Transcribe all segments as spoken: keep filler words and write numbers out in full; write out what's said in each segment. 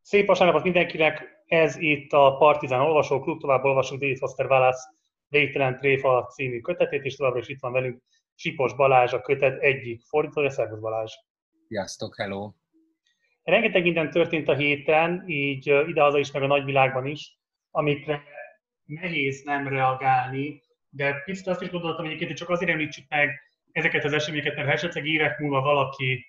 Szép vasárnapot mindenkinek, ez itt a Partizán Olvasó Klub, tovább olvasunk David Foster Wallace Végtelen tréfa című kötetét, és továbbra is itt van velünk Sipos Balázs, a kötet egyik fordítója. Szervusz Balázs! Sziasztok, hello! Rengeteg minden történt a héten, így idehaza is, meg a nagyvilágban is, amikre nehéz nem reagálni, de picit azt is gondoltam egyébként, hogy csak azért említsük meg ezeket az eseményeket, mert ha esetleg évek múlva valaki,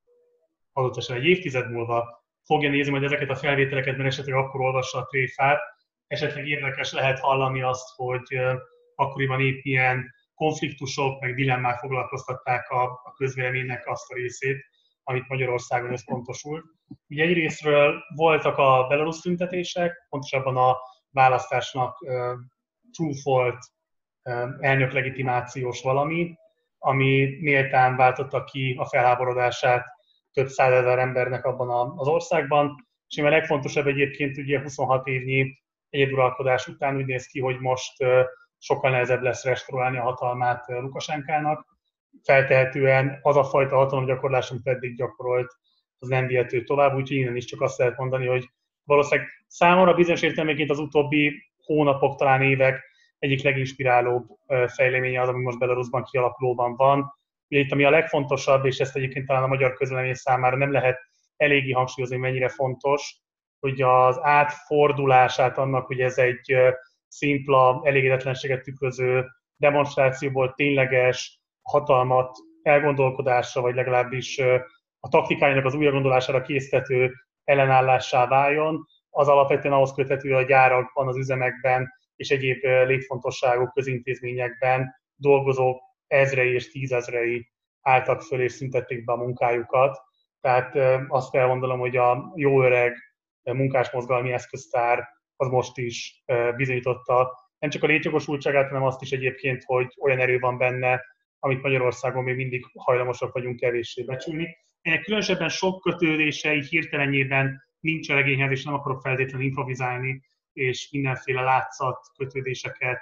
adott esetleg egy évtized múlva fogja nézni majd ezeket a felvételeket, mert esetleg akkor olvassa a tréfát, esetleg érdekes lehet hallani azt, hogy akkoriban épp milyen konfliktusok, meg dilemmák foglalkoztatták a, a közvéleménynek azt a részét, amit Magyarországon összpontosult. Ugye egyrésztről voltak a belarusz tüntetések, pontosabban a választásnak uh, trúfolt uh, elnök legitimációs valami, ami méltán váltotta ki a felháborodását több százezer embernek abban az országban. És a legfontosabb egyébként ugye huszonhat évnyi egyeduralkodás után úgy néz ki, hogy most uh, sokkal nehezebb lesz restaurálni a hatalmát Lukasenkának. Feltehetően az a fajta hatalomgyakorlás, amit eddig gyakorolt, az nem vihető tovább, úgyhogy innen is csak azt lehet mondani, hogy valószínűleg számomra bizonyos értelmeként az utóbbi hónapok, talán évek egyik leginspirálóbb fejleménye az, ami most Belarusban kialakulóban van. Ugye itt ami a legfontosabb, és ezt egyébként talán a magyar közvélemény számára nem lehet eléggé hangsúlyozni, mennyire fontos, hogy az átfordulását annak, hogy ez egy szimpla elégedetlenséget tükröző demonstrációból tényleges hatalmat elgondolkodásra, vagy legalábbis a taktikájának az újragondolására késztető ellenállássá váljon, az alapvetően ahhoz köthető, a gyárakban, az üzemekben és egyéb létfontosságú közintézményekben dolgozók ezrei és tízezrei álltak föl és szüntették be a munkájukat. Tehát azt kell mondanom, hogy a jó öreg munkásmozgalmi eszköztár az most is bizonyította nem csak a létjogosultságát, hanem azt is egyébként, hogy olyan erő van benne, amit Magyarországon még mindig hajlamosak vagyunk kevéssé becsülni. Ennek különösebben sok kötődése így hirtelenjében nincs a regényhez, és nem akarok feltétlenül improvizálni, és mindenféle látszat kötődéseket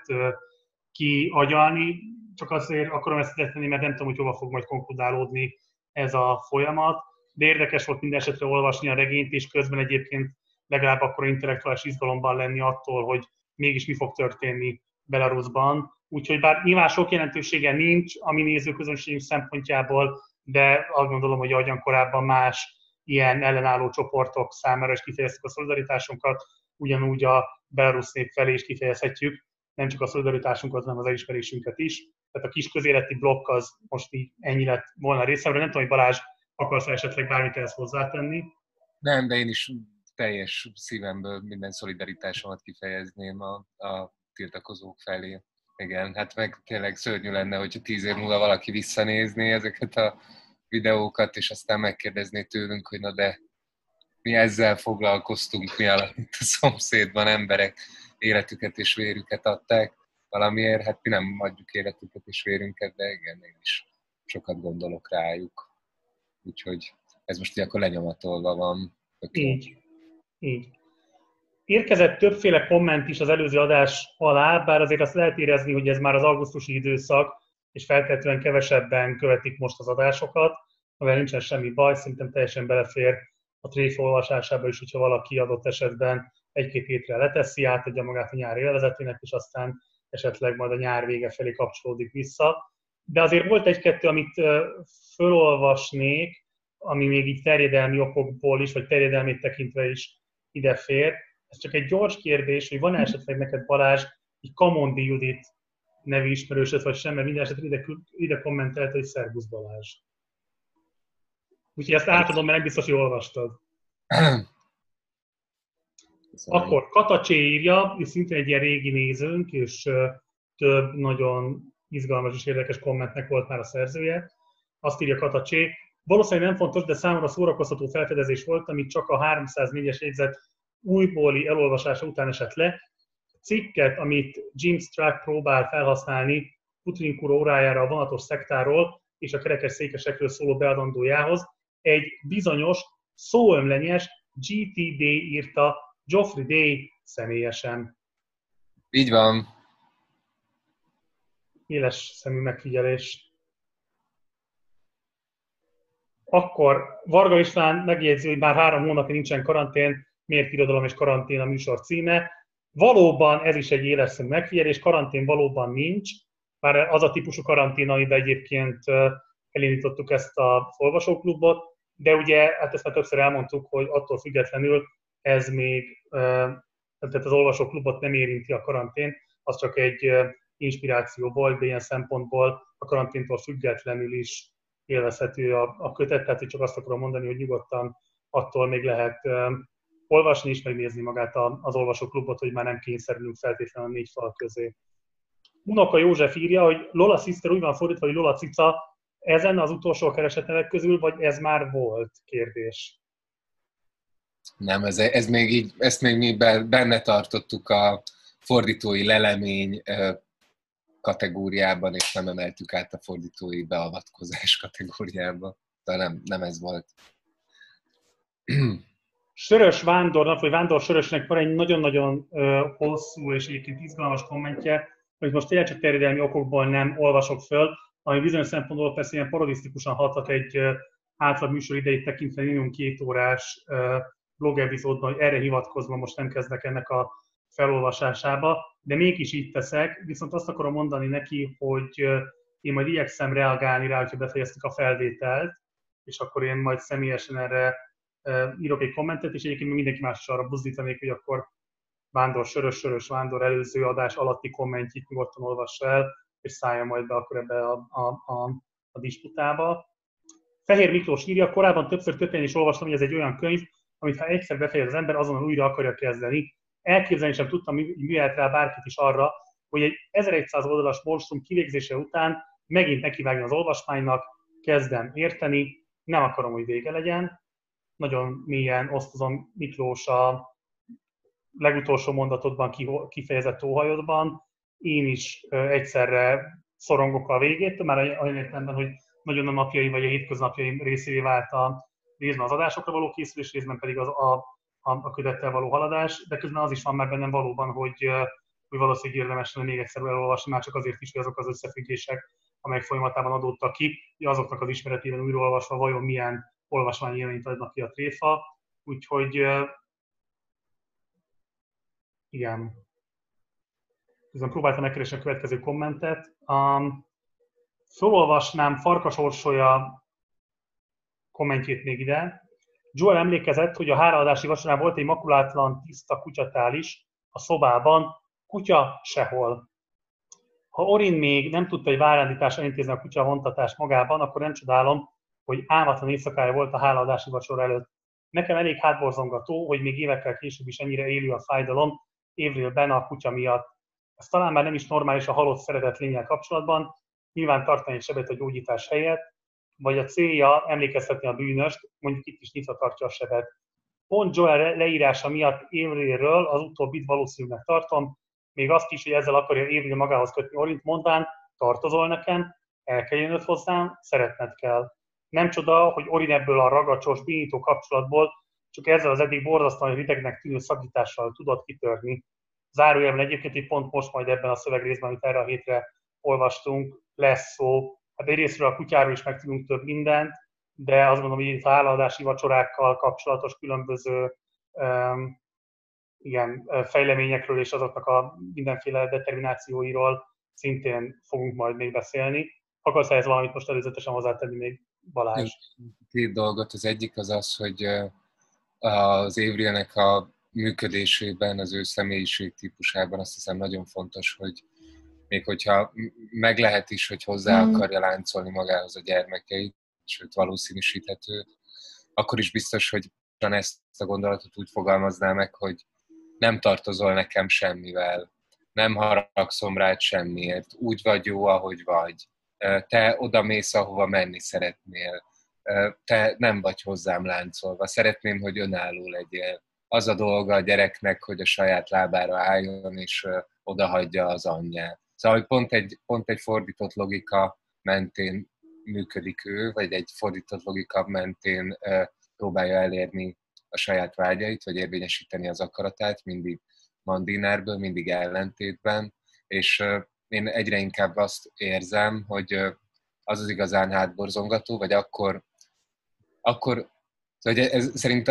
kiagyalni. Csak azért akarom ezt tenni, mert nem tudom, hogy hova fog majd konkludálódni ez a folyamat. De érdekes volt minden esetre olvasni a regényt, és közben egyébként legalább akkor intellektuális izgalomban lenni attól, hogy mégis mi fog történni Belarusban. Úgyhogy bár nyilván sok jelentősége nincs a mi nézőközönségünk szempontjából, de azt gondolom, hogy ahogyan korábban más ilyen ellenálló csoportok számára is kifejeztük a szolidaritásunkat, ugyanúgy a belarusz nép felé is kifejezhetjük, nem csak a szolidaritásunkat, hanem az elismerésünket is. Tehát a kis közéleti blokk az most így ennyi lett volna részemről. Nem tudom, hogy Balázs, akarsz esetleg bármit ehhez hozzátenni? Nem, de én is teljes szívemből minden szolidaritásomat kifejezném a, a tiltakozók felé. Igen, hát meg tényleg szörnyű lenne, hogyha tíz év múlva valaki visszanézné ezeket a videókat, és aztán megkérdezné tőlünk, hogy na de mi ezzel foglalkoztunk, mi alatt a szomszédban emberek életüket és vérüket adták valamiért, hát mi nem adjuk életüket és vérünket, de igen, én is sokat gondolok rájuk. Úgyhogy ez most így akkor lenyomatolva van. Így, így. Érkezett többféle komment is az előző adás alá, bár azért azt lehet érezni, hogy ez már az augusztusi időszak, és feltétlenül kevesebben követik most az adásokat, amivel nincsen semmi baj, szerintem teljesen belefér a tréfa olvasásába is, hogyha valaki adott esetben egy-két hétre leteszi, átadja magát a nyári élvezetének, és aztán esetleg majd a nyár vége felé kapcsolódik vissza. De azért volt egy-kettő, amit fölolvasnék, ami még így terjedelmi okokból is, vagy terjedelmét tekintve is idefér. Ez csak egy gyors kérdés, hogy van-e esetleg neked, Balázs, így Kamondi Judit nevű ismerősöd, vagy sem, mert minden esetre ide, ide kommentelte, hogy szervusz Balázs. Úgyhogy ezt átadom, mert nem biztos, hogy olvastad. Akkor Katacsé írja, és szintén egy ilyen régi nézőnk, és több nagyon izgalmas és érdekes kommentnek volt már a szerzője. Azt írja Katacsé, valószínűleg nem fontos, de számomra szórakoztató felfedezés volt, amit csak a háromszáznégyes jegyzet újbóli elolvasása után esett le. A cikket, amit Jim Strack próbál felhasználni Putrin órájára a vonatos szektáról és a kerekes székesekről szóló beadandójához, egy bizonyos szóömlenyes gé té dé írta Geoffrey Day személyesen. Így van. Éles szemű megfigyelés. Akkor Varga István megjegyzi, hogy már három hónapja nincsen karantén, Miért irodalom és karantén a műsor címe. Valóban ez is egy éleszemű megfigyelés, karantén valóban nincs, bár az a típusú karantén, amiben egyébként elindítottuk ezt a olvasóklubot, de ugye, hát ezt már többször elmondtuk, hogy attól függetlenül ez még, tehát az olvasóklubot nem érinti a karantén, az csak egy inspiráció volt, de ilyen szempontból a karanténtól függetlenül is élvezhető a, a kötet, tehát hogy csak azt akarom mondani, hogy nyugodtan attól még lehet olvasni és megnézni magát az olvasóklubot, hogy már nem kényszerülünk feltétlenül a négy fal közé. Unoka József írja, hogy Lola Sister úgy van fordítva, hogy Lola Cica, ezen az utolsó keresett nevek közül, vagy ez már volt? Kérdés. Nem, ez, ez még így, ezt még mi benne tartottuk a fordítói lelemény kategóriában, és nem emeltük át a fordítói beavatkozás kategóriába. De nem, nem ez volt. Sörös Vándornak, vagy Vándor Sörösnek van egy nagyon-nagyon uh, hosszú és egyébként izgalmas kommentje, hogy most tényleg csak terjedelmi okokból nem olvasok föl, ami bizonyos szempontból persze ilyen parodisztikusan hathat egy uh, átlag műsor idejét tekintve minimum két órás uh, blog epizódban, hogy erre hivatkozva most nem kezdek ennek a felolvasásába, de mégis így teszek, viszont azt akarom mondani neki, hogy uh, én majd igyekszem reagálni rá, hogyha befejeztük a felvételt, és akkor én majd személyesen erre uh, írok egy kommentet, és egyébként mindenki más is arra buzdítanék, hogy akkor Vándor Sörös, Sörös Vándor előző adás alatti kommentjét nyugodtan olvassa el, és szálljon majd be akkor ebbe a, a, a, a disputába. Fehér Miklós írja, korábban többször kötélni is olvastam, hogy ez egy olyan könyv, amit ha egyszer befejez az ember, azonnal újra akarja kezdeni. Elképzelni sem tudtam, hogy jöhet rá bárkit is arra, hogy egy ezerszáz oldalas monstrum kivégzése után megint nekivágni az olvasmánynak, kezdem érteni, nem akarom, hogy vége legyen. Nagyon mélyen osztozom Miklós a legutolsó mondatodban kifejezett óhajodban. Én is egyszerre szorongok a végét, már olyan értelemben, hogy nagyon a napjai vagy a hétköznapjaim részévé vált a részben az adásokra való készülés, részben pedig az, a, a, a kötettel való haladás, de közben az is van már bennem valóban, hogy, hogy valószínűleg érdemes lenne még egyszer elolvasni, már csak azért is, hogy azok az összefüggések, amelyek folyamatában adódtak ki, hogy azoknak az ismeretében újraolvasva vajon milyen olvasmányélményt adnak ki a tréfa. Úgyhogy igen. Közben próbáltam megkeresni a következő kommentet. Um, Felolvasnám Farkas Orsolya kommentjét még ide. Joel emlékezett, hogy a háraadási vacsorán volt egy makulátlan, tiszta kutyatál is a szobában, kutya sehol. Ha Orin még nem tudta egy várándításra intézni a kutya vontatást magában, akkor nem csodálom, hogy álmatlan éjszakája volt a hálaadási vacsora előtt. Nekem elég hátborzongató, hogy még évekkel később is ennyire élő a fájdalom Avery-ben a kutya miatt. Ez talán már nem is normális a halott szeretett lényel kapcsolatban, nyilván tartani egy sebet a gyógyítás helyett, vagy a célja emlékeztetni a bűnöst, mondjuk itt is nyitva tartja a sebet. Pont Joel leírása miatt Avery-ről az utóbbit valószínűleg tartom, még azt is, hogy ezzel akarja Avery magához kötni Orint, mondván, tartozol nekem, el kell jönnöd hozzám, szeretned kell. Nem csoda, hogy Orin ebből a ragacsos, bénító kapcsolatból csak ezzel az eddig borzasztóan ridegnek tűnő szakítással tudott kitörni. Zárójelben egyébként, hogy pont most majd ebben a szövegrészben, amit erre a hétre olvastunk, lesz szó. Hát egyrésztről a kutyáról is megtudunk több mindent, de azt gondolom, hogy itt a hálaadási vacsorákkal kapcsolatos különböző um, igen, fejleményekről és azoknak a mindenféle determinációiról szintén fogunk majd még beszélni. Akarsz ehhez valamit most előzetesen hozzátenni még, Balázs? Két dolgot. Az egyik az az, hogy az Avery-nek a működésében, az ő személyiség típusában azt hiszem nagyon fontos, hogy még hogyha meg lehet is, hogy hozzá akarja láncolni magához a gyermekeit, sőt valószínűsíthető, akkor is biztos, hogy ezt a gondolatot úgy fogalmazná meg, hogy nem tartozol nekem semmivel, nem haragszom rád semmiért, úgy vagy jó, ahogy vagy. Te oda mész, ahova menni szeretnél. Te nem vagy hozzám láncolva. Szeretném, hogy önálló legyél. Az a dolga a gyereknek, hogy a saját lábára álljon, és odahagyja az anyját. Szóval pont egy, pont egy fordított logika mentén működik ő, vagy egy fordított logika mentén próbálja elérni a saját vágyait, vagy érvényesíteni az akaratát, mindig mandinárből, mindig ellentétben, és én egyre inkább azt érzem, hogy az az igazán hátborzongató, vagy akkor, akkor hogy ez, szerintem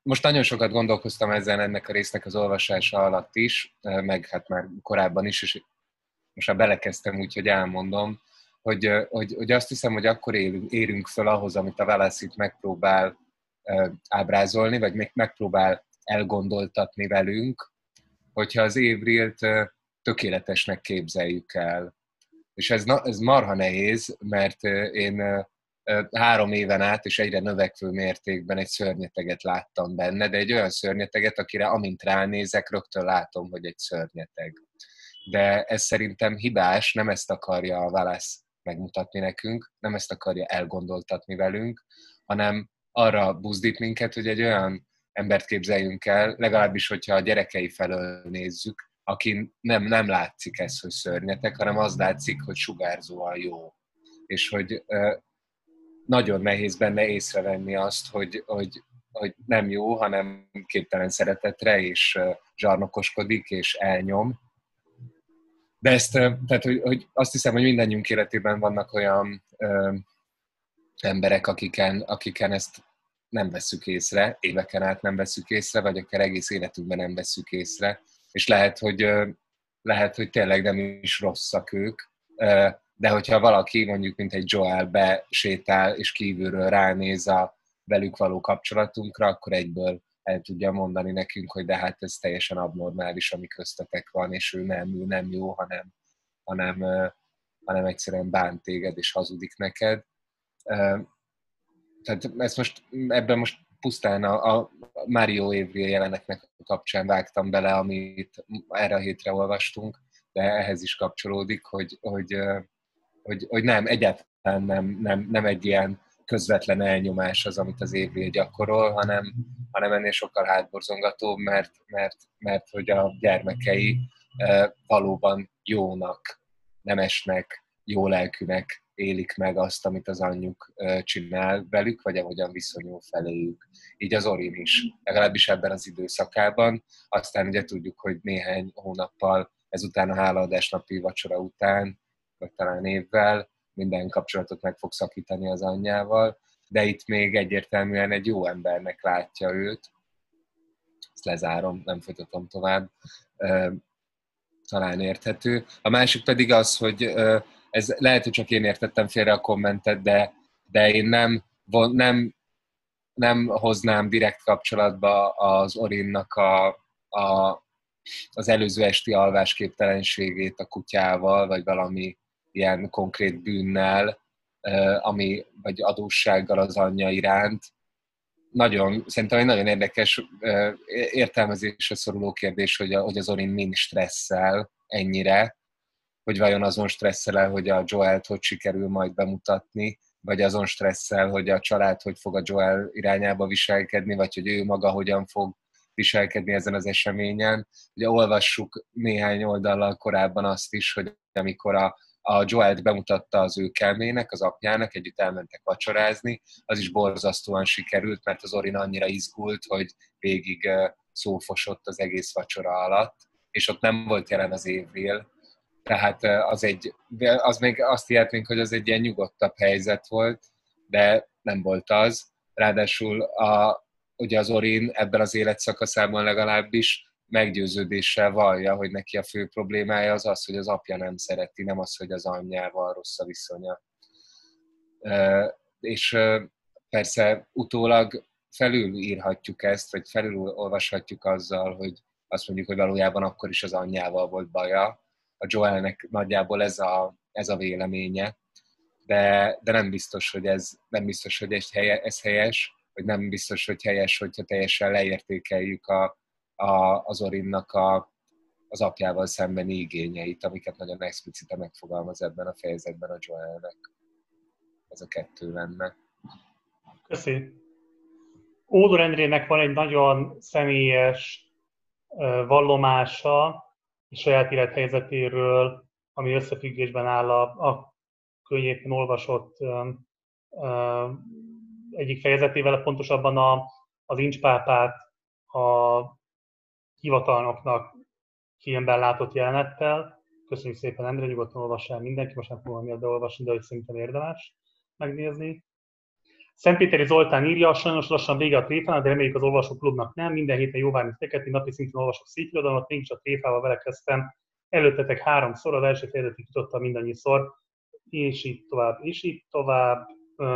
most nagyon sokat gondolkoztam ezen ennek a résznek az olvasása alatt is, meg hát már korábban is, és most már belekezdtem, úgyhogy elmondom, hogy, hogy, hogy azt hiszem, hogy akkor élünk, érünk fel ahhoz, amit a Wallace itt megpróbál ábrázolni, vagy megpróbál elgondoltatni velünk, hogyha az Avrilt tökéletesnek képzeljük el. És ez, ez marha nehéz, mert én három éven át és egyre növekvő mértékben egy szörnyeteget láttam benne, de egy olyan szörnyeteget, akire amint ránézek, rögtön látom, hogy egy szörnyeteg. De ez szerintem hibás, nem ezt akarja a Wallace megmutatni nekünk, nem ezt akarja elgondoltatni velünk, hanem arra buzdít minket, hogy egy olyan embert képzeljünk el, legalábbis, hogyha a gyerekei felől nézzük, akin nem, nem látszik ez, hogy szörnyeteg, hanem az látszik, hogy sugárzóan jó. És hogy ö, nagyon nehéz benne észrevenni azt, hogy, hogy, hogy nem jó, hanem képtelen szeretetre, és ö, zsarnokoskodik, és elnyom. De ezt, ö, tehát, hogy, hogy azt hiszem, hogy mindannyiunk életében vannak olyan ö, emberek, akiken, akiken ezt nem vesszük észre, éveken át nem vesszük észre, vagy akár egész életünkben nem vesszük észre, és lehet, hogy, lehet, hogy tényleg nem is rosszak ők, de hogyha valaki, mondjuk mint egy Joel besétál, és kívülről ránéz a velük való kapcsolatunkra, akkor egyből el tudja mondani nekünk, hogy de hát ez teljesen abnormális, ami köztetek van, és ő nem, ő nem jó, hanem, hanem, hanem egyszerűen bánt téged, és hazudik neked. Tehát ezt most, ebben most pusztán a, a Mario Avriel jelenetnek kapcsán vágtam bele, amit erre a hétre olvastunk, de ehhez is kapcsolódik, hogy, hogy, hogy, hogy nem, egyáltalán nem, nem, nem egy ilyen közvetlen elnyomás az, amit az Avriel gyakorol, hanem, hanem ennél sokkal hátborzongatóbb, mert, mert, mert hogy a gyermekei valóban jónak, nemesnek, jó lelkűnek élik meg azt, amit az anyjuk csinál velük, vagy ahogyan viszonyul feléjük. Így az Orin is, legalábbis ebben az időszakában. Aztán ugye tudjuk, hogy néhány hónappal ezután a hálaadás napi vacsora után, vagy talán évvel minden kapcsolatot meg fog szakítani az anyjával, de itt még egyértelműen egy jó embernek látja őt. Ezt lezárom, nem folytatom tovább. Talán érthető. A másik pedig az, hogy ez lehet, hogy csak én értettem félre a kommentet, de, de én nem, nem, nem hoznám direkt kapcsolatba az Orinnak a, a, az előző esti alvásképtelenségét a kutyával, vagy valami ilyen konkrét bűnnel, ami, vagy adóssággal az anyja iránt. Nagyon, szerintem egy nagyon érdekes értelmezésre szoruló kérdés, hogy, a, hogy az Orin min stresszel ennyire, hogy vajon azon stresszel, hogy a Joelt hogy sikerül majd bemutatni, vagy azon stresszel, hogy a család hogy fog a Joel irányába viselkedni, vagy hogy ő maga hogyan fog viselkedni ezen az eseményen. Ugye olvassuk néhány oldallal korábban azt is, hogy amikor a, a Joelt bemutatta az ő kelmének, az apjának, együtt elmentek vacsorázni, az is borzasztóan sikerült, mert az Orin annyira izgult, hogy végig szófosott az egész vacsora alatt, és ott nem volt jelen az Avriel. Tehát az, egy, az még azt hihetnénk, hogy az egy ilyen nyugodtabb helyzet volt, de nem volt az. Ráadásul a, ugye az Orin ebben az életszakaszában legalábbis meggyőződéssel vallja, hogy neki a fő problémája az az, hogy az apja nem szereti, nem az, hogy az anyjával rossz a viszonya. És persze utólag felülírhatjuk ezt, vagy felülolvashatjuk azzal, hogy azt mondjuk, hogy valójában akkor is az anyjával volt baja. A Joelnek nagyjából ez a, ez a véleménye, de, de nem biztos, hogy ez, nem biztos, hogy ez, helye, ez helyes, vagy nem biztos, hogy helyes, hogyha teljesen leértékeljük a, a, az Orinnak a, az apjával szembeni igényeit, amiket nagyon explicite megfogalmaz ebben a fejezetben a Joelnek. Ez a kettő lenne. Köszi. Ódor Endrének van egy nagyon személyes vallomása a saját élethelyzetéről, ami összefüggésben áll a, a könyvében olvasott um, um, egyik fejezetével, pontosabban a, az incspápát a hivatalnoknak filmben látott jelenettel. Köszönjük szépen, Endre, nyugodtan olvassál mindenki, most nem fogom miatt beolvasni, de hogy szerintem érdemes megnézni. Szentpéteri Zoltán írja, sajnos lassan vége a tréfának, de reméljük az olvasóklubnak nem. Minden héten jóvárni teket, én napi szinten olvasok szépirodalmat, mégis a tréfával vele kezdtem. Előttetek háromszor, az első fejezetig jutottam mindannyiszor, és így tovább, és így tovább.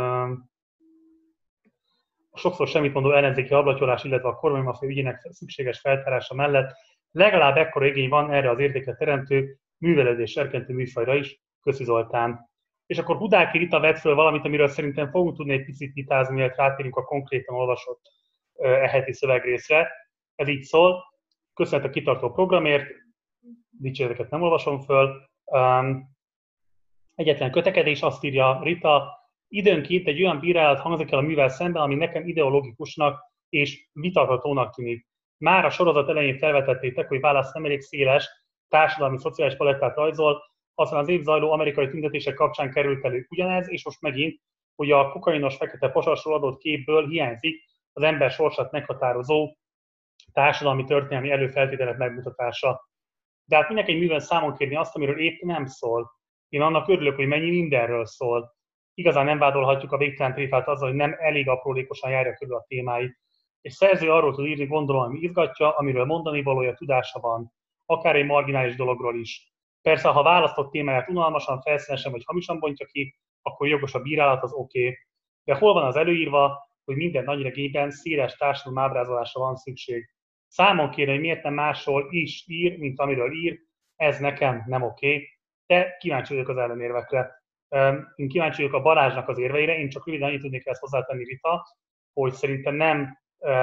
A sokszor semmit mondó ellenzéki ablatyolás, illetve a kormánymafia ügyének szükséges feltárása mellett legalább ekkora igény van erre az értéket teremtő, művelődő és serkentő műfajra is. Köszi Zoltán. És akkor Budáki Rita vett föl valamit, amiről szerintem fogunk tudni egy picit vitázni, mielőtt rátérünk a konkrétan olvasott e heti szövegrészre. Ez így szól. Köszönet a kitartó programért, dicséreteket nem olvasom föl. Um, egyetlen kötekedés, azt írja Rita, időnként egy olyan bírálat hangzik el a művel szemben, ami nekem ideológikusnak és vitathatónak tűnik. Már a sorozat elején felvetettétek, hogy válasz nem elég széles, társadalmi, szociális palettát rajzol, aztán az év zajló amerikai tüntetések kapcsán került elő ugyanez, és most megint, hogy a kokainos fekete pasasról adott képből hiányzik az ember sorsát meghatározó társadalmi történelmi előfeltételek megmutatása. De hát minek egy műben számon kérni azt, amiről épp nem szól. Én annak örülök, hogy mennyi mindenről szól. Igazán nem vádolhatjuk a végtelen tréfát azzal, hogy nem elég aprólékosan járja körül a témáit. És szerző arról tud írni, gondolom, ami izgatja, amiről mondani valója, tudása van. Akár egy marginális dologról is. Persze, ha választott témáját unalmasan, felszínesen vagy hamisan bontja ki, akkor jogos a bírálat, az oké. Okay. De hol van az előírva, hogy minden nagyregényben széles társadalmi ábrázolásra van szükség? Számon kérni, hogy miért nem másról is ír, mint amiről ír, ez nekem nem oké. Okay. De kíváncsi vagyok az ellenérvekre. Én kíváncsi vagyok a Balázsnak az érveire, én csak röviden annyit tudnék ezt hozzátenni, Rita, hogy szerintem nem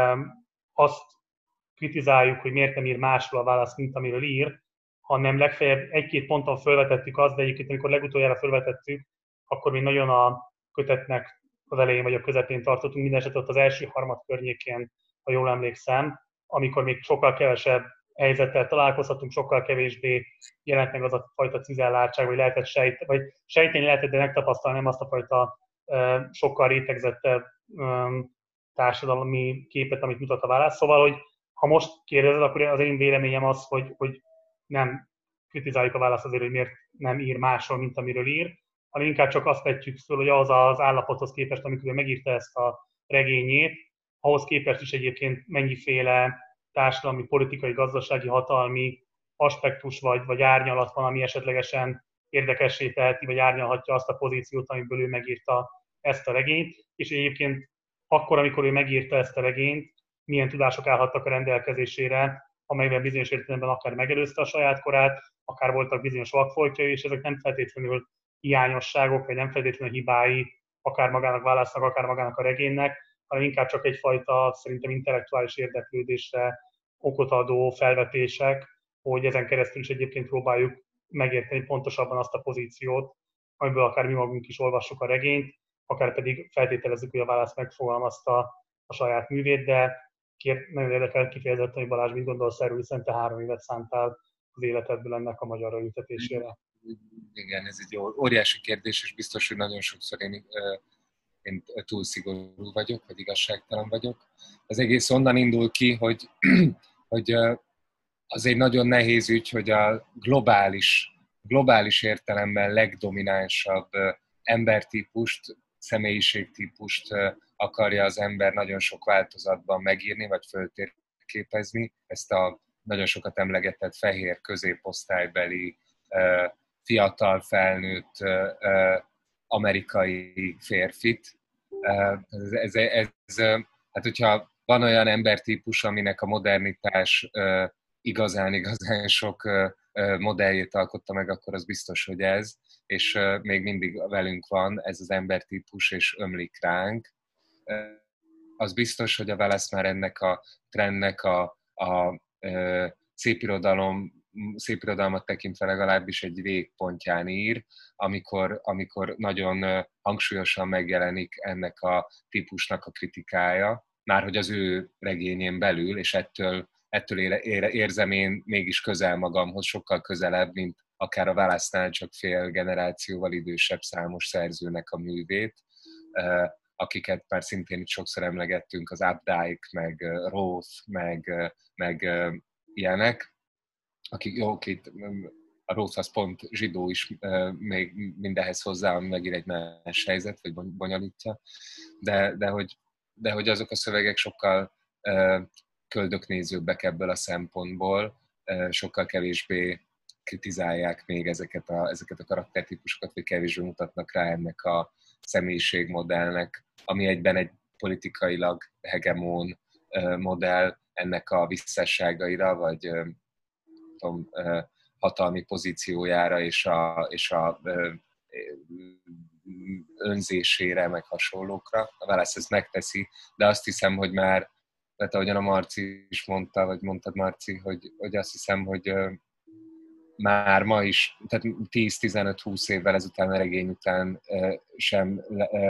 azt kritizáljuk, hogy miért nem ír másról a válasz, mint amiről ír, hanem legfeljebb egy-két ponton felvetettük azt, de egyébként amikor legutoljára felvetettük, akkor még nagyon a kötetnek az elején vagy a közepén tartottunk, mindenesetre ott az első harmad környékén, ha jól emlékszem, amikor még sokkal kevesebb helyzettel találkozhatunk, sokkal kevésbé jelent meg az a fajta cizelláltság, vagy lehetett sejt, vagy sejteni lehetett, de megtapasztalni nem azt a fajta uh, sokkal rétegzettebb um, társadalmi képet, amit mutat a válasz. Szóval, hogy ha most kérdezed, akkor az én véleményem az, hogy, hogy nem kritizáljuk a választ azért, hogy miért nem ír másról, mint amiről ír, hanem inkább csak azt vetjük föl, hogy az az állapothoz képest, amikor megírta ezt a regényét, ahhoz képest is egyébként mennyiféle társadalmi, politikai, gazdasági, hatalmi aspektus vagy, vagy árnyalat van, ami esetlegesen érdekessé teheti, vagy árnyalhatja azt a pozíciót, amiből ő megírta ezt a regényt. És egyébként akkor, amikor ő megírta ezt a regényt, milyen tudások állhattak a rendelkezésére, amelyben bizonyos értelemben akár megelőzte a saját korát, akár voltak bizonyos vakfoltjai, és ezek nem feltétlenül hiányosságok, vagy nem feltétlenül hibái, akár magának válasznak, akár magának a regénynek, hanem inkább csak egyfajta szerintem intellektuális érdeklődésre okot adó felvetések, hogy ezen keresztül is egyébként próbáljuk megérteni pontosabban azt a pozíciót, amiből akár mi magunk is olvassuk a regényt, akár pedig feltételezzük, hogy a válasz megfogalmazta a saját művét, de kér, nagyon érdekel kifejezetten, hogy Balázs mit gondolsz erről, hiszen te három évet szántál az életedből ennek a magyarra ültetésére. Igen, ez egy óriási kérdés, és biztos, hogy nagyon sokszor én, én túl szigorú vagyok, vagy igazságtalan vagyok. Az egész onnan indul ki, hogy, hogy az egy nagyon nehéz ügy, hogy a globális, globális értelemben legdominánsabb embertípust, személyiségtípust akarja az ember nagyon sok változatban megírni, vagy föltérképezni. Ezt a nagyon sokat emlegetett fehér középosztálybeli, fiatal felnőtt amerikai férfit. Ez, ez, ez, hát hogyha van olyan embertípus, aminek a modernitás igazán-igazán sok modelljét alkotta meg, akkor az biztos, hogy ez, és még mindig velünk van ez az embertípus, és ömlik ránk. Az biztos, hogy a Wallace már ennek a trendnek a, a, a szépirodalom, szépirodalmat tekintve legalábbis egy végpontján ír, amikor, amikor nagyon hangsúlyosan megjelenik ennek a típusnak a kritikája, márhogy az ő regényén belül, és ettől, ettől érzem én mégis közel magamhoz, sokkal közelebb, mint akár a Wallace-nál csak fél generációval idősebb számos szerzőnek a művét, akiket már szintén itt sokszor emlegettünk, az Updike, meg Roth, meg, meg ilyenek, akik jó, itt a Rósz az pont zsidó is még mindenhez hozzá, ami megint egy más helyzet, vagy bonyolítja, de, de, hogy, de hogy azok a szövegek sokkal köldöknézőbbek ebből a szempontból, sokkal kevésbé kritizálják még ezeket a, ezeket a karaktertípusokat, vagy kevésbé mutatnak rá ennek a személyiségmodellnek, ami egyben egy politikailag hegemón modell, ennek a visszásságaira, vagy tudom, hatalmi pozíciójára és a, és a önzésére, meg hasonlókra. A válasz ezt megteszi, de azt hiszem, hogy már, mert ahogyan a Marci is mondta, vagy mondtad Marci, hogy, hogy azt hiszem, hogy már ma is, tehát tíz-tizenöt-húsz évvel ezután a regény után sem,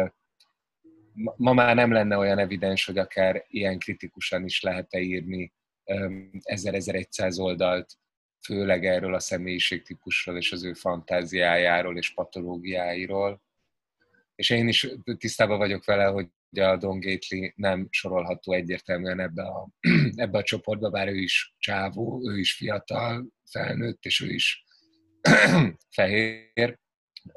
ma már nem lenne olyan evidens, hogy akár ilyen kritikusan is lehet-e írni ezer-ezerszáz oldalt, főleg erről a személyiségtípusról és az ő fantáziájáról és patológiáiról. És én is tisztában vagyok vele, hogy a Don Gately nem sorolható egyértelműen ebbe a, ebbe a csoportba, bár ő is csávó, ő is fiatal, felnőtt, és ő is fehér,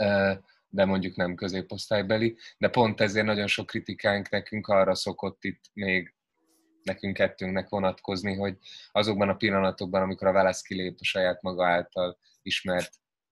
de mondjuk nem középosztálybeli. De pont ezért nagyon sok kritikánk nekünk arra szokott itt még nekünk kettőnknek vonatkozni, hogy azokban a pillanatokban, amikor a Wallace kilép a saját maga által ismert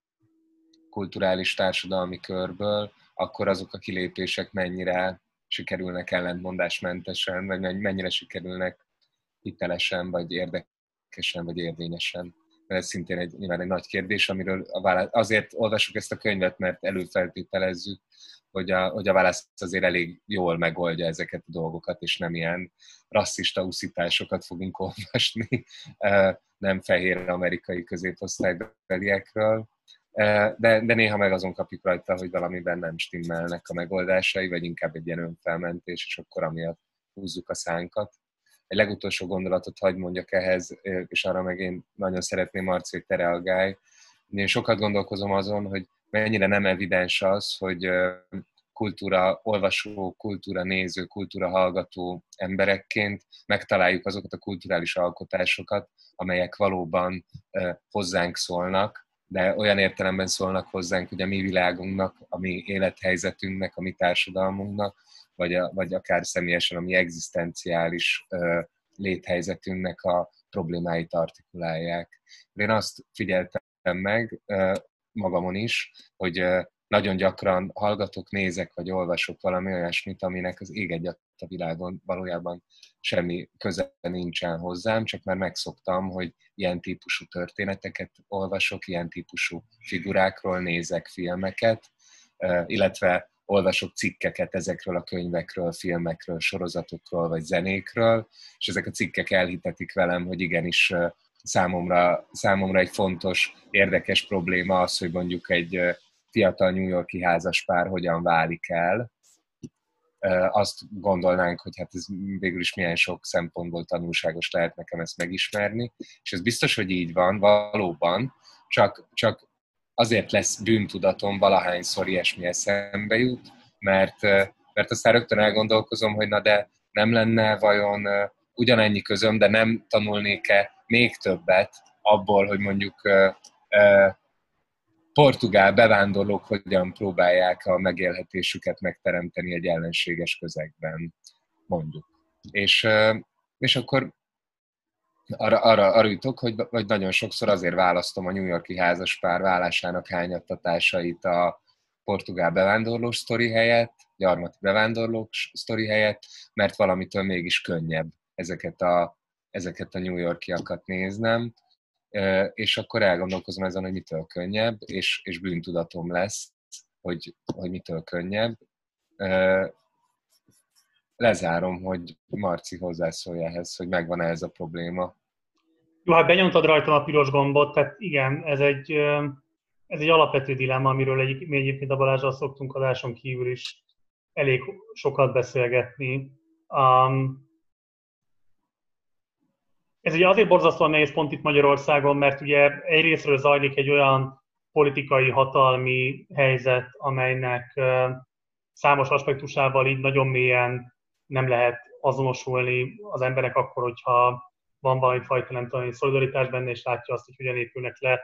kulturális társadalmi körből, akkor azok a kilépések mennyire sikerülnek ellentmondásmentesen, vagy mennyire sikerülnek hitelesen, vagy érdekesen, vagy érvényesen. Ez szintén egy, nyilván egy nagy kérdés, amiről a Wallace, azért olvassuk ezt a könyvet, mert előfeltételezzük, hogy a, hogy a Wallace azért elég jól megoldja ezeket a dolgokat, és nem ilyen rasszista uszításokat fogunk olvasni, nem fehér amerikai középosztálybeliekről. De, de néha meg azon kapjuk rajta, hogy valamiben nem stimmelnek a megoldásai, vagy inkább egy ilyen önfelmentés, és akkor amiatt húzzuk a szánkat. Egy legutolsó gondolatot hadd mondjak ehhez, és arra meg én nagyon szeretném, Marci, hogy te reagálj. Én sokat gondolkozom azon, hogy mennyire nem evidens az, hogy kultúra olvasó, kultúra néző, kultúra hallgató emberekként megtaláljuk azokat a kulturális alkotásokat, amelyek valóban hozzánk szólnak, de olyan értelemben szólnak hozzánk, hogy a mi világunknak, a mi élethelyzetünknek, a mi társadalmunknak, vagy, a, vagy akár személyesen a mi egzisztenciális uh, léthelyzetünknek a problémáit artikulálják. Én azt figyeltem meg uh, magamon is, hogy uh, nagyon gyakran hallgatok, nézek, vagy olvasok valami olyasmit, aminek az ég egyet a világon valójában semmi köze nincsen hozzám, csak már megszoktam, hogy ilyen típusú történeteket olvasok, ilyen típusú figurákról nézek filmeket, illetve olvasok cikkeket ezekről a könyvekről, filmekről, sorozatokról vagy zenékről, és ezek a cikkek elhitetik velem, hogy igenis számomra, számomra egy fontos, érdekes probléma az, hogy mondjuk egy fiatal New York-i házaspár hogyan válik el. Azt gondolnánk, hogy hát ez végül is milyen sok szempontból tanulságos lehet nekem ezt megismerni, és ez biztos, hogy így van, valóban, csak, csak azért lesz bűntudatom valahányszor ilyesmi eszembe jut, mert, mert aztán rögtön elgondolkozom, hogy na de nem lenne vajon ugyanennyi közöm, de nem tanulnék-e még többet abból, hogy mondjuk portugál bevándorlók hogyan próbálják a megélhetésüket megteremteni egy ellenséges közegben, mondjuk. És, és akkor arra, arra, arra jutok, hogy, hogy nagyon sokszor azért választom a New York-i házaspár válásának hányattatásait a portugál bevándorlós sztori helyett, gyarmati bevándorlós sztori helyett, mert valamitől mégis könnyebb ezeket a, ezeket a New York-iakat néznem, és akkor elgondolkozom ezen, hogy mitől könnyebb, és, és bűntudatom lesz, hogy, hogy mitől könnyebb. Lezárom, hogy Marci hozzászólja ehhez, hogy megvan-e ez a probléma. Jó, hát benyomtad rajtam a piros gombot, tehát igen, ez egy, ez egy alapvető dilemma, amiről egy, mi egyébként a Balázsral szoktunk adáson kívül is elég sokat beszélgetni. Um, Ez ugye azért borzasztóan nehéz pont itt Magyarországon, mert ugye egyrésztről zajlik egy olyan politikai, hatalmi helyzet, amelynek számos aspektusával így nagyon mélyen nem lehet azonosulni az emberek akkor, hogyha van valami fajta, nem tudom, szolidaritás benne, és látja azt, hogy hogyan épülnek le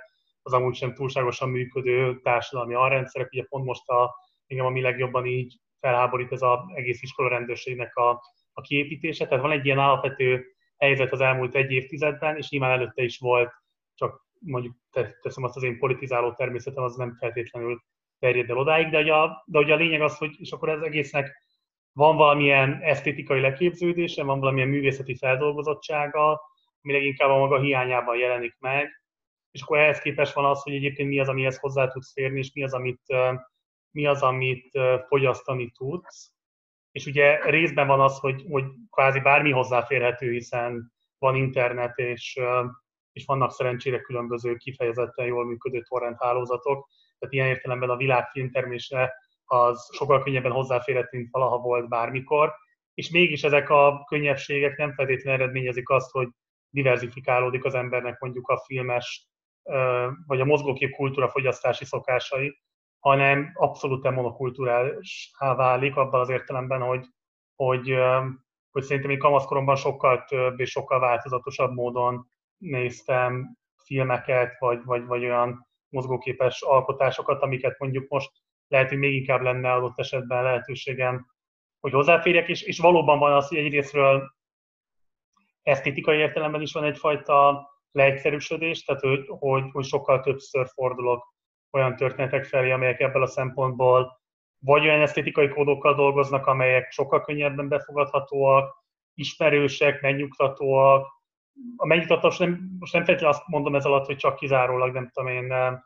az amúgy sem túlságosan működő társadalmi alrendszerek. Ugye pont most a, engem ami legjobban így felháborít ez az egész iskola rendőrségnek a, a kiépítése. Tehát van egy ilyen alapvető helyzet az elmúlt egy évtizedben, és nyilván előtte is volt, csak mondjuk teszem azt, az én politizáló természetem az nem feltétlenül terjed el odáig, de ugye, a, de ugye a lényeg az, hogy és akkor ez egésznek van valamilyen esztétikai leképződése, van valamilyen művészeti feldolgozottsága, ami leginkább a maga hiányában jelenik meg, és akkor ehhez képest van az, hogy egyébként mi az, amihez hozzá tudsz férni, és mi az, amit, mi az, amit fogyasztani tudsz. És ugye részben van az, hogy, hogy kvázi bármi hozzáférhető, hiszen van internet, és, és vannak szerencsére különböző kifejezetten jól működő torrent hálózatok. Tehát ilyen értelemben a világ filmtermése az sokkal könnyebben hozzáférhető, mint valaha volt bármikor. És mégis ezek a könnyebbségek nem feltétlenül eredményezik azt, hogy diverzifikálódik az embernek mondjuk a filmes vagy a mozgókép kultúra fogyasztási szokásai, hanem abszolút monokulturálisá válik abban az értelemben, hogy, hogy, hogy szerintem én kamaszkoromban sokkal több és sokkal változatosabb módon néztem filmeket, vagy, vagy, vagy olyan mozgóképes alkotásokat, amiket mondjuk most lehet, hogy még inkább lenne adott esetben lehetőségem, hogy hozzáférjek, és, és valóban van az, hogy egyrésztről esztétikai értelemben is van egyfajta leegyszerűsödés, tehát hogy, hogy, hogy sokkal többször fordulok olyan történetek felé, amelyek ebből a szempontból vagy olyan esztétikai kódokkal dolgoznak, amelyek sokkal könnyebben befogadhatóak, ismerősek, megnyugtatóak. A megnyugtatás nem, most nem feltétlenül azt mondom ez alatt, hogy csak kizárólag, nem tudom én, nem,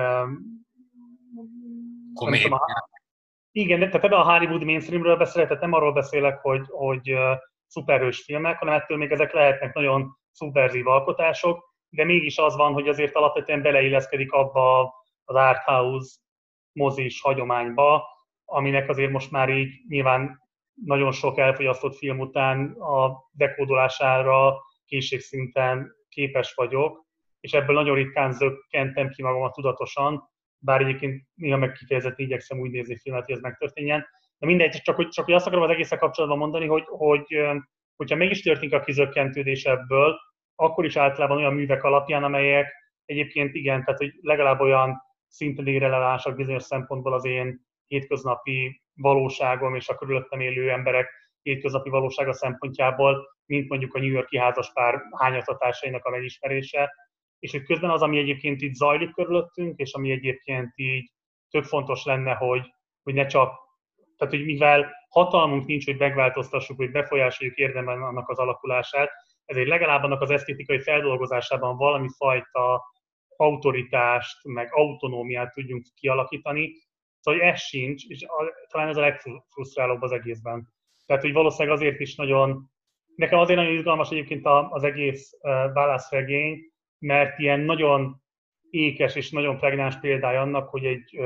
nem tudom, a, igen, tehát ebben a Hollywood mainstreamről beszélek, tehát nem arról beszélek, hogy, hogy szuperhős filmek, hanem ettől még ezek lehetnek nagyon szubverzív alkotások, de mégis az van, hogy azért alapvetően beleilleszkedik abba az arthouse mozis hagyományba, aminek azért most már így nyilván nagyon sok elfogyasztott film után a dekódolására készségszinten képes vagyok, és ebből nagyon ritkán zökkentem ki magamat tudatosan, bár egyébként néha meg kifejezetten igyekszem úgy nézni filmet, hogy ez megtörténjen. De mindegy, csak hogy, csak hogy azt akarom az egészen kapcsolatban mondani, hogy, hogy hogyha mégis történik a kizökkentődés ebből, akkor is általában olyan művek alapján, amelyek egyébként igen, tehát hogy legalább olyan szinten irrelevánsak bizonyos szempontból az én hétköznapi valóságom és a körülöttem élő emberek hétköznapi valósága szempontjából, mint mondjuk a New York-i házaspár hányattatásainak a megismerése, és hogy közben az, ami egyébként itt zajlik körülöttünk, és ami egyébként így tök fontos lenne, hogy, hogy ne csak, tehát hogy mivel hatalmunk nincs, hogy megváltoztassuk, hogy befolyásoljuk érdemben annak az alakulását, ezért legalább annak az esztétikai feldolgozásában valami fajta autoritást, meg autonómiát tudjunk kialakítani. Szóval ez sincs, és talán ez a legfrusztrálóbb az egészben. Tehát, hogy valószínűleg azért is nagyon, nekem azért nagyon izgalmas egyébként az egész válaszregény, mert ilyen nagyon ékes és nagyon pregnáns példája annak, hogy egy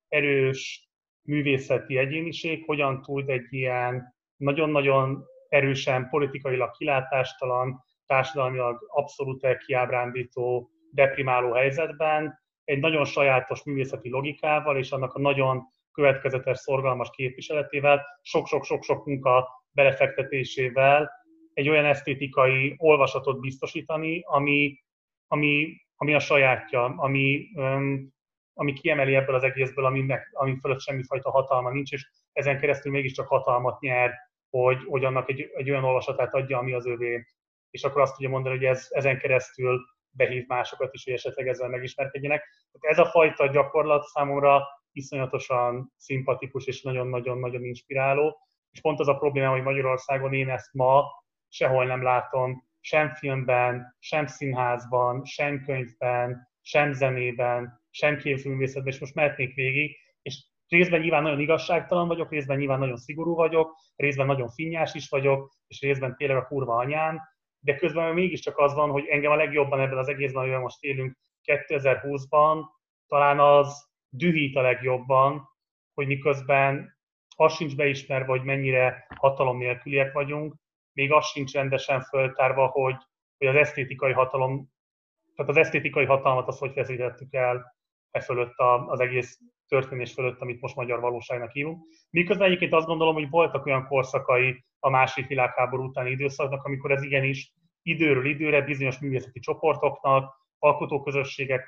erős művészeti egyéniség hogyan tud egy ilyen nagyon-nagyon erősen politikailag kilátástalan, társadalmilag abszolút kiábrándító, deprimáló helyzetben egy nagyon sajátos művészeti logikával és annak a nagyon következetes, szorgalmas képviseletével, sok-sok-sok-sok munka belefektetésével egy olyan esztétikai olvasatot biztosítani, ami, ami, ami a sajátja, ami, um, ami kiemeli ebből az egészből, aminek, ami fölött semmifajta hatalma nincs, és ezen keresztül mégiscsak hatalmat nyer, hogy, hogy annak egy, egy olyan olvasatát adja, ami az övé. És akkor azt tudja mondani, hogy ez, ezen keresztül behív másokat is, hogy esetleg ezzel megismerkedjenek. Tehát ez a fajta gyakorlat számomra iszonyatosan szimpatikus és nagyon-nagyon-nagyon inspiráló. És pont az a probléma, hogy Magyarországon én ezt ma sehol nem látom, sem filmben, sem színházban, sem könyvben, sem zenében, sem képzőművészetben, és most mehetnék végig, és részben nyilván nagyon igazságtalan vagyok, részben nyilván nagyon szigorú vagyok, részben nagyon finnyás is vagyok, és részben tényleg a kurva anyám, de közben mégiscsak az van, hogy engem a legjobban ebben az egészben, amivel most élünk kétezer-húszban, talán az dühít a legjobban, hogy miközben az sincs beismerve, hogy mennyire hatalom nélküliek vagyunk, még az sincs rendesen föltárva, hogy, hogy az esztétikai hatalom, tehát az esztétikai hatalmat azt hogy veszítettük el e fölött az egész történés fölött, amit most magyar valóságnak hívunk. Miközben egyébként azt gondolom, hogy voltak olyan korszakai a második világháború utáni időszaknak, amikor ez igenis időről időre bizonyos művészeti csoportoknak, alkotóközösségeknek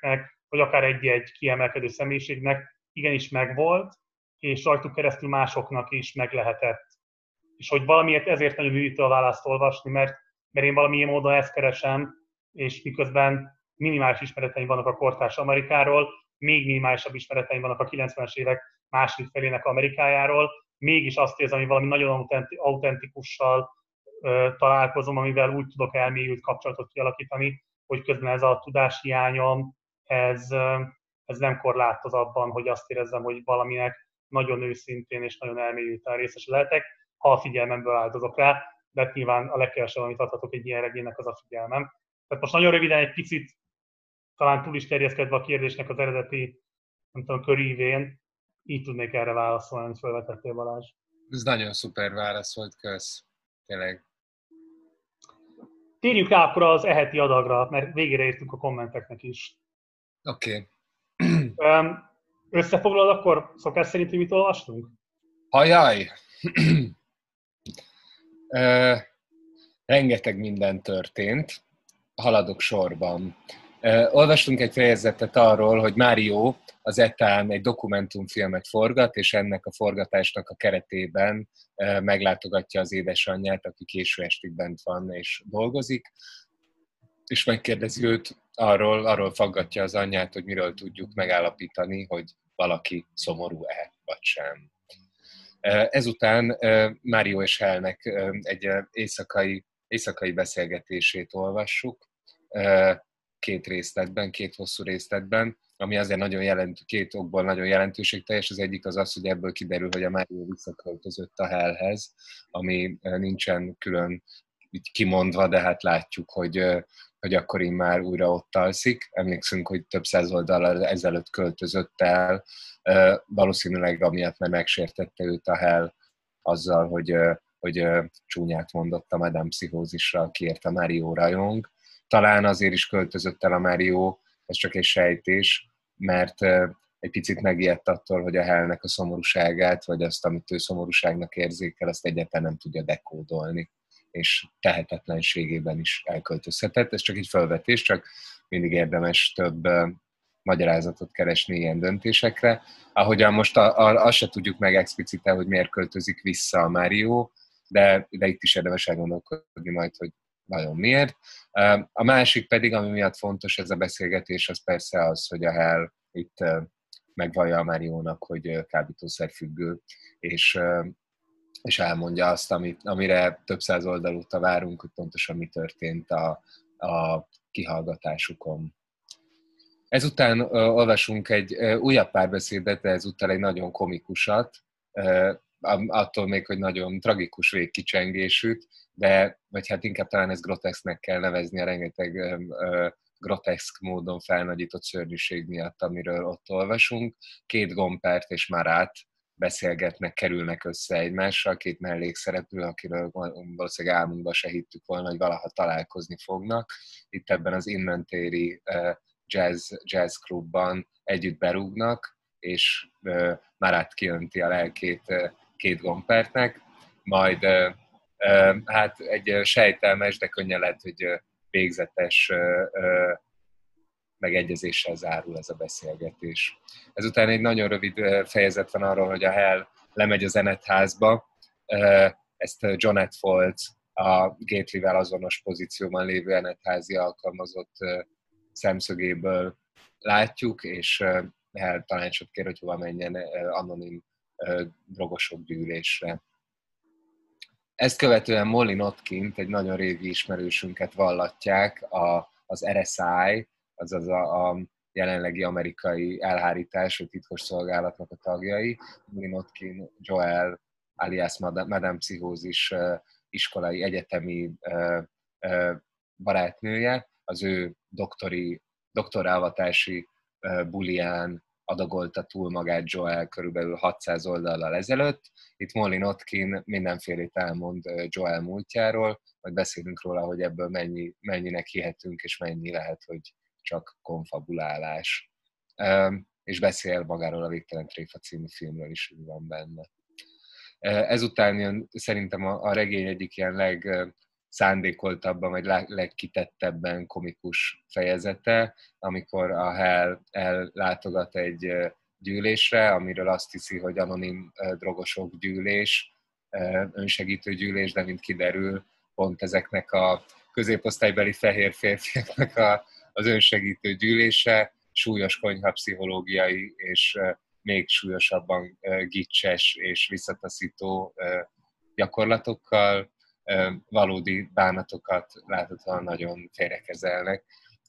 vagy akár egy-egy kiemelkedő személyiségnek igenis megvolt, és rajtuk keresztül másoknak is meg lehetett. És hogy valamiért ezért nagyon üdítő a választ olvasni, mert, mert én valamilyen módon ezt keresem, és miközben minimális ismereteim vannak a kortárs Amerikáról, még minimálisabb ismereteim vannak a kilencvenes évek második felének Amerikájáról, mégis azt érzem, hogy valami nagyon autentikussal ö, találkozom, amivel úgy tudok elmélyült kapcsolatot kialakítani, hogy közben ez a tudáshiányom, ez, ö, ez nem korlátoz abban, hogy azt érezzem, hogy valaminek nagyon őszintén és nagyon elmélyülten részes lehetek, ha a figyelmemből áldozok rá, de nyilván a legkevesebb, amit adhatok egy ilyen regénynek, az a figyelmem. Tehát most nagyon röviden egy picit, talán túl is terjeszkedve a kérdésnek az eredeti, nem tudom, körívén, így tudnék erre válaszolni, amit felvetettél, Balázs. Ez nagyon szuper válasz volt, kösz. Tényleg. Térjünk rá akkor az eheti adagra, mert végére értünk a kommenteknek is. Oké. Okay. Összefoglalod akkor szokás szerint, hogy mit olvastunk? Hajjaj! uh, rengeteg minden történt. Haladok sorban. Uh, olvastunk egy fejezetet arról, hogy Mario az etán egy dokumentumfilmet forgat, és ennek a forgatásnak a keretében uh, meglátogatja az édesanyját, aki késő estig bent van és dolgozik, és megkérdezi őt arról, arról faggatja az anyját, hogy miről tudjuk megállapítani, hogy valaki szomorú-e, vagy sem. Ezután Mario és Hellnek egy éjszakai, éjszakai beszélgetését olvassuk, két részletben, két hosszú részletben, ami azért nagyon jelentő, két okból nagyon jelentőségteljes. Az egyik az az, hogy ebből kiderül, hogy a Mario visszaköltözött a Hellhez, ami nincsen külön így kimondva, de hát látjuk, hogy, hogy akkor én már újra ott alszik. Emlékszünk, hogy több száz oldal ezelőtt költözött el, valószínűleg amiatt, mert megsértette őt a Hell azzal, hogy, hogy csúnyát mondott a Madame Pszichózisra, akiért a Mario rajong. Talán azért is költözött el a Mario, ez csak egy sejtés, mert egy picit megijedt attól, hogy a Hellnek a szomorúságát, vagy azt, amit ő szomorúságnak érzékel, azt egyáltalán nem tudja dekódolni, és tehetetlenségében is elköltözhetett. Ez csak egy felvetés, csak mindig érdemes több magyarázatot keresni ilyen döntésekre. Ahogyan most a, a, azt se tudjuk meg explicite, hogy miért költözik vissza a Mario, de, de itt is érdemes elgondolkodni majd, hogy nagyon miért. A másik pedig, ami miatt fontos ez a beszélgetés, az persze az, hogy a Hell itt megvallja a Mariónak, hogy kábítószerfüggő, és, és elmondja azt, amit, amire több száz oldal óta várunk, hogy pontosan mi történt a, a kihallgatásukon. Ezután uh, olvasunk egy uh, újabb párbeszédet, de ezúttal egy nagyon komikusat, uh, attól még, hogy nagyon tragikus végkicsengésűt, de vagy hát inkább talán ezt groteszknek kell nevezni a rengeteg uh, groteszk módon felnagyított szörnyűség miatt, amiről ott olvasunk. Két Gompert és Marát beszélgetnek, kerülnek össze egymással, két mellékszereplő, akiről valószínűleg álmunkban se hittük volna, hogy valaha találkozni fognak. Itt ebben az Inventéri uh, jazz, jazz klubban együtt berúgnak, és uh, Marát kiönti a lelkét uh, két Gompertnek, majd uh, uh, hát egy uh, sejtelmes, de könnyen lehet, hogy uh, végzetes uh, uh, megegyezéssel zárul ez a beszélgetés. Ezután egy nagyon rövid fejezet van arról, hogy a Hell lemegy a zenetházba. Ezt Jonette Foltz, a Gatelyvel azonos pozícióban lévő zenetházi alkalmazott szemszögéből látjuk, és Hell tanácsot kér, hogy hova menjen anonim drogosok gyűlésre. Ezt követően Molly Notkint, egy nagyon régi ismerősünket vallatják, a, az er es i, azaz a, a jelenlegi amerikai elhárítás, vagy titkos szolgálatnak a tagjai. Molly Notkin Joel, alias Madame Pszichózis iskolai, egyetemi barátnője, az ő doktori, doktorálvatási bulián adagolta túl magát Joel körülbelül hatszáz oldallal ezelőtt. Itt Molly Notkin mindenfélét elmond Joel múltjáról, majd beszélünk róla, hogy ebből mennyi, mennyinek hihetünk, és mennyi lehet, hogy csak konfabulálás. És beszél magáról a Végtelen tréfa című filmről is, hogy van benne. Ezután jön szerintem a, a regény egyik ilyen leg, legszándékoltabban, vagy legkitettebben komikus fejezete, amikor a Hal ellátogat egy gyűlésre, amiről azt hiszi, hogy anonim drogosok gyűlés, önsegítő gyűlés, de mint kiderül, pont ezeknek a középosztálybeli fehér férfiaknak a, az önsegítő gyűlése, súlyos konyhapszichológiai és még súlyosabban gicses és visszataszító gyakorlatokkal, valódi bánatokat láthatóan nagyon félrekezelnek.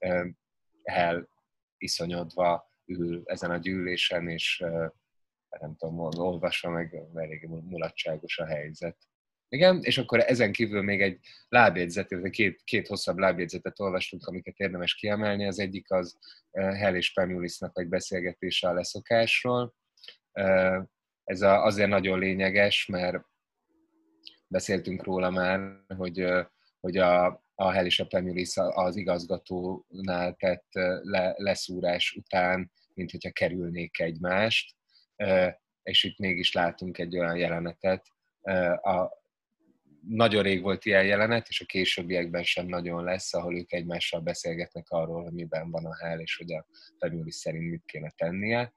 Hal iszonyodva ül ezen a gyűlésen, és nem tudom, olvasva, meg elég mulatságos a helyzet. Igen, és akkor ezen kívül még egy lábjegyzet, illetve két, két hosszabb lábjegyzetet olvastunk, amiket érdemes kiemelni. Az egyik az Hal és Pemulisnak egy beszélgetése a leszokásról. Ez azért nagyon lényeges, mert beszéltünk róla már, hogy, hogy a, a Hal és a Pemulis az igazgatónál tett le, leszúrás után, mint hogyha kerülnék egymást, és itt mégis látunk egy olyan jelenetet. A, nagyon rég volt ilyen jelenet, és a későbbiekben sem nagyon lesz, ahol ők egymással beszélgetnek arról, hogy miben van a Hal, és hogy a Pemulis szerint mit kéne tennie.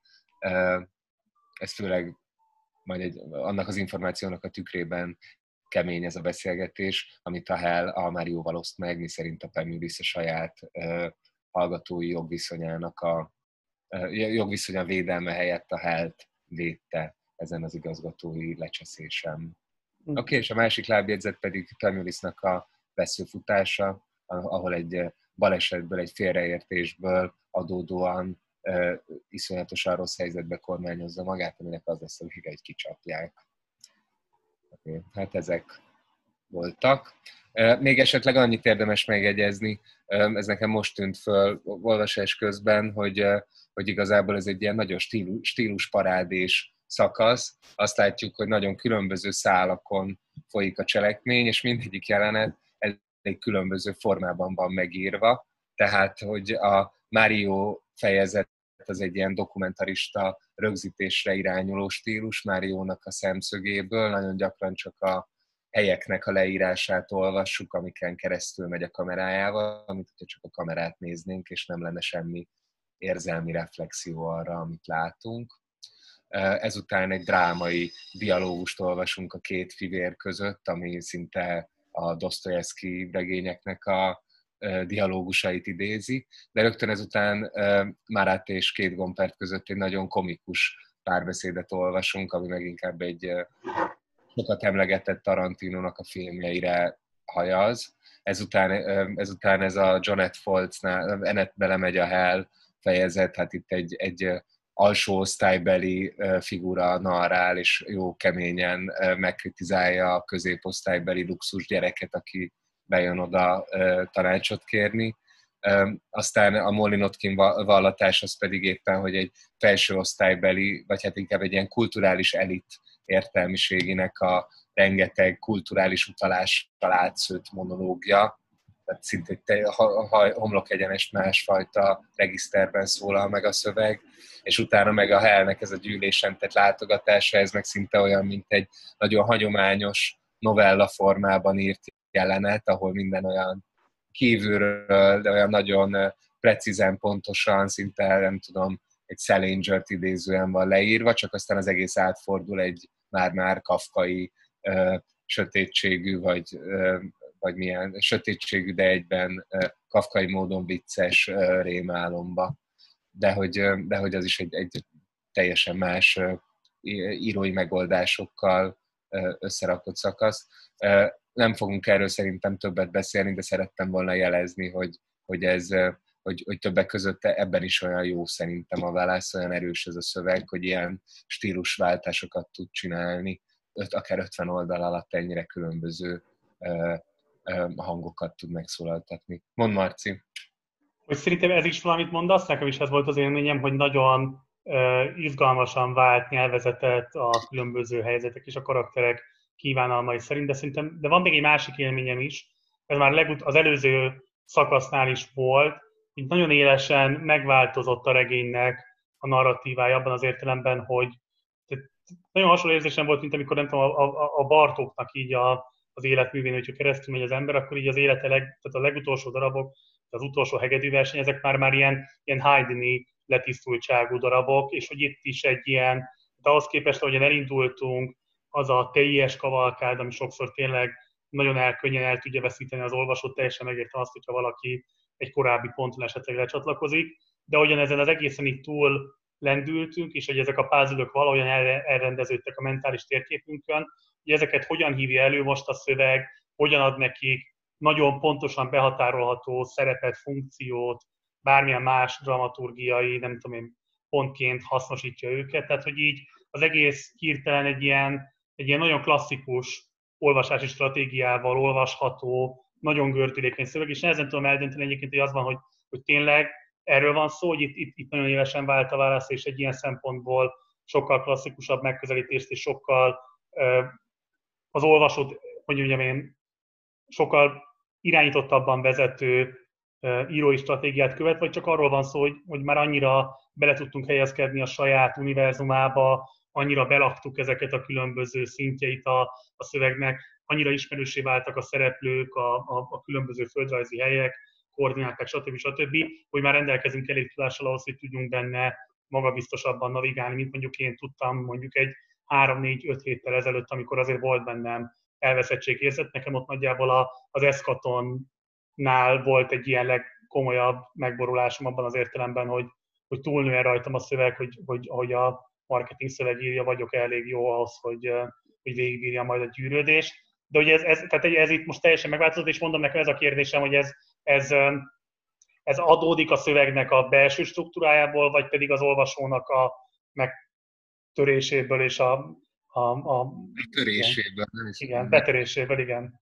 Ez főleg majd egy, annak az információnak a tükrében kemény ez a beszélgetés, amit a Hal a Márióval oszt meg, miszerint a Pemulis a saját uh, hallgatói jogviszonyának a uh, jogviszonya védelme helyett a Halt védte ezen az igazgatói lecseszésem. Oké, okay, és a másik lábjegyzet pedig Pemulisnak a veszőfutása, ahol egy balesetből, egy félreértésből adódóan uh, iszonyatosan rossz helyzetbe kormányozza magát, aminek az lesz, hogy egy kicsapják. Okay, hát ezek voltak. Még esetleg annyit érdemes megjegyezni, ez nekem most tűnt föl olvasás közben, hogy, hogy igazából ez egy ilyen nagyon stílus, stílusparádés szakasz. Azt látjuk, hogy nagyon különböző szálakon folyik a cselekmény, és mindegyik jelenet egy különböző formában van megírva. Tehát, hogy a Mario fejezet az egy ilyen dokumentarista rögzítésre irányuló stílus Máriónak a szemszögéből, nagyon gyakran csak a helyeknek a leírását olvassuk, amiken keresztül megy a kamerájával, amit hogyha csak a kamerát néznénk, és nem lenne semmi érzelmi reflexió arra, amit látunk. Ezután egy drámai dialógust olvasunk a két fivér között, ami szinte a Dostoyevsky regényeknek a dialógusait idézi, de rögtön ezután Marat és két Gompert között egy nagyon komikus párbeszédet olvasunk, ami meg inkább egy sokat emlegetett Tarantinónak a filmjeire hajaz. Ezután, ezután ez a Jonette Foltznál, Ennet belemegy a Hal fejezet, hát itt egy, egy alsó osztálybeli figura narrál, és jó keményen megkritizálja a középosztálybeli luxus gyereket, aki bejön oda tanácsot kérni. Aztán a Molly Notkin vallatás az pedig éppen, hogy egy felső osztálybeli, vagy hát inkább egy ilyen kulturális elit értelmiségének a rengeteg kulturális utalással átszőtt monológia, tehát szinte egy homlok egyenest másfajta regiszterben szólal meg a szöveg, és utána meg a Halnek ez a gyűlésen tett látogatása, ez meg szinte olyan, mint egy nagyon hagyományos novella formában írt jelenet, ahol minden olyan kívülről, de olyan nagyon precízen, pontosan, szinte nem tudom, egy Salingert idézően van leírva, csak aztán az egész átfordul egy már-már kafkai ö, sötétségű, vagy, ö, vagy milyen sötétségű, de egyben ö, kafkai módon vicces ö, rémálomba. De hogy, ö, de hogy az is egy, egy teljesen más ö, írói megoldásokkal ö, összerakott szakasz. Ö, nem fogunk erről szerintem többet beszélni, de szerettem volna jelezni, hogy, hogy ez... Hogy, hogy többek között ebben is olyan jó szerintem a válasz, olyan erős ez a szöveg, hogy ilyen stílusváltásokat tud csinálni, öt, akár ötven oldal alatt ennyire különböző uh, uh, hangokat tud megszólaltatni. Mondd, Marci! Hogy szerintem ez is valamit mondasz, nekem is ez volt az élményem, hogy nagyon uh, izgalmasan vált nyelvezetet a különböző helyzetek és a karakterek kívánalmai szerint, de szerintem, de van még egy másik élményem is, ez már legut- az előző szakasznál is volt, így nagyon élesen megváltozott a regénynek a narratívája abban az értelemben, hogy nagyon hasonló érzésem volt, mint amikor nem tudom, a, a, a Bartóknak így a az életművén, hogyha keresztül megy az ember, akkor így az élete leg, tehát a legutolsó darabok, az utolsó hegedűverseny, ezek már, már ilyen, ilyen Haydni letisztultságú darabok, és hogy itt is egy ilyen, de ahhoz képest, ahogyan elindultunk, az a teljes kavalkád, ami sokszor tényleg nagyon elkönnyen el tudja veszíteni az olvasót, teljesen megértem azt, hogyha valaki egy korábbi ponton esetleg lecsatlakozik, de ahogyan ezen az egészen itt túl lendültünk, és hogy ezek a puzzle-ök valahogyan elrendeződtek a mentális térképünkön, hogy ezeket hogyan hívja elő most a szöveg, hogyan ad nekik nagyon pontosan behatárolható szerepet, funkciót, bármilyen más dramaturgiai, nem tudom én, pontként hasznosítja őket. Tehát, hogy így az egész hirtelen egy ilyen, egy ilyen nagyon klasszikus olvasási stratégiával olvasható, nagyon gördülékeny szöveg, és nehezen tudom eldönteni egyébként, hogy az van, hogy, hogy tényleg erről van szó, hogy itt, itt, itt nagyon élesen vált a válasz, és egy ilyen szempontból sokkal klasszikusabb megközelítést, és sokkal az olvasót, hogy mondjam én, sokkal irányítottabban vezető írói stratégiát követ, vagy csak arról van szó, hogy, hogy már annyira bele tudtunk helyezkedni a saját univerzumába, annyira belaktuk ezeket a különböző szintjeit a, a szövegnek, annyira ismerősé váltak a szereplők, a, a, a különböző földrajzi helyek, koordináták, stb. stb., hogy már rendelkezünk elég tudással ahhoz, hogy tudjunk benne magabiztosabban navigálni, mint mondjuk én tudtam mondjuk egy három-négy-öt héttel ezelőtt, amikor azért volt bennem elveszettségérzet. Nekem ott nagyjából a, az Eszkatonnál volt egy ilyen legkomolyabb megborulásom abban az értelemben, hogy, hogy túlnően rajtam a szöveg, hogy, hogy, hogy a marketing szövegírja vagyok elég jó ahhoz, hogy, hogy végigbírjam majd a gyűrődést. De ugye ez, ez, tehát ez itt most teljesen megváltozott, és mondom nekem ez a kérdésem, hogy ez, ez, ez adódik a szövegnek a belső struktúrájából, vagy pedig az olvasónak a megtöréséből és a, a, a töréséből. Igen, igen betöréséből, igen.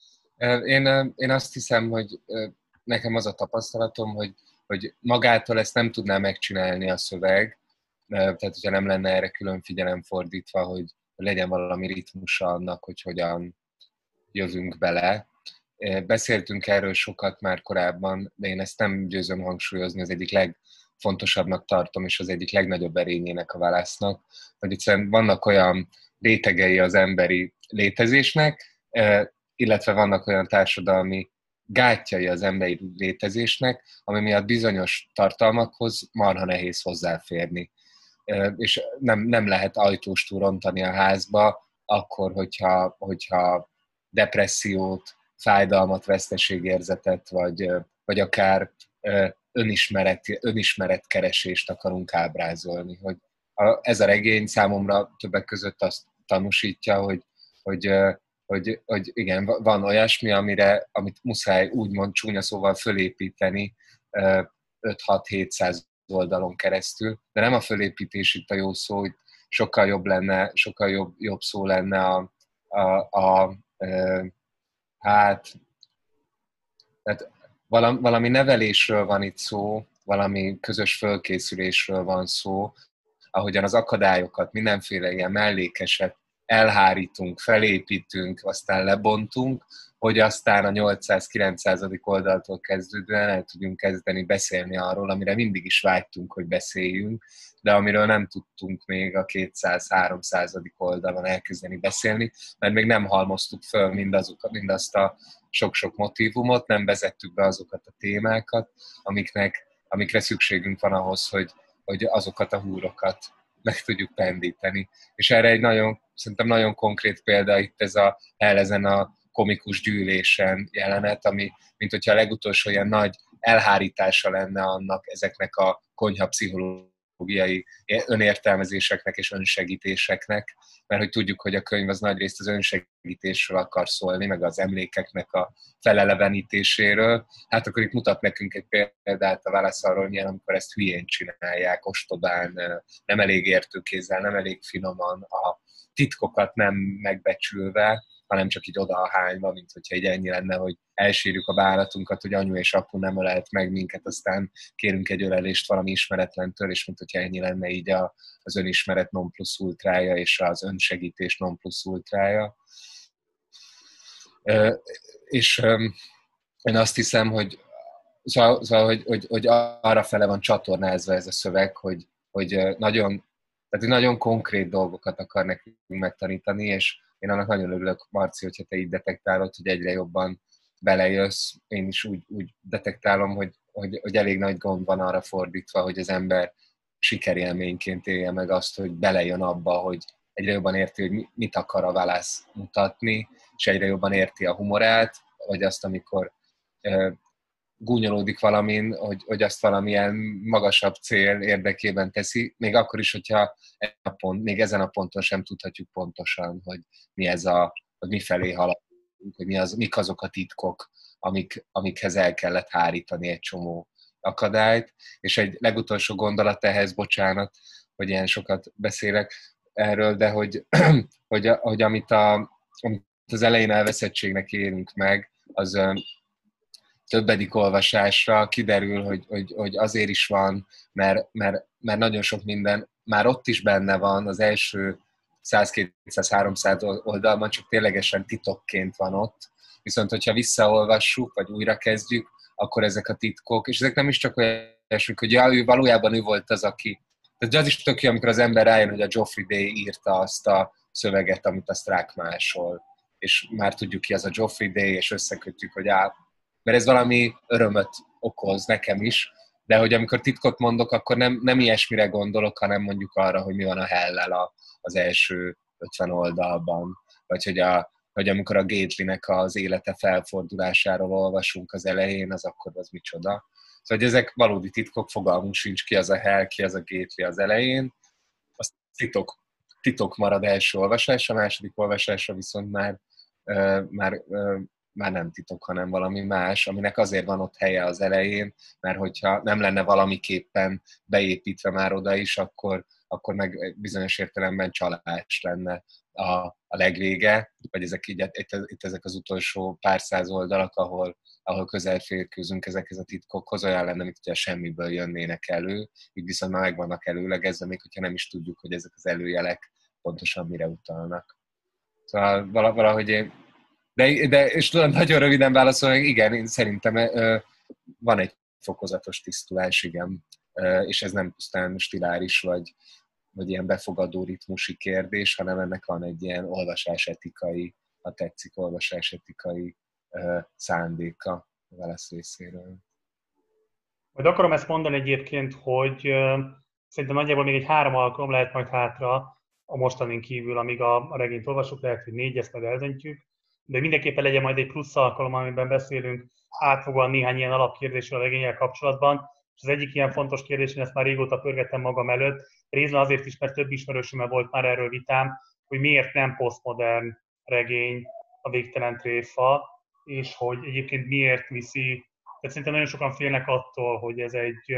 Én, én azt hiszem, hogy nekem az a tapasztalatom, hogy, hogy magától ezt nem tudná megcsinálni a szöveg, tehát hogyha nem lenne erre külön figyelem fordítva, hogy legyen valami ritmusa annak, hogy hogyan jövünk bele. Beszéltünk erről sokat már korábban, de én ezt nem győzöm hangsúlyozni, az egyik legfontosabbnak tartom, és az egyik legnagyobb erényének a válasznak, hogy egyszerűen vannak olyan rétegei az emberi létezésnek, illetve vannak olyan társadalmi gátjai az emberi létezésnek, ami miatt bizonyos tartalmakhoz marha nehéz hozzáférni. És nem, nem lehet ajtóstól rontani a házba, akkor, hogyha, hogyha depressziót, fájdalmat, veszteségérzetet, vagy, vagy akár önismeret, önismeretkeresést akarunk ábrázolni. Hogy a, ez a regény számomra többek között azt tanúsítja, hogy, hogy, hogy, hogy igen, van olyasmi, amire, amit muszáj úgymond csúnya szóval fölépíteni öt-hat-hétszáz oldalon keresztül, de nem a fölépítés itt a jó szó, hogy sokkal jobb lenne, sokkal jobb, jobb szó lenne a, a, a, a hát tehát valami, valami nevelésről van itt szó, valami közös fölkészülésről van szó, ahogyan az akadályokat, mindenféle ilyen mellékeset elhárítunk, felépítünk, aztán lebontunk, hogy aztán a nyolcszáz-kilencszázadik oldaltól kezdődően el tudjunk kezdeni beszélni arról, amire mindig is vágytunk, hogy beszéljünk, de amiről nem tudtunk még a kétszáz-háromszázadik oldalon elkezdeni beszélni, mert még nem halmoztuk föl mindazokat, mindazt a sok-sok motívumot, nem vezettük be azokat a témákat, amiknek, amikre szükségünk van ahhoz, hogy, hogy azokat a húrokat meg tudjuk pendíteni. És erre egy nagyon, szerintem nagyon konkrét példa itt ez a el ezen a komikus gyűlésen jelenet, ami, mint hogyha a legutolsó ilyen nagy elhárítása lenne annak ezeknek a konyha pszichológiai önértelmezéseknek és önsegítéseknek, mert hogy tudjuk, hogy a könyv az nagyrészt az önsegítésről akar szólni, meg az emlékeknek a felelevenítéséről. Hát akkor itt mutat nekünk egy példát a válasz arról, milyen, amikor ezt hülyén csinálják, ostobán, nem elég értőkézzel, nem elég finoman, a titkokat nem megbecsülve, hanem csak így odahányva, mint hogyha így ennyi lenne, hogy elsírjuk a bánatunkat, hogy anyu és apu nem ölelt meg minket, aztán kérünk egy ölelést valami ismeretlentől, és mint hogyha ennyi lenne így a, az önismeret non plus ultrája, és az önsegítés non plus ultrája. És én azt hiszem, hogy, szóval, szóval, hogy, hogy, hogy arra fele van csatornázva ez a szöveg, hogy, hogy nagyon, tehát nagyon konkrét dolgokat akar nekünk megtanítani, és én annak nagyon örülök, Marci, hogyha te így detektálod, hogy egyre jobban belejössz. Én is úgy, úgy detektálom, hogy, hogy, hogy elég nagy gond van arra fordítva, hogy az ember sikerélményként élje meg azt, hogy belejön abba, hogy egyre jobban érti, hogy mit akar a válasz mutatni, és egyre jobban érti a humorát, vagy azt, amikor uh, gúnyolódik valamin, hogy, hogy azt valamilyen magasabb cél érdekében teszi, még akkor is, hogyha a pont, még ezen a ponton sem tudhatjuk pontosan, hogy mi ez a, hogy mi felé haladunk, hogy mi az, mik azok a titkok, amik, amikhez el kellett hárítani egy csomó akadályt. És egy legutolsó gondolat ehhez, bocsánat, hogy ilyen sokat beszélek erről, de hogy, hogy, hogy amit, a, amit az elején elveszettségnek élünk meg, az többedik olvasásra kiderül, hogy, hogy, hogy azért is van, mert, mert, mert nagyon sok minden már ott is benne van, az első száz-kétszáz-háromszáz oldalban, csak ténylegesen titokként van ott. Viszont, hogyha visszaolvassuk, vagy újra kezdjük, akkor ezek a titkok, és ezek nem is csak olyan, hogy ja, ő valójában ő volt az, aki... Tehát az is tök jó, amikor az ember rájön, hogy a Geoffrey Day írta azt a szöveget, amit a Strack másol. És már tudjuk ki az a Geoffrey Day, és összekötjük, hogy á, mert ez valami örömöt okoz nekem is, de hogy amikor titkot mondok, akkor nem, nem ilyesmire gondolok, hanem mondjuk arra, hogy mi van a Hellel a, az első ötven oldalban, vagy hogy, a, hogy amikor a Gatelynek az élete felfordulásáról olvasunk az elején, az akkor az micsoda. Szóval, hogy ezek valódi titkok, fogalmunk sincs, ki az a Hell, ki az a Gately az elején, az titok, titok marad első olvasás, a második olvasásra viszont már, uh, már uh, már nem titok, hanem valami más, aminek azért van ott helye az elején, mert hogyha nem lenne valamiképpen beépítve már oda is, akkor, akkor meg bizonyos értelemben csalás lenne a, a legvége, vagy ezek így, itt, itt ezek az utolsó pár száz oldalak, ahol, ahol közel férkőzünk ezekhez a titkokhoz, olyan lenne, mint hogyha semmiből jönnének elő, így viszont már meg vannak előlegezve, még hogyha nem is tudjuk, hogy ezek az előjelek pontosan mire utalnak. Szóval valahogy én De, de és tudom, nagyon röviden válaszolni, igen, én szerintem van egy fokozatos tisztulás, igen, és ez nem pusztán stiláris, vagy, vagy ilyen befogadó ritmusi kérdés, hanem ennek van egy ilyen olvasásetikai, ha tetszik, olvasásetikai szándéka a Wallace részéről. Majd akarom ezt mondani egyébként, hogy szerintem nagyjából még egy három alkalom lehet majd hátra a mostanin kívül, amíg a, a regényt olvasok, lehet, hogy négy, ezt majd eldöntjük. De mindenképpen legyen majd egy plusz alkalom, amiben beszélünk átfogóan néhány ilyen alapkérdésről a regénnyel kapcsolatban. És az egyik ilyen fontos kérdés, én ezt már régóta pörgettem magam előtt, részben azért is, mert több ismerősömmel volt már erről vitám, hogy miért nem posztmodern regény a Végtelen tréfa, és hogy egyébként miért viszi. Tehát szerintem nagyon sokan félnek attól, hogy ez egy,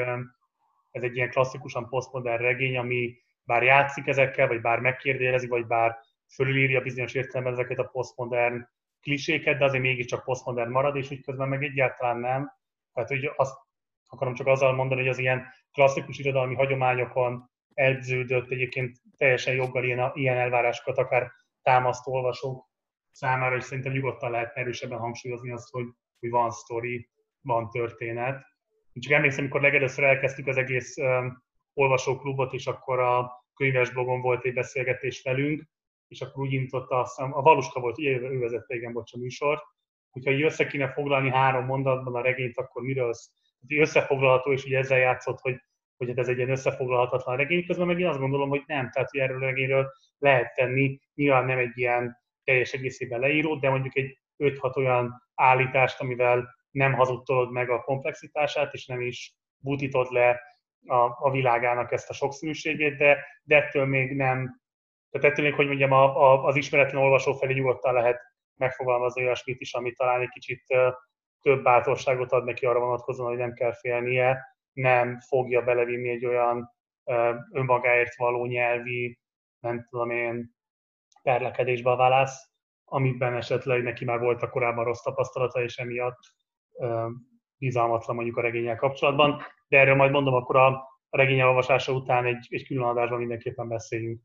ez egy ilyen klasszikusan posztmodern regény, ami bár játszik ezekkel, vagy bár megkérdőjelezi, vagy bár fölülírja bizonyos értelemben ezeket a posztmodern kliséket, de azért mégiscsak posztmodern marad, és úgy közben meg egyáltalán nem. Tehát hogy azt akarom csak azzal mondani, hogy az ilyen klasszikus irodalmi hagyományokon edződött, egyébként teljesen joggal ilyen, ilyen elvárásokat akár támasztó olvasók számára, és szerintem nyugodtan lehet erősebben hangsúlyozni azt, hogy, hogy van sztori, van történet. Én csak emlékszem, amikor legelőször elkezdtük az egész um, olvasóklubot, és akkor a könyves blogon volt egy beszélgetés velünk, és akkor úgy indította, azt hiszem, a Valuska volt, ugye ő vezette, igen, bocs, a műsort, hogyha így össze kéne foglalni három mondatban a regényt, akkor miről összefoglalható, és ugye ezzel játszott, hogy, hogy ez egy ilyen összefoglalhatatlan regény, közben meg én azt gondolom, hogy nem, tehát hogy erről a regényről lehet tenni, nyilván nem egy ilyen teljes egészében leíró, de mondjuk egy öt-hat olyan állítást, amivel nem hazudtolod meg a komplexitását, és nem is butítod le a, a világának ezt a sokszínűségét, de, de ettől még nem. Tehát ettől még, hogy mondjam, a, a, az ismeretlen olvasó felé nyugodtan lehet megfogalmazni olyasmit is, ami talán egy kicsit uh, több bátorságot ad neki arra vonatkozóan, hogy nem kell félnie, nem fogja belevinni egy olyan uh, önmagáért való nyelvi, nem tudom én, perlekedésbe a Wallace, amiben esetleg neki már voltak korábban rossz tapasztalata, és emiatt uh, bizalmatlan mondjuk a regénnyel kapcsolatban. De erről majd mondom, akkor a, a regény olvasása után egy, egy külön adásban mindenképpen beszéljünk.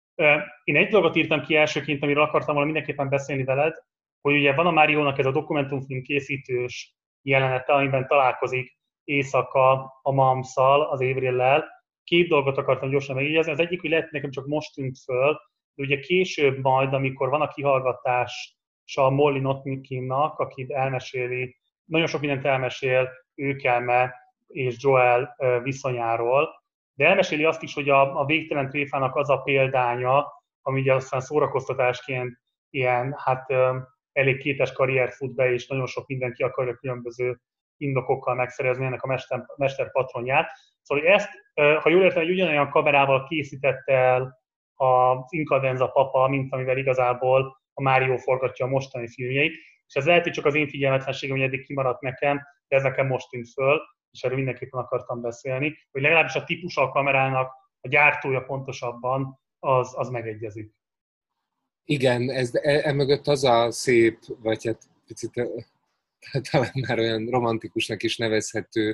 Én egy dolgot írtam ki elsőként, amiről akartam volna mindenképpen beszélni veled, hogy ugye van a Máriónak ez a dokumentumfilm készítős jelenete, amiben találkozik éjszaka a Mamszal, az Avrillel. Két dolgot akartam gyorsan megjegyezni. Az egyik, hogy lehet nekem csak most tűnt föl, de ugye később majd, amikor van a kihallgatás a Molly Notnikinnak, aki elmeséli, nagyon sok mindent elmesél Őkelme és Joel viszonyáról, de elmeséli azt is, hogy a, a végtelen tréfának az a példánya, ami ugye aztán szórakoztatásként ilyen, hát elég kétes karriert fut be, és nagyon sok mindenki akarja különböző indokokkal megszerezni ennek a mester, mester patronját. Szóval ezt, ha jól értem, egy ugyanolyan kamerával készítette el az Incadenza papa, mint amivel igazából a Mario forgatja a mostani filmjeit. És ez lehet, hogy csak az én figyelmetlenségem, hogy eddig kimaradt nekem, de ez nekem most tűnt föl, és erről mindenképpen akartam beszélni, hogy legalábbis a típusa a kamerának, a gyártója pontosabban, az, az megegyezik. Igen, ez, emögött az a szép, vagy hát picit talán már olyan romantikusnak is nevezhető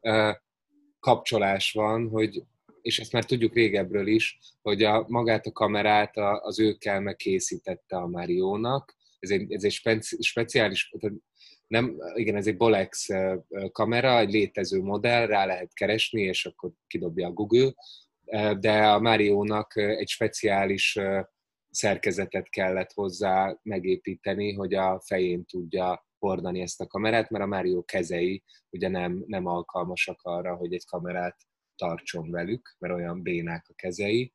kapcsolás van, hogy, és ezt már tudjuk régebbről is, hogy a, magát a kamerát az Őkelme készítette a Mariónak. Ez egy, ez egy speci, speciális, nem, igen, ez egy Bolex kamera, egy létező modell, rá lehet keresni, és akkor kidobja a Google, de a Mariónak egy speciális szerkezetet kellett hozzá megépíteni, hogy a fején tudja hordani ezt a kamerát, mert a Mario kezei ugye nem, nem alkalmasak arra, hogy egy kamerát tartson velük, mert olyan bénák a kezei.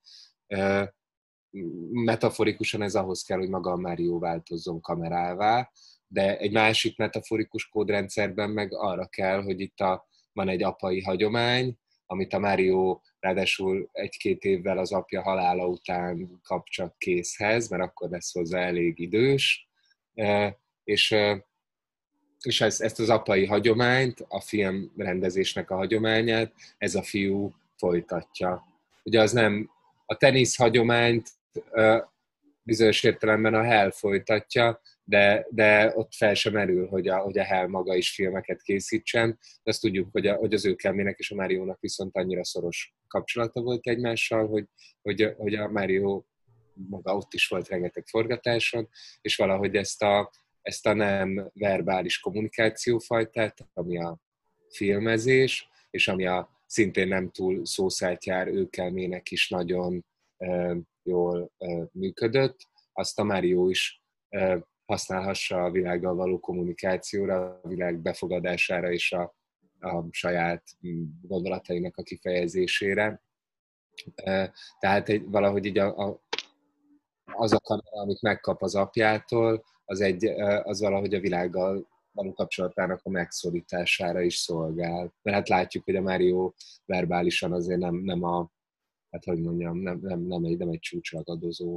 Metaforikusan ez ahhoz kell, hogy maga a Mario változzon kamerává, de egy másik metaforikus kódrendszerben meg arra kell, hogy itt a, van egy apai hagyomány, amit a Mario ráadásul egy-két évvel az apja halála után kap csak készhez, mert akkor lesz hozzá elég idős, és, és ezt az apai hagyományt, a filmrendezésnek a hagyományát, ez a fiú folytatja. Ugye az nem a tenisz hagyományt bizonyos értelemben a Hell folytatja, de, de ott fel sem merül, hogy a, hogy a Hell maga is filmeket készítsen. De azt tudjuk, hogy, a, hogy az Őkelmének és a Mariónak viszont annyira szoros kapcsolata volt egymással, hogy, hogy, hogy a Mario maga ott is volt rengeteg forgatáson, és valahogy ezt a, ezt a nem verbális kommunikációfajtát, ami a filmezés, és ami a szintén nem túl szószátyár Őkelmének is nagyon e, jól e, működött, azt a Mario is e, használhassa a világgal való kommunikációra, a világ befogadására és a, a saját gondolatainak a kifejezésére. E, tehát egy, valahogy így a, a, az a kamera, amit megkap az apjától, az, egy, az valahogy a világgal való kapcsolatának a megszorítására is szolgál. Mert hát látjuk, hogy a Mario verbálisan azért nem, nem a, hát hogy mondjam, nem, nem, nem, egy, nem egy csúcsragadozó.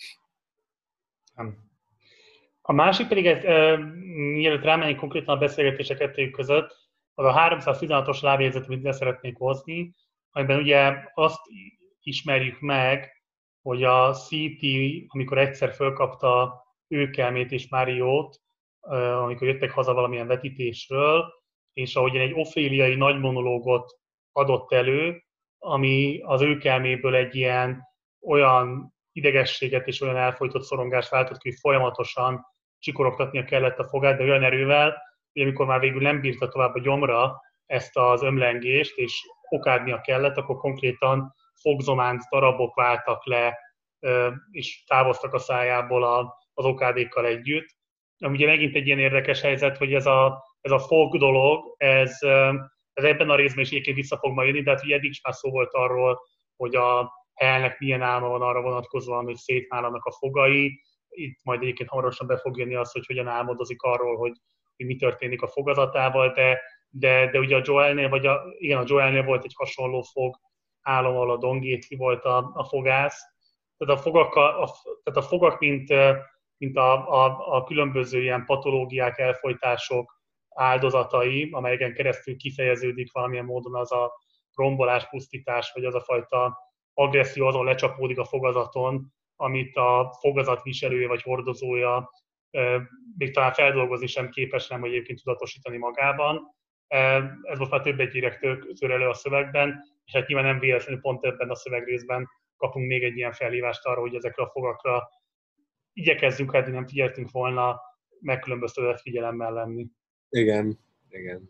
A másik pedig, ez, e, mielőtt rámenjünk konkrétan a beszélgetések kettőjük között, az a háromszáztizenhatos lábjegyzet, amit le szeretnék hozni, amiben ugye azt ismerjük meg, hogy a cé té, amikor egyszer fölkapta Őkelmét és Máriót, amikor jöttek haza valamilyen vetítésről, és ahogyan egy oféliai nagy monológot adott elő, ami az Őkelméből egy ilyen olyan idegességet és olyan elfojtott szorongást váltott ki, hogy folyamatosan csikorogtatnia kellett a fogát, de olyan erővel, hogy amikor már végül nem bírta tovább a gyomra ezt az ömlengést, és okádnia kellett, akkor konkrétan fogzománc darabok váltak le, és távoztak a szájából az okádékkal együtt. Ugye megint egy ilyen érdekes helyzet, hogy ez a, ez a fog dolog, ez, ez ebben a részben is egyébként vissza fog majd jönni, de hát ugye eddig is már szó volt arról, hogy a Hellnek milyen álma van arra vonatkozóan, hogy szétnállanak a fogai. Itt majd egyébként hamarosan be fog jönni az, hogy hogyan álmodozik arról, hogy, hogy mi történik a fogazatával, de, de, de ugye a Joelnél, vagy a, igen, a Joelnél volt egy hasonló fog álom, ahol a Don Gately volt a, a fogász. Tehát a fogak, a, a, tehát a fogak mint, mint a, a, a különböző ilyen patológiák, elfojtások áldozatai, amelyeken keresztül kifejeződik valamilyen módon az a rombolás, pusztítás, vagy az a fajta agresszió azon lecsapódik a fogazaton, amit a fogazat viselője vagy hordozója még talán feldolgozni sem képes, nem, hogy egyébként tudatosítani magában. Ez most már több egyérek tör elő a szövegben, és hát nyilván nem véletlenül pont ebben a szövegrészben kapunk még egy ilyen felhívást arra, hogy ezekre a fogakra igyekezzünk, hát nem figyeltünk volna megkülönböztetett figyelemmel lenni. Igen, igen,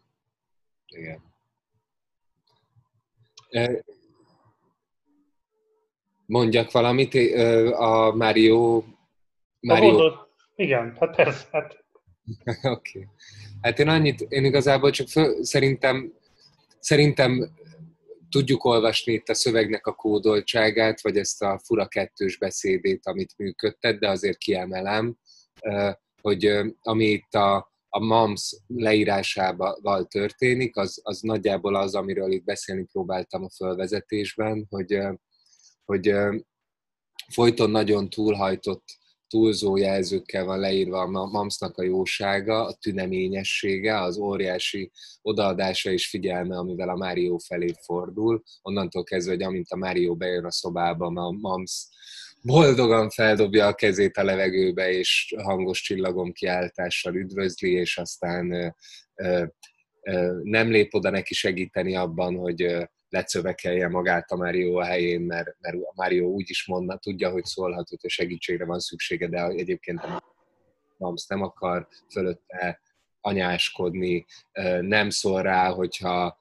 igen. Mondjak valamit, a Mario... A Mario... Goldot, igen, hát persze, hát. Oké. Okay. Hát én annyit, én igazából csak föl, szerintem, szerintem tudjuk olvasni itt a szövegnek a kódoltságát, vagy ezt a fura kettős beszédét, amit működtet, de azért kiemelem, hogy ami itt a, a MAMS leírásával történik, az, az nagyjából az, amiről itt beszélni próbáltam a fölvezetésben, hogy, hogy folyton nagyon túlhajtott, túlzó jelzőkkel van leírva a mamsznak a jósága, a tüneményessége, az óriási odaadása és figyelme, amivel a Mario felé fordul. Onnantól kezdve, hogy amint a Mario bejön a szobába, a mamsz boldogan feldobja a kezét a levegőbe, és hangos csillagom kiáltással üdvözli, és aztán ö, ö, ö, nem lép oda neki segíteni abban, hogy ö, lecövekelje magát a Mario a helyén, mert, mert a Mario úgy is mondna, tudja, hogy szólhat, hogy a segítségre van szüksége, de egyébként a MAMS nem akar fölötte anyáskodni, nem szól rá, hogyha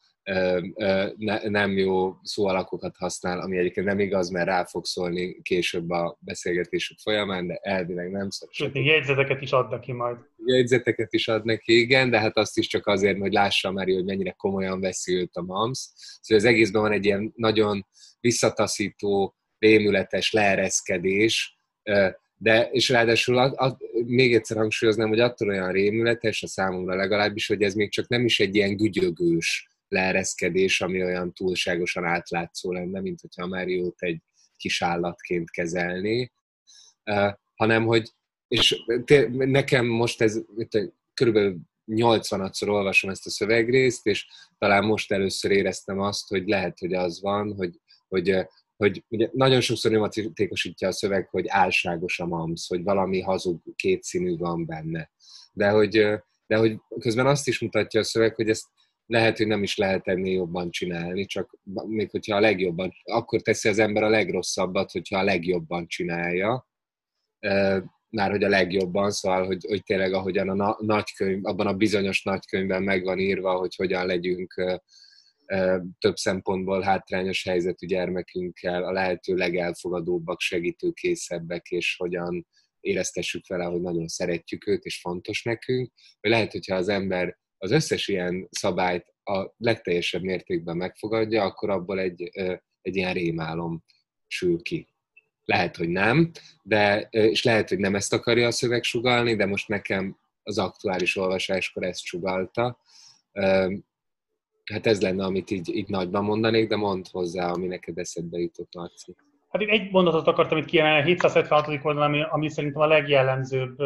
nem jó szóalakokat használ, ami egyébként nem igaz, mert rá fog szólni később a beszélgetésük folyamán, de elvileg nem szól. Sőt, még jegyzeteket is ad neki majd. Jegyzeteket is ad neki, igen, de hát azt is csak azért, hogy lássa már, hogy mennyire komolyan veszi őt a MAMS. Szóval az egészben van egy ilyen nagyon visszataszító, rémületes leereszkedés, de, és ráadásul a, a, még egyszer hangsúlyoznám, hogy attól olyan rémületes, a számomra legalábbis, hogy ez még csak nem is egy ilyen gügyögős leereszkedés, ami olyan túlságosan átlátszó lenne, mint hogyha a Mariót egy kis állatként kezelné, uh, hanem hogy, és té- nekem most ez körülbelül nyolcvanadszor olvasom ezt a szövegrészt, és talán most először éreztem azt, hogy lehet, hogy az van, hogy, hogy hogy ugye nagyon sokszor nyomatékosítja a szöveg, hogy álságos a MAMS, hogy valami hazug kétszínű van benne. De hogy, de hogy közben azt is mutatja a szöveg, hogy ezt lehet, hogy nem is lehet ennél jobban csinálni, csak még hogyha a legjobban, akkor teszi az ember a legrosszabbat, hogyha a legjobban csinálja, már hogy a legjobban, szóval, hogy, hogy tényleg ahogyan a na- nagykönyv, abban a bizonyos nagykönyvben meg van írva, hogy hogyan legyünk több szempontból hátrányos helyzetű gyermekünkkel a lehető legelfogadóbbak, segítőkészebbek, és hogyan éreztessük vele, hogy nagyon szeretjük őt, és fontos nekünk. Vagy lehet, hogyha az ember az összes ilyen szabályt a legteljesebb mértékben megfogadja, akkor abból egy, egy ilyen rémálom sül ki. Lehet, hogy nem, de, és lehet, hogy nem ezt akarja a szöveg sugallni, de most nekem az aktuális olvasáskor ezt sugalta. Hát ez lenne, amit így, így nagyban mondanék, de mondd hozzá, ami neked eszedbe jutott, Marci. Hát én egy mondatot akartam itt kiemelni, a hétszázhetvenhatodik oldalon, ami, ami szerintem a legjellemzőbb,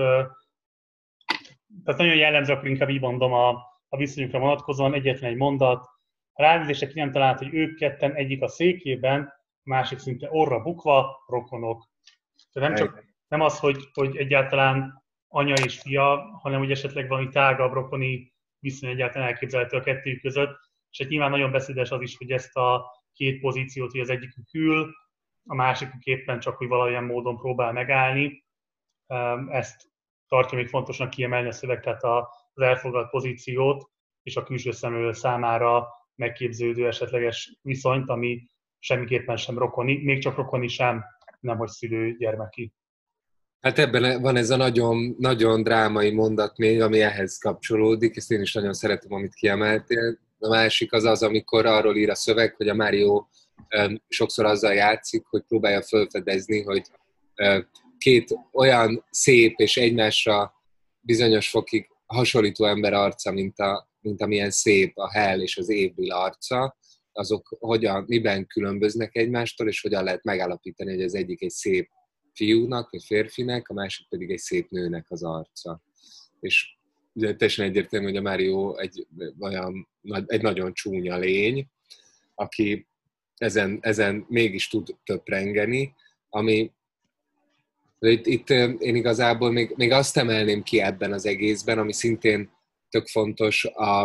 tehát nagyon jellemző, akkor inkább így mondom a, a viszonyukra vonatkozóan, egyetlen egy mondat. A ránézésre ki nem talált, hogy ők ketten, egyik a székében, a másik szinte orra bukva, rokonok. Tehát nem csak nem az, hogy, hogy egyáltalán anya és fia, hanem hogy esetleg valami tágabb rokoni viszony egyáltalán elképzelhető a kettőjük között. És egy nyilván nagyon beszédes az is, hogy ezt a két pozíciót, hogy az egyikük ül, a másikuk éppen csak, hogy valamilyen módon próbál megállni. Ezt tartja még fontosnak kiemelni a szöveg, tehát az elfoglalt pozíciót és a külső szemlélő számára megképződő esetleges viszonyt, ami semmiképpen sem rokoni, még csak rokoni sem, nemhogy szülő gyermeki. Hát ebben van ez a nagyon, nagyon drámai mondat még, ami ehhez kapcsolódik, ezt én is nagyon szeretem, amit kiemeltél. A másik az az, amikor arról ír a szöveg, hogy a Mario sokszor azzal játszik, hogy próbálja felfedezni, hogy két olyan szép és egymásra bizonyos fokig hasonlító ember arca, mint, a, mint amilyen szép a Hell és az April arca, azok hogyan, miben különböznek egymástól, és hogyan lehet megállapítani, hogy az egyik egy szép fiúnak, vagy férfinek, a másik pedig egy szép nőnek az arca. És ugye teljesen egyértelmű, hogy a Mario egy, olyan, egy nagyon csúnya lény, aki ezen, ezen mégis tud töprengeni, ami itt, itt én igazából még, még azt emelném ki ebben az egészben, ami szintén tök fontos a,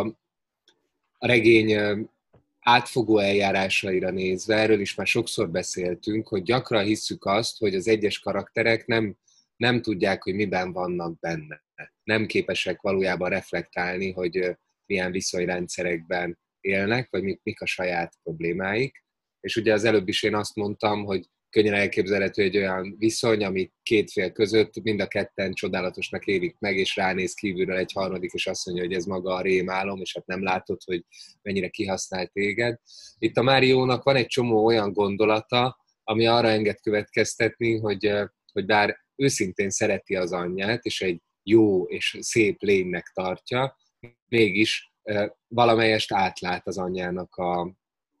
a regény átfogó eljárásaira nézve, erről is már sokszor beszéltünk, hogy gyakran hisszük azt, hogy az egyes karakterek nem, nem tudják, hogy miben vannak benne. Nem képesek valójában reflektálni, hogy milyen viszonyrendszerekben élnek, vagy mik, mik a saját problémáik. És ugye az előbb is én azt mondtam, hogy könnyen elképzelhető egy olyan viszony, ami két fél között mind a ketten csodálatosnak élik meg, és ránéz kívülről egy harmadik, és azt mondja, hogy ez maga a rémálom, és hát nem látod, hogy mennyire kihasznált téged. Itt a Máriónak van egy csomó olyan gondolata, ami arra enged következtetni, hogy, hogy bár őszintén szereti az anyját, és egy jó és szép lénynek tartja, mégis valamelyest átlát az anyjának a,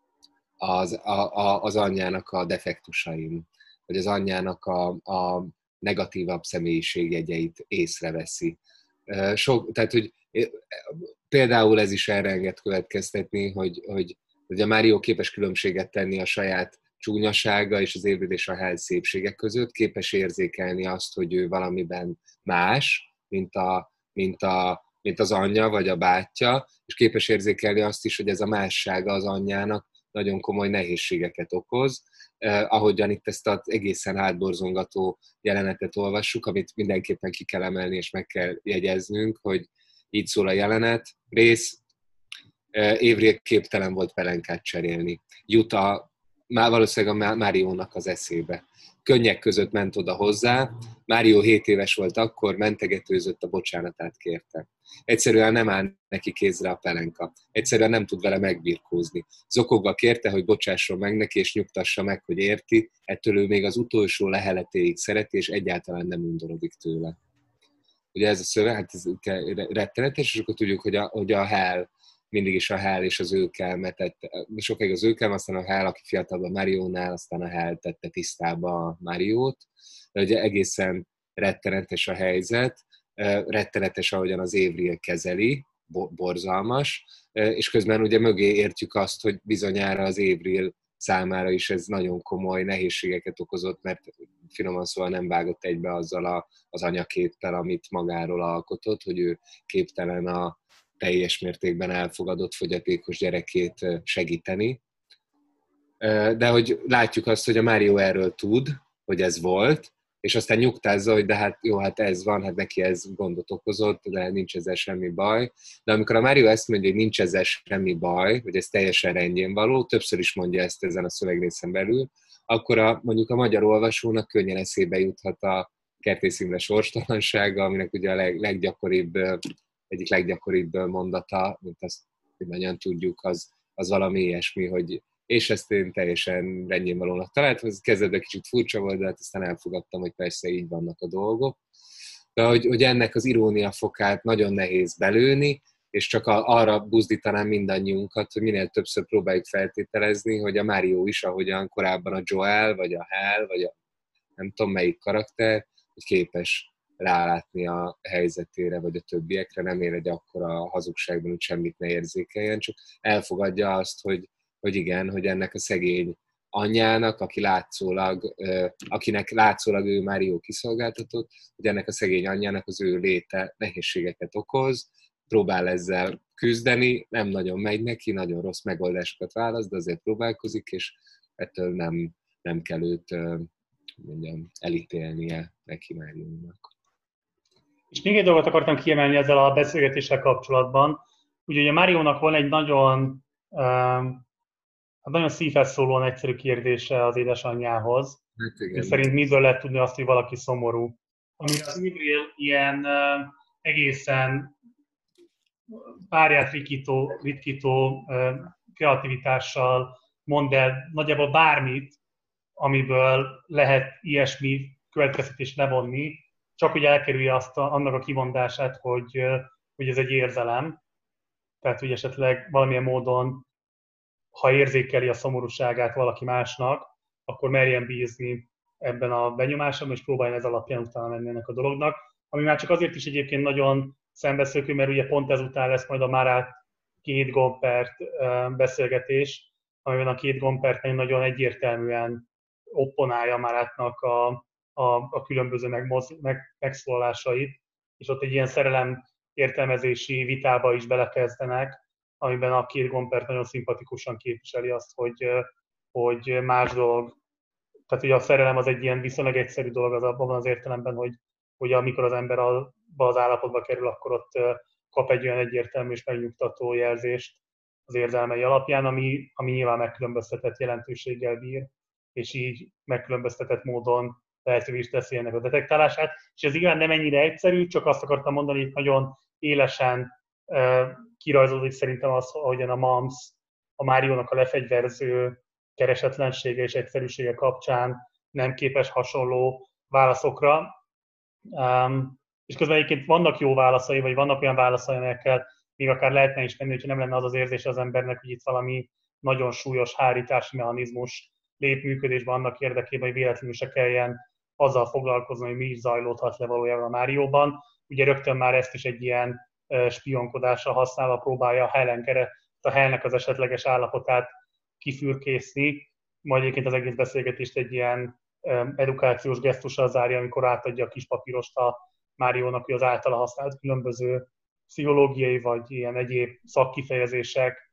az, a, a, az anyjának a defektusain, vagy az anyjának a, a negatívabb személyiségjegyeit észreveszi. Sok, tehát, hogy például ez is erre enged következtetni, hogy, hogy, hogy a Mário képes különbséget tenni a saját csúnyasága és az Avril és a Hal szépsége között, képes érzékelni azt, hogy ő valamiben más, mint, a, mint, a, mint az anyja vagy a bátyja, és képes érzékelni azt is, hogy ez a mássága az anyjának nagyon komoly nehézségeket okoz. Eh, ahogyan itt ezt az egészen hátborzongató jelenetet olvassuk, amit mindenképpen ki kell emelni és meg kell jegyeznünk, hogy így szól a jelenet. Rész, eh, Avril képtelen volt pelenkát cserélni. Jut a, már valószínűleg a Máriónak az eszébe. Könnyek között ment oda hozzá, Mário hét éves volt akkor, mentegetőzött, a bocsánatát kérte. Egyszerűen nem áll neki kézre a pelenka. Egyszerűen nem tud vele megbirkózni. Zokogva kérte, hogy bocsásson meg neki, és nyugtassa meg, hogy érti, ettől ő még az utolsó leheletéig szereti, és egyáltalán nem undorodik tőle. Ugye ez a szöveg, hát ez rettenetes, és akkor tudjuk, hogy a, hogy a Hal, mindig is a Hal és az őkelme tette, sokáig az őkelme, aztán a Hal, aki fiatalabb a Máriónál, aztán a Hal tette tisztába a Máriót. De ugye egészen rettenetes a helyzet, rettenetes, ahogyan az Avril kezeli, borzalmas, és közben ugye mögé értjük azt, hogy bizonyára az Avril számára is ez nagyon komoly nehézségeket okozott, mert finoman szóval nem vágott egybe azzal a, az anyaképpel, amit magáról alkotott, hogy ő képtelen a teljes mértékben elfogadott fogyatékos gyerekét segíteni. De hogy látjuk azt, hogy a Mário erről tud, hogy ez volt, és aztán nyugtázza, hogy de hát jó, hát ez van, hát neki ez gondot okozott, de nincs ezzel semmi baj. De amikor a Mário ezt mondja, hogy nincs ezzel semmi baj, hogy ez teljesen rendjén való, többször is mondja ezt ezen a szövegrészen belül, akkor a, mondjuk a magyar olvasónak könnyen eszébe juthat a Kertész Imre sorstalansága, aminek ugye a leg, leggyakoribb, egyik leggyakoribb mondata, mint azt mindannyian tudjuk, az, az valami ilyesmi, hogy és ezt én teljesen rendjén valónak találtam. Ez kezdetben kicsit furcsa volt, de hát aztán elfogadtam, hogy persze így vannak a dolgok. De hogy, hogy ennek az irónia fokát nagyon nehéz belőni, és csak a, arra buzdítanám mindannyiunkat, hogy minél többször próbáljuk feltételezni, hogy a Mário is, ahogyan korábban a Joel, vagy a Hal, vagy a nem tudom melyik karakter, hogy képes rálátni a helyzetére, vagy a többiekre, nem ér egy akkora hazugságban, hogy semmit ne érzékeljen, csak elfogadja azt, hogy hogy igen, hogy ennek a szegény anyjának, aki látszólag, akinek látszólag ő Mário kiszolgáltatott, hogy ennek a szegény anyjának az ő léte nehézségeket okoz, próbál ezzel küzdeni, nem nagyon megy neki, nagyon rossz megoldásokat választ, de azért próbálkozik, és ettől nem, nem kell őt mondjam, elítélnie neki Máriónak. És még egy dolgot akartam kiemelni ezzel a beszélgetéssel kapcsolatban. Ugye a Máriónak van egy nagyon Hát nagyon szívhez szólóan egyszerű kérdése az édesanyjához. Hát szerint miből lehet tudni azt, hogy valaki szomorú. Amire az Avril ilyen uh, egészen párját ritkító, ritkító uh, kreativitással mond el nagyjából bármit, amiből lehet ilyesmi következtetést levonni, csak hogy elkerülje azt a, annak a kimondását, hogy, uh, hogy ez egy érzelem. Tehát, hogy esetleg valamilyen módon ha érzékeli a szomorúságát valaki másnak, akkor merjen bízni ebben a benyomásban, és próbáljon ez alapján utána menni ennek a dolognak. Ami már csak azért is egyébként nagyon szembeszökő, mert ugye pont ezután lesz majd a Márát két gombpert beszélgetés, amiben a két gombpert nagyon egyértelműen opponálja Márátnak a, a, a különböző megmoz, meg, megszólalásait, és ott egy ilyen szerelem értelmezési vitába is belekezdenek, amiben a két gombpert nagyon szimpatikusan képviseli azt, hogy, hogy más dolog. Tehát ugye a szerelem az egy ilyen viszonylag egyszerű dolog az abban az értelemben, hogy, hogy amikor az ember abba az állapotba kerül, akkor ott kap egy olyan egyértelmű és megnyugtató jelzést az érzelmei alapján, ami, ami nyilván megkülönböztetett jelentőséggel bír. és így megkülönböztetett módon lehetővé is teszi ennek a detektálását. És ez igen nem ennyire egyszerű, csak azt akartam mondani, hogy nagyon élesen kirajzolódik szerintem az, ahogyan a MAMS a Máriónak a lefegyverző keresetlensége és egyszerűsége kapcsán nem képes hasonló válaszokra. Um, és közben egyébként vannak jó válaszai, vagy vannak olyan válaszai, amelyekkel még akár lehetne is menni, hogyha nem lenne az az érzés az embernek, hogy itt valami nagyon súlyos hárítási mechanizmus lép működésbe annak érdekében, hogy véletlenül se kelljen azzal foglalkozni, hogy mi is zajlódhat le valójában a Márióban. Ugye rögtön már ezt is egy ilyen spionkodásra használva próbálja a Helen a Helnek az esetleges állapotát kifürkészni, majd egyébként az egész beszélgetést egy ilyen edukációs gesztussal zárja, amikor átadja a kis papírost a Máriónak, hogy az általa használt különböző pszichológiai vagy ilyen egyéb szakkifejezések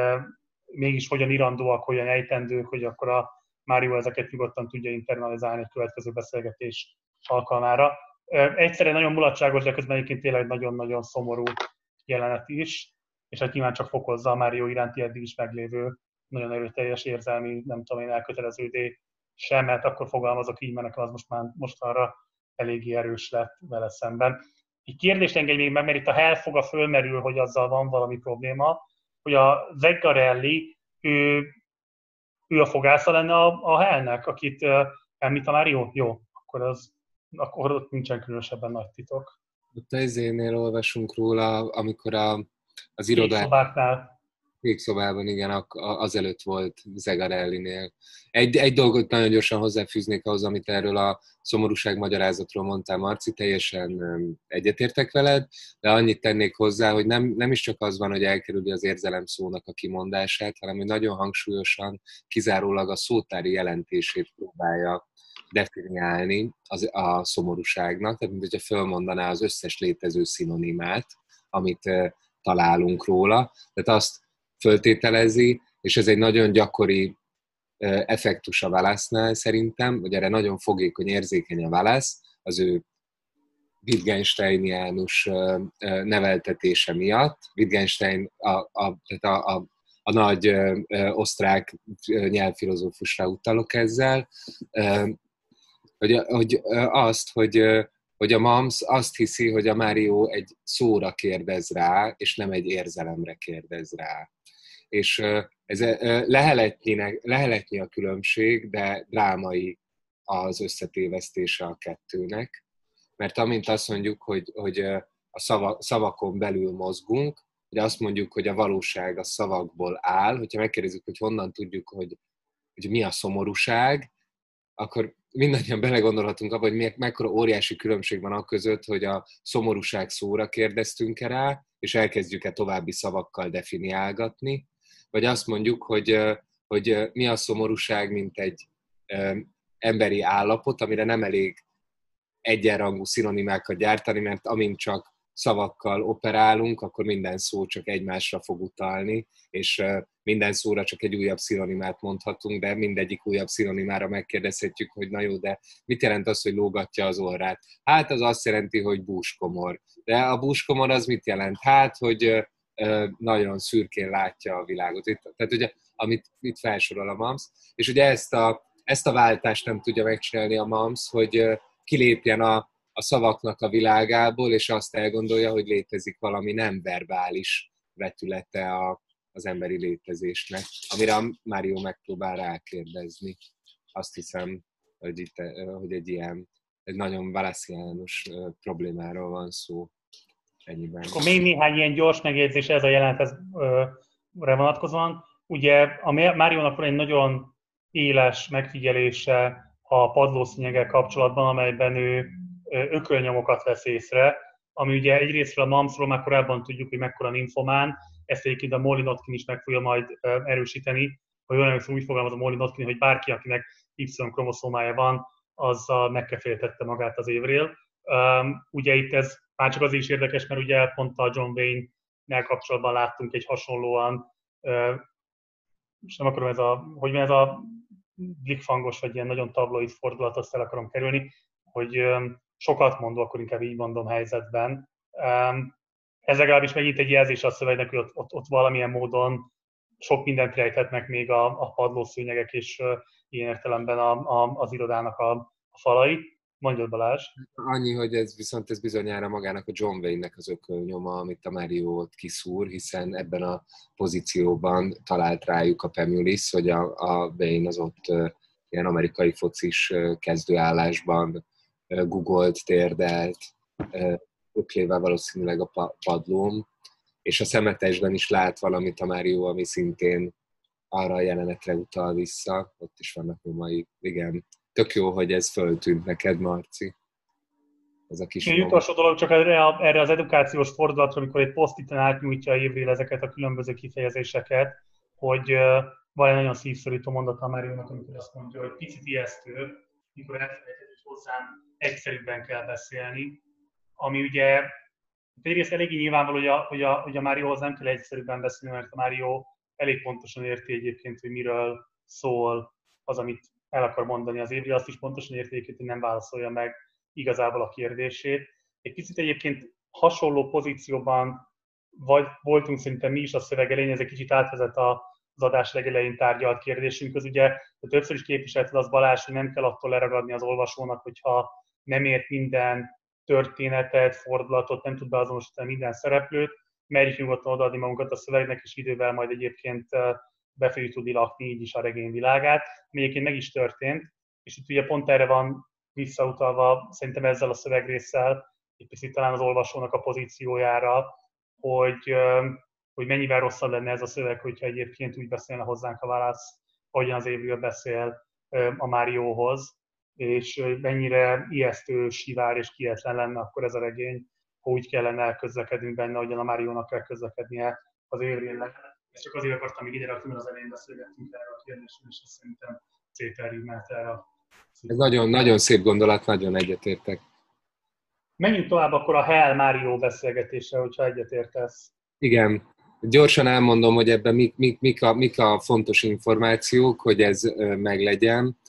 mégis hogyan irandóak, hogyan ejtendők, hogy akkor a Márió ezeket nyugodtan tudja internalizálni a következő beszélgetés alkalmára. Egyszerűen nagyon mulatságos, de közben egyébként tényleg nagyon-nagyon szomorú jelenet is, és hát nyilván csak fokozza a Márió iránti eddig is meglévő nagyon erőteljes érzelmi, nem tudom én, elköteleződés sem, mert akkor fogalmazok így, mert nekem az most már mostanra eléggé erős lett vele szemben. Egy kérdést engedj még meg, mert itt a Helfoga fölmerül, hogy azzal van valami probléma, hogy a Zeggarelli, ő, ő a fogásza lenne a, a Helnek, akit uh, említ a Márió? Jó, akkor, az, akkor ott nincsen különösebben nagy titok. Ott az izénél olvasunk róla, amikor a, az irodában... Kék szobában, igen, azelőtt volt Zeggarellinél. Egy, egy dolgot nagyon gyorsan hozzáfűznék ahhoz, amit erről a szomorúság magyarázatról mondtál, Marci, teljesen egyetértek veled, de annyit tennék hozzá, hogy nem, nem is csak az van, hogy elkerüli az érzelem szónak a kimondását, hanem hogy nagyon hangsúlyosan kizárólag a szótári jelentését próbálja definiálni az, a szomorúságnak, tehát mint hogyha fölmondaná az összes létező szinonimát, amit találunk róla, tehát azt föltételezi, és ez egy nagyon gyakori effektus a Wallace-nál szerintem, hogy erre nagyon fogékony, érzékeny a Wallace, az ő Wittgensteiniánus neveltetése miatt. Wittgenstein a, a, a, a, a nagy osztrák nyelvfilozófusra utalok ezzel, hogy, hogy azt, hogy hogy a MAMS azt hiszi, hogy a Márió egy szóra kérdez rá, és nem egy érzelemre kérdez rá. És ez leheletnyi, leheletnyi a különbség, de drámai az összetévesztése a kettőnek. Mert amint azt mondjuk, hogy, hogy a szava, szavakon belül mozgunk, hogy azt mondjuk, hogy a valóság a szavakból áll, hogyha megkérdezzük, hogy honnan tudjuk, hogy, hogy mi a szomorúság, akkor mindannyian belegondolhatunk abba, hogy mekkora óriási különbség van a között, hogy a szomorúság szóra kérdeztünk-e rá, és elkezdjük-e további szavakkal definiálgatni, vagy azt mondjuk, hogy, hogy mi a szomorúság, mint egy emberi állapot, amire nem elég egyenrangú szinonimákat gyártani, mert amint csak szavakkal operálunk, akkor minden szó csak egymásra fog utalni, és minden szóra csak egy újabb szinonimát mondhatunk, de mindegyik újabb szinonimára megkérdezhetjük, hogy na jó, de mit jelent az, hogy lógatja az orrát? Hát az azt jelenti, hogy búskomor. De a búskomor az mit jelent? Hát, hogy nagyon szürkén látja a világot. Tehát ugye, amit itt felsorol a MAMS, és ugye ezt a, ezt a váltást nem tudja megcsinálni a MAMS, hogy kilépjen a, a szavaknak a világából, és azt elgondolja, hogy létezik valami nem verbális vetülete a, az emberi létezésnek, amire a Márió megpróbál rákérdezni. Azt hiszem, hogy, itt, hogy egy ilyen, egy nagyon wallaciánus problémáról van szó. Ennyiben. Akkor még néhány ilyen gyors megjegyzés ez a jelentezre vonatkozóan. Ugye a Máriónak van egy nagyon éles megfigyelése a padlószőnyeggel kapcsolatban, amelyben ő ökölnyomokat vesz észre, ami ugye egyrésztről a MAMS-ról már korábban tudjuk, hogy mekkora ninfomán, ezt egyébként a Molly Notkin is meg fogja majd erősíteni, hogy olyan úgy fogalmaz a Molly Notkin, hogy bárki, akinek Y-kromoszómája van, azzal megkeféltette magát az évrél. Um, ugye itt ez már csak azért is érdekes, mert ugye pont a John Wayne-nel kapcsolatban láttunk egy hasonlóan, uh, és nem akarom ez a, hogy ez a blikfangos, vagy ilyen nagyon tabloid fordulat, azt el akarom kerülni, hogy um, sokat mondó, akkor inkább így mondom helyzetben. Um, ez legalábbis megint egy jelzés a szövegnek, hogy ott, ott, ott valamilyen módon sok mindent rejthetnek még a, a padlószőnyegek, és uh, ilyen értelemben a, a, az irodának a, a falait. Mondjad, Balázs. Annyi, hogy ez viszont ez bizonyára magának a John Wayne-nek az ökölnyoma, amit a Mario ott kiszúr, hiszen ebben a pozícióban talált rájuk a Pemulis, hogy a, a Wayne az ott uh, ilyen amerikai focis uh, kezdőállásban uh, googolt, térdelt, uh, öklével valószínűleg a pa- padlón, és a szemetesben is lát valamit a Mario, ami szintén arra a jelenetre utal vissza, ott is vannak nyomai. Igen, tök jó, hogy ez föltűnt neked, Marci. Ez a kis Egy utolsó dolog csak erre, a, erre az edukációs fordulatra, amikor egy posztiten átnyújtja Évrél ezeket a különböző kifejezéseket, hogy uh, van egy nagyon szívszorító mondata a Máriónak, amikor azt mondja, hogy picit ijesztő, mikor elfelejtett, hogy hozzám egyszerűbben kell beszélni, ami ugye egyrészt eléggé nyilvánvaló, hogy a, hogy a, hogy a Márióhoz nem kell egyszerűbben beszélni, mert a Márió elég pontosan érti egyébként, hogy miről szól az, amit el akar mondani az Évri, azt is pontosan érti egyébként, hogy nem válaszolja meg igazából a kérdését. Egy picit egyébként hasonló pozícióban vagy voltunk szerintem mi is a szöveg elején, ez egy kicsit átvezet az adás legelején tárgyalt kérdésünkhöz. Ugye többször is képviselted az, Balázs, hogy nem kell attól leragadni az olvasónak, hogyha nem ért minden történetet, fordulatot, nem tud beazonosítani minden szereplőt, merjük nyugodtan odaadni magunkat a szövegnek, és idővel majd egyébként be fogjuk tudni lakni így is a regény világát, ami egyébként meg is történt, és itt ugye pont erre van visszautalva szerintem ezzel a szövegrésszel, egy picit talán az olvasónak a pozíciójára, hogy, hogy mennyivel rosszabb lenne ez a szöveg, hogyha egyébként úgy beszélne hozzánk a válasz, ahogyan az Évről beszél a Márióhoz, és mennyire ijesztő, sivár és kietlen lenne akkor ez a regény, ha úgy kellene közlekednünk benne, ahogyan a Máriónak kell közlekednie az Évrénnek. Ezt csak azért akartam még ide rakni, mert az elején beszélgettünk erről a kérdésről, és ezt szerintem széterjük, mert erre. Ez nagyon, nagyon szép gondolat, nagyon egyetértek. Menjünk tovább akkor a Hell Mario beszélgetésre, hogyha egyetértesz. Igen. Gyorsan elmondom, hogy ebben mik, mik, mik, a, mik a fontos információk, hogy ez meglegyen.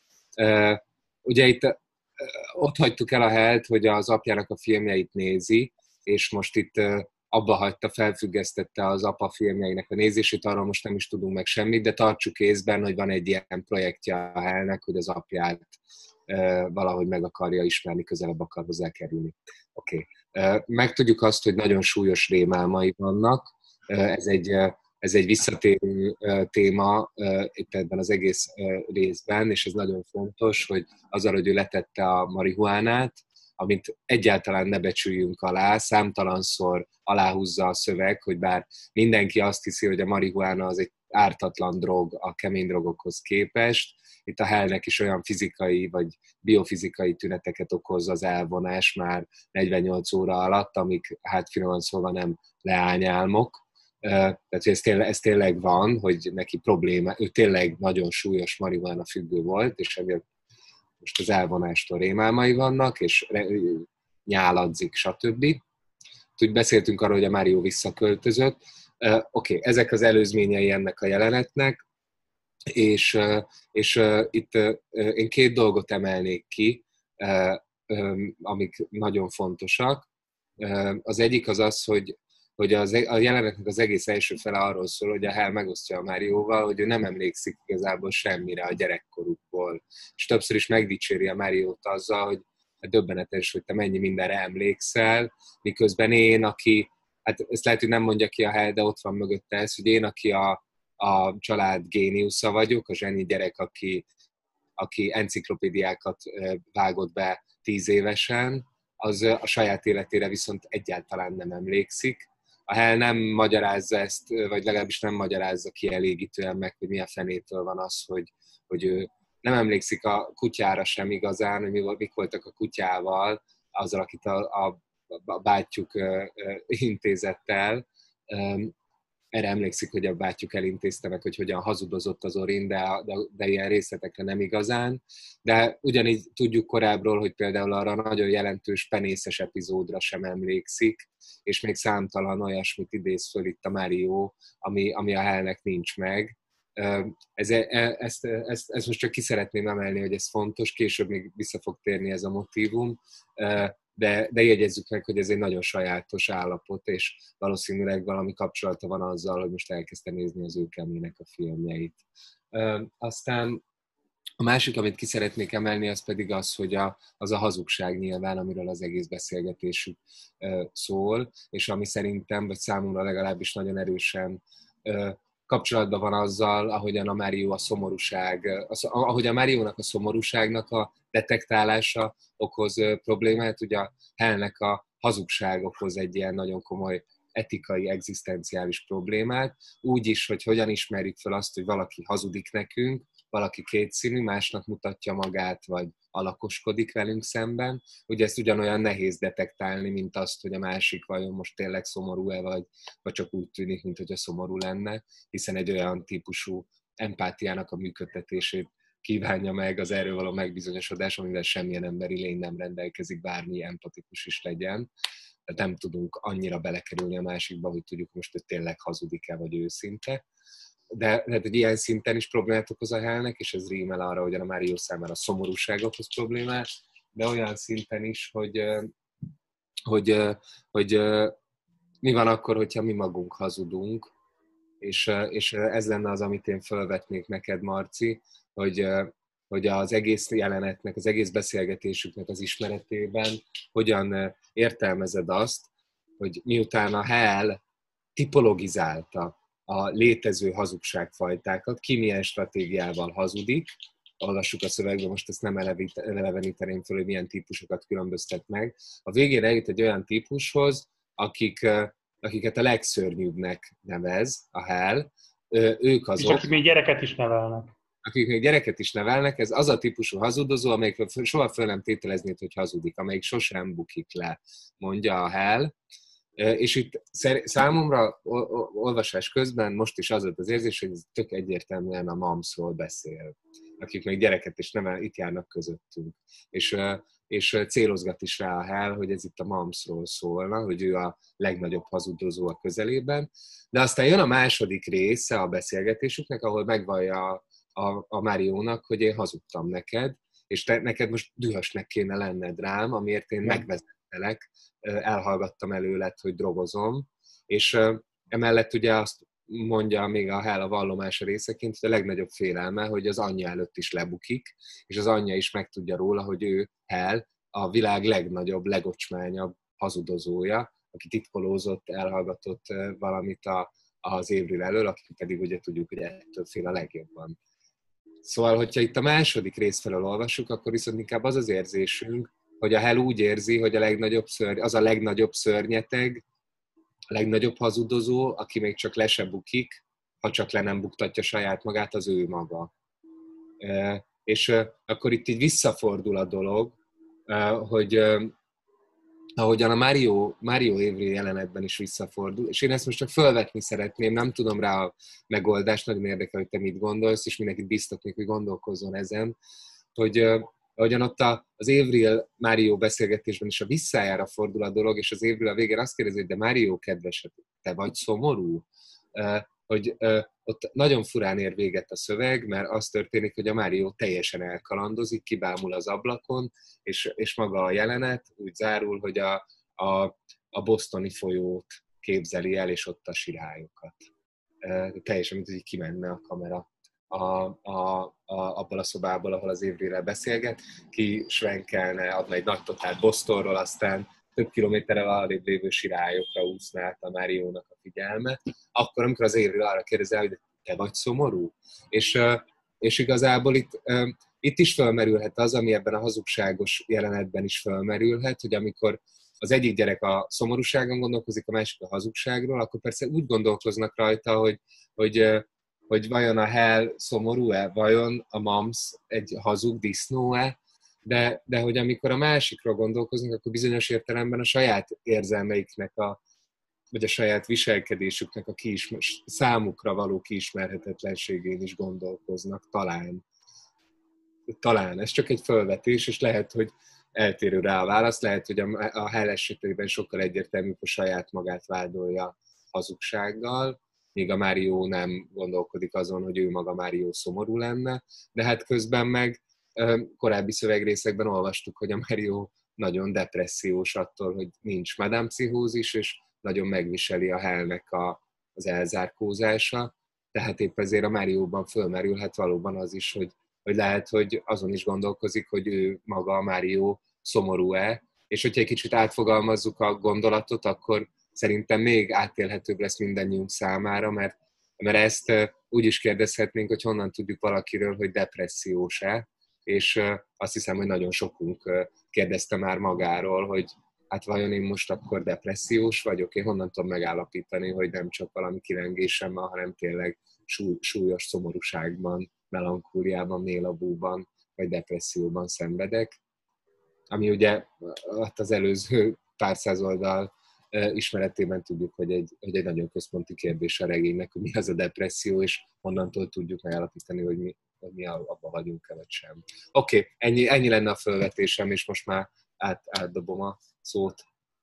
Ugye itt ott hagytuk el a Hellt, hogy az apjának a filmjeit nézi, és most itt abba hagyta, felfüggesztette az apa filmjeinek a nézését, arról most nem is tudunk meg semmit, de tartsuk észben, hogy van egy ilyen projektje a Hellnek, hogy az apját valahogy meg akarja ismerni, közelebb akar hozzá kerülni. Oké. Okay. Megtudjuk azt, hogy nagyon súlyos rémálmai vannak. Ez egy, ez egy visszatérő téma itt ebben az egész részben, és ez nagyon fontos, hogy azzal, hogy ő letette a marihuánát, amit egyáltalán ne becsüljünk alá, számtalanszor aláhúzza a szöveg, hogy bár mindenki azt hiszi, hogy a marihuána az egy ártatlan drog a kemény drogokhoz képest, itt a Hellnek is olyan fizikai vagy biofizikai tüneteket okoz az elvonás már negyvennyolc óra alatt, amik hát finoman szólva nem leányálmok. Tehát ez tényleg, ez tényleg van, hogy neki probléma, ő tényleg nagyon súlyos marihuána függő volt, és emiatt most az elvonástól rémálmai vannak, és nyáladzik, stb. Úgy beszéltünk arról, hogy a Mario visszaköltözött. Oké, okay, ezek az előzményei ennek a jelenetnek, és, és itt én két dolgot emelnék ki, amik nagyon fontosak. Az egyik az az, hogy, hogy az, a jelenetnek az egész első fele arról szól, hogy a Hell megosztja a Márióval, hogy ő nem emlékszik igazából semmire a gyerekkorukból. És többször is megdicséri a Máriót azzal, hogy döbbenetes, hogy te mennyi mindenre emlékszel, miközben én, aki, hát ezt lehet, hogy nem mondja ki a Hell, de ott van mögötte ez, hogy én, aki a, a család géniusza vagyok, a zseni gyerek, aki, aki enciklopédiákat vágott be tíz évesen, az a saját életére viszont egyáltalán nem emlékszik. A Hell nem magyarázza ezt, vagy legalábbis nem magyarázza kielégítően meg, hogy mi a fenétől van az, hogy, hogy ő nem emlékszik a kutyára sem igazán, hogy mik voltak a kutyával, azzal, akit a, a, a bátyjuk intézett el. Erre emlékszik, hogy a bátyjuk elintézte meg, hogy hogyan hazudozott az Orin, de, de, de ilyen részletekre nem igazán. De ugyanígy tudjuk korábbról, hogy például arra nagyon jelentős penészes epizódra sem emlékszik, és még számtalan olyasmit idéz föl itt a Mario, ami, ami a Hellnek nincs meg. Ez, ezt, ezt, ezt most csak ki szeretném emelni, hogy ez fontos, később még vissza fog térni ez a motívum, de, de jegyezzük meg, hogy ez egy nagyon sajátos állapot, és valószínűleg valami kapcsolata van azzal, hogy most elkezdte nézni az ő Kemének a filmjeit. Aztán A másik, amit ki szeretnék emelni, az pedig az, hogy a, az a hazugság nyilván, amiről az egész beszélgetésük szól, és ami szerintem, vagy számomra legalábbis nagyon erősen kapcsolatban van azzal, ahogyan a Mário a szomorúság, ahogy a Máriónak a szomorúságnak a detektálása okoz problémát, ugye a Hellnek a hazugság okoz egy ilyen nagyon komoly etikai, egzisztenciális problémát, úgy is, hogy hogyan ismerjük fel azt, hogy valaki hazudik nekünk, valaki kétszínű, másnak mutatja magát, vagy alakoskodik velünk szemben. Ugye ezt ugyanolyan nehéz detektálni, mint azt, hogy a másik vajon most tényleg szomorú-e, vagy, vagy csak úgy tűnik, mint hogy a szomorú lenne, hiszen egy olyan típusú empátiának a működtetését kívánja meg az erről való megbizonyosodás, amivel semmilyen emberi lény nem rendelkezik, bármi empatikus is legyen. Tehát nem tudunk annyira belekerülni a másikba, hogy tudjuk most, hogy tényleg hazudik-e, vagy őszinte. De lehet, hogy ilyen szinten is problémát okoz a Hellnek, és ez rímel arra, hogy a Mário számára a szomorúság okoz problémát, de olyan szinten is, hogy, hogy, hogy, hogy mi van akkor, hogyha mi magunk hazudunk, és, és ez lenne az, amit én felvetnék neked, Marci, hogy, hogy az egész jelenetnek, az egész beszélgetésüknek az ismeretében hogyan értelmezed azt, hogy miután a Hell tipologizálta a létező hazugságfajtákat, ki milyen stratégiával hazudik, olvassuk a szövegbe, most ezt nem eleveníteném föl, hogy milyen típusokat különböztet meg. A végén eljut egy olyan típushoz, akik, akiket a legszörnyűbbnek nevez a Hell, ők azok... És akik még gyereket is nevelnek. Akik még gyereket is nevelnek, ez az a típusú hazudozó, amelyik soha föl nem tételeznéd, hogy hazudik, amelyik sosem bukik le, mondja a Hell. És itt számomra olvasás közben most is az volt az érzés, hogy ez tök egyértelműen a mamsról beszél, akik még gyereket is nevel, itt járnak közöttünk. És, és célozgat is rá a Hell, hogy ez itt a mamsról szólna, hogy ő a legnagyobb hazudozó a közelében. De aztán jön a második része a beszélgetésüknek, ahol megvallja a, a, a Máriónak, hogy én hazudtam neked, és te, neked most dühösnek kéne lenned rám, amiért én megvezettelek, elhallgattam előled, hogy drogozom, és emellett ugye azt mondja még a Hell a vallomása részeként, hogy a legnagyobb félelme, hogy az anyja előtt is lebukik, és az anyja is megtudja róla, hogy ő, Hell, a világ legnagyobb, legocsmányabb hazudozója, aki titkolózott, elhallgatott valamit a, az Avril elől, aki pedig ugye tudjuk, hogy ettől fél a legjobban. Szóval, hogyha itt a második rész felől olvassuk, akkor viszont inkább az az érzésünk, hogy a Hell úgy érzi, hogy a legnagyobb szörny, az a legnagyobb szörnyeteg, a legnagyobb hazudozó, aki még csak le se bukik, ha csak le nem buktatja saját magát, az ő maga. E, és e, akkor itt így visszafordul a dolog, e, hogy e, ahogyan a Mário, Mário Avril jelenetben is visszafordul, és én ezt most csak felvetni szeretném, nem tudom rá a megoldást, nagyon érdekel, hogy te mit gondolsz, és mindenkit biztatnék, hogy gondolkozzon ezen, hogy e, ahogyan ott az Avril Mário beszélgetésben is a visszájára fordul a dolog, és az Avril a végén azt kérdezi, hogy de Mário kedves, te vagy szomorú? Hogy ott nagyon furán ér véget a szöveg, mert az történik, hogy a Mário teljesen elkalandozik, kibámul az ablakon, és, és maga a jelenet úgy zárul, hogy a, a, a bostoni folyót képzeli el, és ott a sirályokat. Teljesen, mint hogy kimenne a kamera A, a, a, abból a szobából, ahol az Avril-rel beszélget, ki svenkelne, adna egy nagy totált Bostonról, aztán több kilométerrel arrébb lévő sirályokra úszná át a Máriónak a figyelme. Akkor, amikor az Avril arra kérdezel, hogy te vagy szomorú? És, és igazából itt, itt is felmerülhet az, ami ebben a hazugságos jelenetben is felmerülhet, hogy amikor az egyik gyerek a szomorúságon gondolkozik, a másik a hazugságról, akkor persze úgy gondolkoznak rajta, hogy, hogy hogy vajon a Hell szomorú-e, vajon a Mams egy hazug disznó-e, de, de hogy amikor a másikról gondolkoznak, akkor bizonyos értelemben a saját érzelmeiknek, a, vagy a saját viselkedésüknek a kiismer, számukra való kiismerhetetlenségén is gondolkoznak, talán. Talán. Ez csak egy felvetés, és lehet, hogy eltérő rá a válasz, lehet, hogy a, a Hell esetében sokkal egyértelműbb, a saját magát vádolja hazugsággal, míg a Mário nem gondolkodik azon, hogy ő maga Mário szomorú lenne, de hát közben meg korábbi szövegrészekben olvastuk, hogy a Mário nagyon depressziós attól, hogy nincs Madame pszichózis, és nagyon megviseli a Hellnek a, az elzárkózása, tehát épp ezért a Márióban fölmerülhet valóban az is, hogy, hogy lehet, hogy azon is gondolkozik, hogy ő maga, a Mario szomorú-e, és hogyha egy kicsit átfogalmazzuk a gondolatot, akkor szerintem még átélhetőbb lesz mindannyiunk számára, mert, mert ezt úgy is kérdezhetnénk, hogy honnan tudjuk valakiről, hogy depressziós-e, és azt hiszem, hogy nagyon sokunk kérdezte már magáról, hogy hát vajon én most akkor depressziós vagyok, én honnan tudom megállapítani, hogy nem csak valami kilengésem van, hanem tényleg súly, súlyos szomorúságban, melankóliában, mélabúban, vagy depresszióban szenvedek. Ami ugye az előző pár száz oldal ismeretében tudjuk, hogy egy, hogy egy nagyon központi kérdés a regénynek, hogy mi az a depresszió, és onnantól tudjuk megállapítani, hogy mi, hogy mi abban vagyunk-e, vagy sem. Oké, okay, ennyi, ennyi lenne a felvetésem, és most már át, átdobom a szót.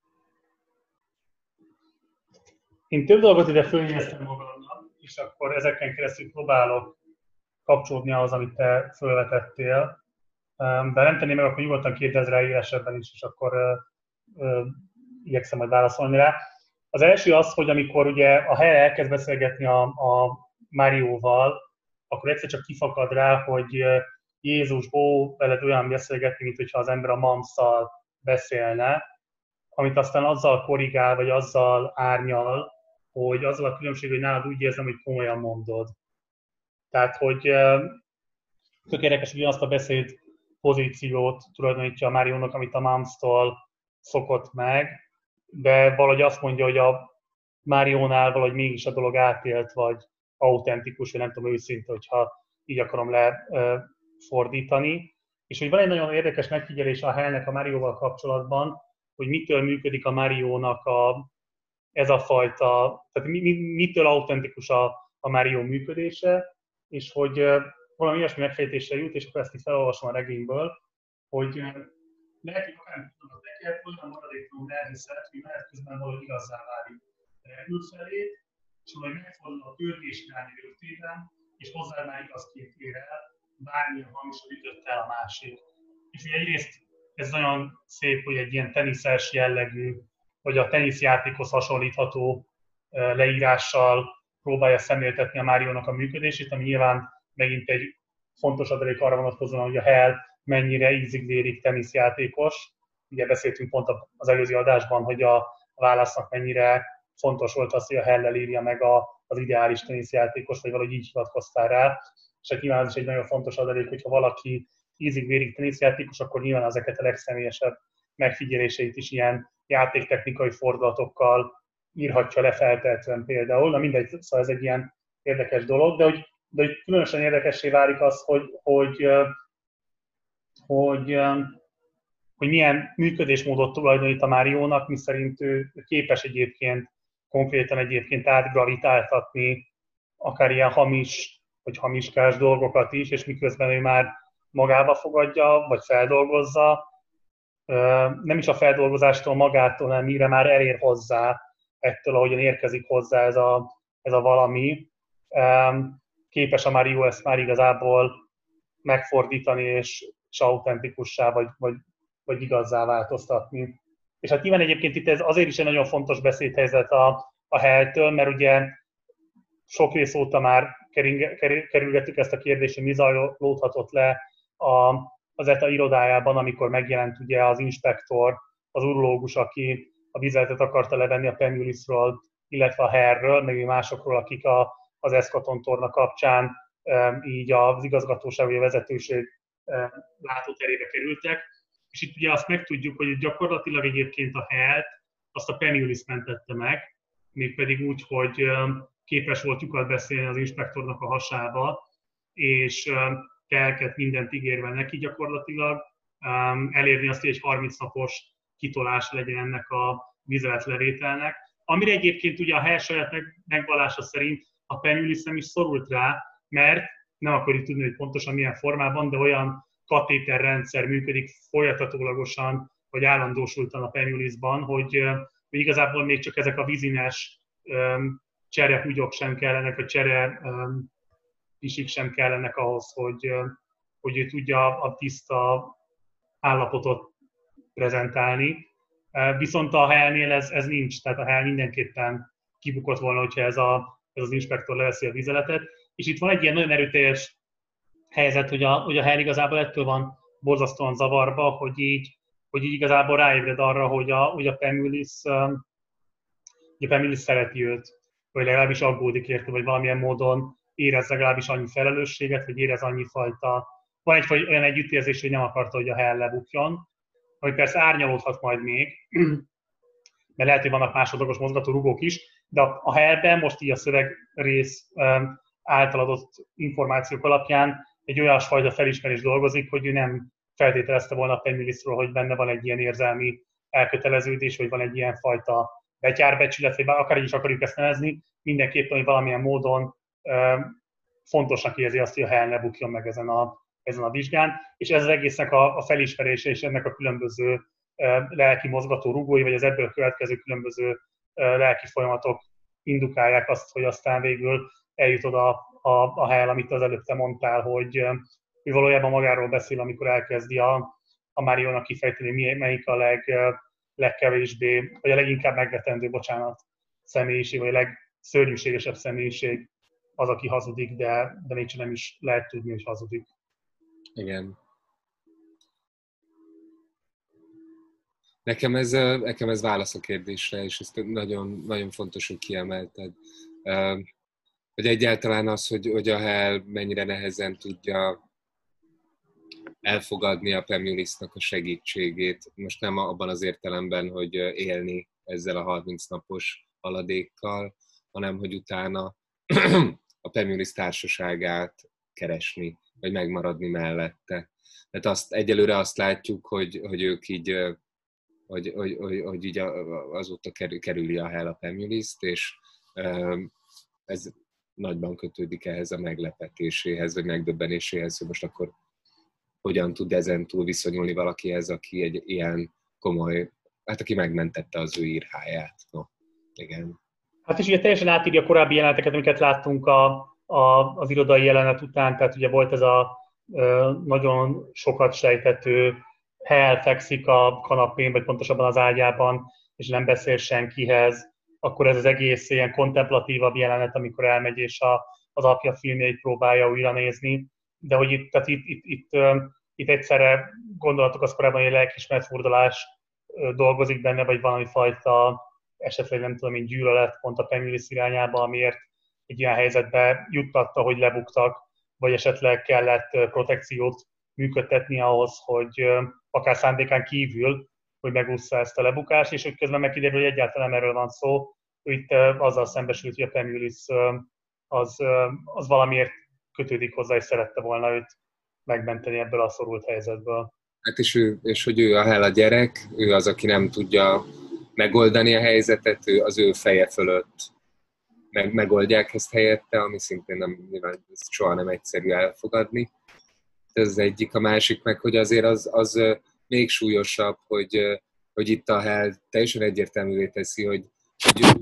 Én több dolgot ide fölnyeztem magamnak, és akkor ezeken keresztül próbálok kapcsolódni ahhoz, amit te fölvetettél. De nem tenném meg, akkor nyugodtan kérdezz rá élesebben is, és akkor uh, uh, igyekszem majd válaszolni rá. Az első az, hogy amikor ugye a Hel elkezd beszélgetni a, a Márióval, akkor egyszer csak kifakad rá, hogy Jézus, ó, veled olyan beszélgetni, mint hogyha az ember a mamsszal beszélne, amit aztán azzal korrigál, vagy azzal árnyal, hogy azzal a különbség, hogy nálad úgy érzem, hogy komolyan mondod. Tehát, hogy tök érdekes, hogy azt a beszéd pozíciót tulajdonítja a Máriónak, amit a Mámsztól szokott meg, de valahogy azt mondja, hogy a Máriónál valahogy mégis a dolog átélt, vagy autentikus, vagy nem tudom, őszinte, hogyha így akarom lefordítani. És hogy van egy nagyon érdekes megfigyelés a Helnek a Márióval kapcsolatban, hogy mitől működik a Máriónak a, ez a fajta, tehát mi, mi, mitől autentikus a, a Márió működése, és hogy valami olyasmi megfejtésre jut, és akkor ezt itt felolvasom a regényből, hogy lehet, hogy akár nem tudom, neked olyan maradéktalanul elhiszed, hogy menet közben valahogy igazzá válik. Repül felé, és valahogy megfordul a törvés irányi rögtében, és hozzád már igazként ér el, bármilyen hamisat ütött el a másik. És ugye egyrészt ez nagyon szép, hogy egy ilyen teniszes jellegű, vagy a teniszjátékhoz hasonlítható leírással próbálja szemléltetni a Máriónak a működését, ami nyilván megint egy fontos adalék arra vonatkozóan, hogy a Hel mennyire ízig-vérig teniszjátékos. Ugye beszéltünk pont az előző adásban, hogy a válasznak mennyire fontos volt az, hogy a Hellel írja meg a, az ideális teniszjátékos, vagy valahogy így hivatkoztál rá. És hát nyilván az is egy nagyon fontos adalék, hogyha valaki ízig-vérig teniszjátékos, akkor nyilván ezeket a legszemélyesebb megfigyeléseit is ilyen játéktechnikai fordulatokkal írhatja le feltehetően például. Na mindegy, szóval ez egy ilyen érdekes dolog, de hogy, de hogy különösen érdekessé válik az, hogy, hogy, hogy, hogy milyen működésmódot tulajdonít a Máriónak, miszerint ő képes egyébként konkrétan egyébként átgravitáltatni akár ilyen hamis vagy hamiskás dolgokat is, és miközben ő már magába fogadja, vagy feldolgozza, nem is a feldolgozástól magától, hanem mire már elér hozzá, ettől, ahogyan érkezik hozzá ez a, ez a valami. Képes a Mário ezt már igazából megfordítani, és, és autentikussá, vagy, vagy, vagy igazzá változtatni. És hát nyilván egyébként itt ez azért is egy nagyon fontos beszédhelyzet a, a Heltől, mert ugye sok rész óta már kerülgettük ezt a kérdést, hogy mi zajlódhatott le a, az E T A irodájában, amikor megjelent ugye az inspektor, az urológus, aki a vizeletet akarta levenni a Pemulisról, illetve a Hellről, meg másokról, akik a, az Eschaton torna kapcsán így az igazgatóság vagy a vezetőség látóterébe kerültek. És itt ugye azt megtudjuk, hogy gyakorlatilag egyébként a Hellt azt a Pemulis mentette meg, mégpedig úgy, hogy képes volt lyukat beszélni az inspektornak a hasába, és telket mindent ígérve neki gyakorlatilag, elérni azt, hogy egy harminc napos kitolás legyen ennek a vizeletlevételnek. Amire egyébként ugye a Hell saját megvallása szerint a Pemulis nem is szorult rá, mert nem akarjuk tudni, hogy pontosan milyen formában, de olyan katéterrendszer működik folytatólagosan, vagy állandósultan a Pemulisban, hogy, hogy igazából még csak ezek a vízines cserehúgyok sem kellenek, vagy csere pisik sem kellenek ahhoz, hogy, hogy ő tudja a tiszta állapotot prezentálni. Viszont a Hellnél ez, ez nincs, tehát a Hell mindenképpen kibukott volna, hogyha ez, a, ez az inspektor leveszi a vizeletet. És itt van egy ilyen nagyon erőteljes helyzet, hogy a, hogy a Hell igazából ettől van borzasztóan zavarba, hogy így, hogy így igazából ráébred arra, hogy a, hogy a Pemulis, um, a Pemulis szereti őt, vagy legalábbis aggódik érte, vagy valamilyen módon érez legalábbis annyi felelősséget, vagy érez annyi fajta, van egy olyan együttérzés, hogy nem akarta, hogy a Hell lebukjon, ami persze árnyalódhat majd még, mert lehet, hogy vannak másodlagos mozgatórugók is, de a Hellben most így a szövegrész um, által adott információk alapján egy olyasfajta felismerés dolgozik, hogy ő nem feltételezte volna a Pemulisról, hogy benne van egy ilyen érzelmi elköteleződés, vagy van egy ilyen fajta betyárbecsület, vagy akár így is akarjuk ezt nevezni, mindenképpen, hogy valamilyen módon um, fontosnak érzi azt, hogy a Hell ne bukjon meg ezen a, ezen a vizsgán, és ez az egésznek a, a felismerése és ennek a különböző uh, lelki mozgató rugói, vagy az ebből következő különböző uh, lelki folyamatok indukálják azt, hogy aztán végül eljut oda a, a Hell, amit az előbb te mondtál, hogy ő valójában magáról beszél, amikor elkezdi a, a Mariónak kifejteni, melyik a leg, legkevésbé, vagy a leginkább megvetendő, bocsánat, személyiség, vagy a legszörnyűségesebb személyiség az, aki hazudik, de, de még nem is lehet tudni, hogy hazudik. Igen. Nekem ez, nekem ez válasz a kérdésre, és ezt nagyon, nagyon fontos, hogy kiemelted. Hogy egyáltalán az, hogy, hogy a Hell mennyire nehezen tudja elfogadni a Pemulisnak a segítségét. Most nem abban az értelemben, hogy élni ezzel a harminc napos haladékkal, hanem hogy utána a Pemulis társaságát keresni, vagy megmaradni mellette. Tehát azt, egyelőre azt látjuk, hogy, hogy ők így, hogy, hogy, hogy, hogy így azóta kerüli a Hell a Pemulist, és ez nagyban kötődik ehhez a meglepetéséhez, vagy megdöbbenéséhez, hogy most akkor hogyan tud ezen túl viszonyulni valakihez, aki egy ilyen komoly, hát aki megmentette az ő írháját. No, igen. Hát és ugye teljesen átírja a korábbi jeleneteket, amiket láttunk a, a, az irodai jelenet után, tehát ugye volt ez a ö, nagyon sokat sejtető Hell fekszik a kanapén, vagy pontosabban az ágyában, és nem beszél senkihez, akkor ez az egész ilyen kontemplatívabb jelenet, amikor elmegy és a, az apja filmjeit próbálja újra nézni, de hogy itt, tehát itt, itt, itt, itt egyszerre gondolatok az korábban, hogy lelkiismeretfurdalás dolgozik benne, vagy valami fajta esetleg nem tudom én gyűlölet pont a Pemulis irányába, amiért egy ilyen helyzetbe juttatta, hogy lebuktak, vagy esetleg kellett protekciót működtetni ahhoz, hogy akár szándékán kívül, hogy megúszza ezt a lebukást, és hogy közben megkiderül, hogy egyáltalán erről van szó. Ő itt azzal szembesült, hogy a Pemulis az, az valamiért kötődik hozzá, és szerette volna őt megmenteni ebből a szorult helyzetből. Hát és, ő, és hogy ő a Hell a gyerek, ő az, aki nem tudja megoldani a helyzetet, ő az ő feje fölött meg, megoldják ezt helyette, ami szintén nem, nyilván soha nem egyszerű elfogadni. Ez az egyik, a másik meg, hogy azért az, az még súlyosabb, hogy, hogy itt a Hell teljesen egyértelművé teszi, hogy, hogy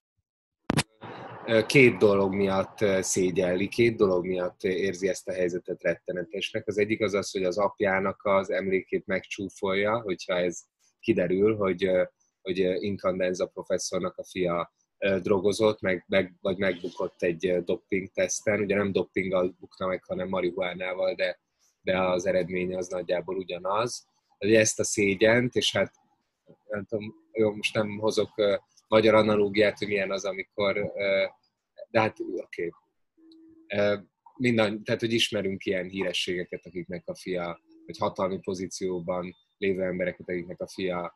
két dolog miatt szégyelli, két dolog miatt érzi ezt a helyzetet rettenetesnek. Az egyik az az, hogy az apjának az emlékét megcsúfolja, hogyha ez kiderül, hogy, hogy Incandenza professzornak a fia drogozott, meg, meg, vagy megbukott egy doping teszten. Ugye nem dopinggal bukna meg, hanem marihuánával, de, de az eredménye az nagyjából ugyanaz. Ezt a szégyent, és hát nem tudom, jó, most nem hozok magyar analógiát, hogy milyen az, amikor, de hát oké. Okay. Minden, tehát, hogy ismerünk ilyen hírességeket, akiknek a fia, vagy hatalmi pozícióban lévő embereket, akiknek a fia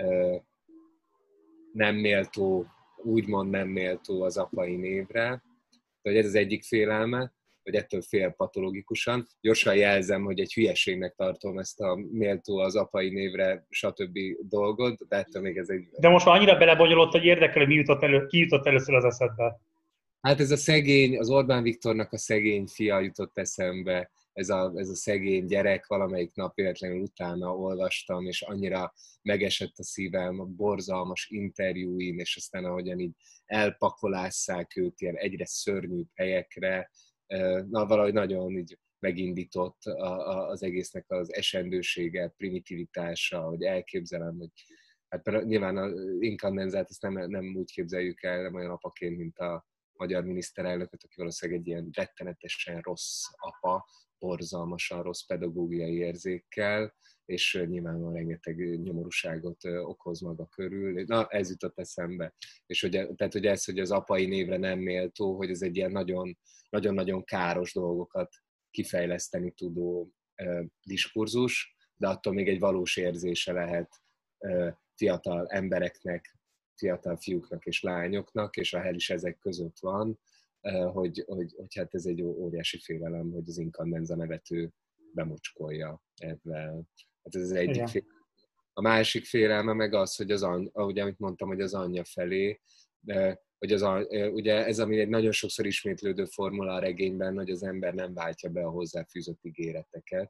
nem méltó, úgymond nem méltó az apai névre. Tehát ez az egyik félelme, vagy ettől fél patológikusan. Gyorsan jelzem, hogy egy hülyeségnek tartom ezt a méltó az apai névre, stb. Dolgot, de ettől még ez egy... De most már annyira belebonyolott, hogy érdekel, hogy mi jutott elő, ki jutott először az eszedbe. Hát ez a szegény, az Orbán Viktornak a szegény fia jutott eszembe, ez a, ez a szegény gyerek, valamelyik nap véletlenül utána olvastam, és annyira megesett a szívem a borzalmas interjúin, és aztán ahogyan így elpakolásszák őt ilyen egyre szörnyűbb helyekre, na valahogy nagyon így megindított a, a, az egésznek az esendősége, primitivitása, hogy elképzelem, hogy hát nyilván az Incandenzát ezt nem, nem úgy képzeljük el, nem olyan apaként, mint a magyar miniszterelnököt, aki valószínűleg egy ilyen rettenetesen rossz apa, borzalmasan rossz pedagógiai érzékkel, és nyilvánvalóan rengeteg nyomorúságot okoz maga körül. Na, ez jutott eszembe. És hogy, tehát, hogy ez, hogy az apai névre nem méltó, hogy ez egy ilyen nagyon, nagyon-nagyon káros dolgokat kifejleszteni tudó uh, diskurzus, de attól még egy valós érzése lehet uh, fiatal embereknek, fiatal fiúknak és lányoknak, és a hell is ezek között van, uh, hogy, hogy, hogy hát ez egy óriási félelem, hogy az inkandenza nevető bemocskolja ebben. Hát ez az egyik fél. A másik félelme meg az, hogy az anyja, ahogy amit mondtam, hogy az anyja felé, de, hogy az, ugye ez, ami egy nagyon sokszor ismétlődő formula a regényben, hogy az ember nem váltja be a hozzáfűzött ígéreteket.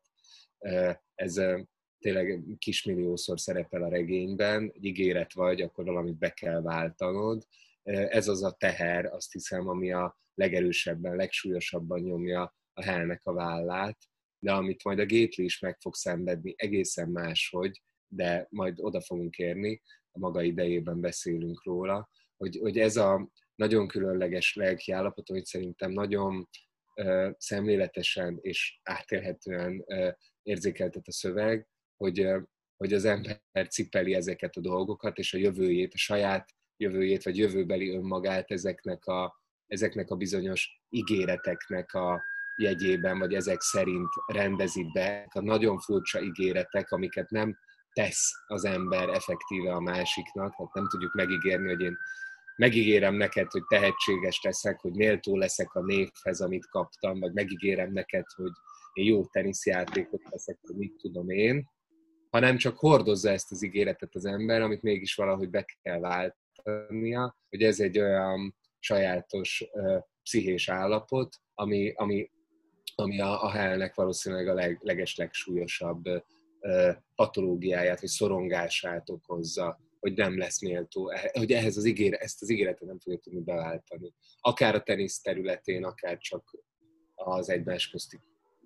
Ez tényleg kismilliószor szerepel a regényben, egy ígéret vagy, akkor valamit be kell váltanod. Ez az a teher, azt hiszem, ami a legerősebben, legsúlyosabban nyomja a Hellnek a vállát, de amit majd a Gately is meg fog szenvedni egészen máshogy, de majd oda fogunk érni, a maga idejében beszélünk róla, hogy, hogy ez a nagyon különleges lelki állapot, amit szerintem nagyon uh, szemléletesen és átélhetően uh, érzékeltet a szöveg, hogy, uh, hogy az ember cipeli ezeket a dolgokat, és a jövőjét, a saját jövőjét, vagy jövőbeli önmagát ezeknek a, ezeknek a bizonyos ígéreteknek a jegyében, vagy ezek szerint rendezik be a nagyon furcsa ígéretek, amiket nem tesz az ember effektíve a másiknak, hát nem tudjuk megígérni, hogy én megígérem neked, hogy tehetséges leszek, hogy méltó leszek a névhez, amit kaptam, vagy megígérem neked, hogy én jó teniszjátékot leszek, hogy mit tudom én, hanem csak hordozza ezt az ígéretet az ember, amit mégis valahogy be kell váltania, hogy ez egy olyan sajátos uh, pszichés állapot, ami, ami, ami a, a Hellnek valószínűleg a leg, legeslegsúlyosabb uh, patológiáját, vagy szorongását okozza, hogy nem lesz méltó, hogy ehhez az ígéret, ezt az ígéretet nem fogja tudni beváltani. Akár a tenisz területén, akár csak az egymás közti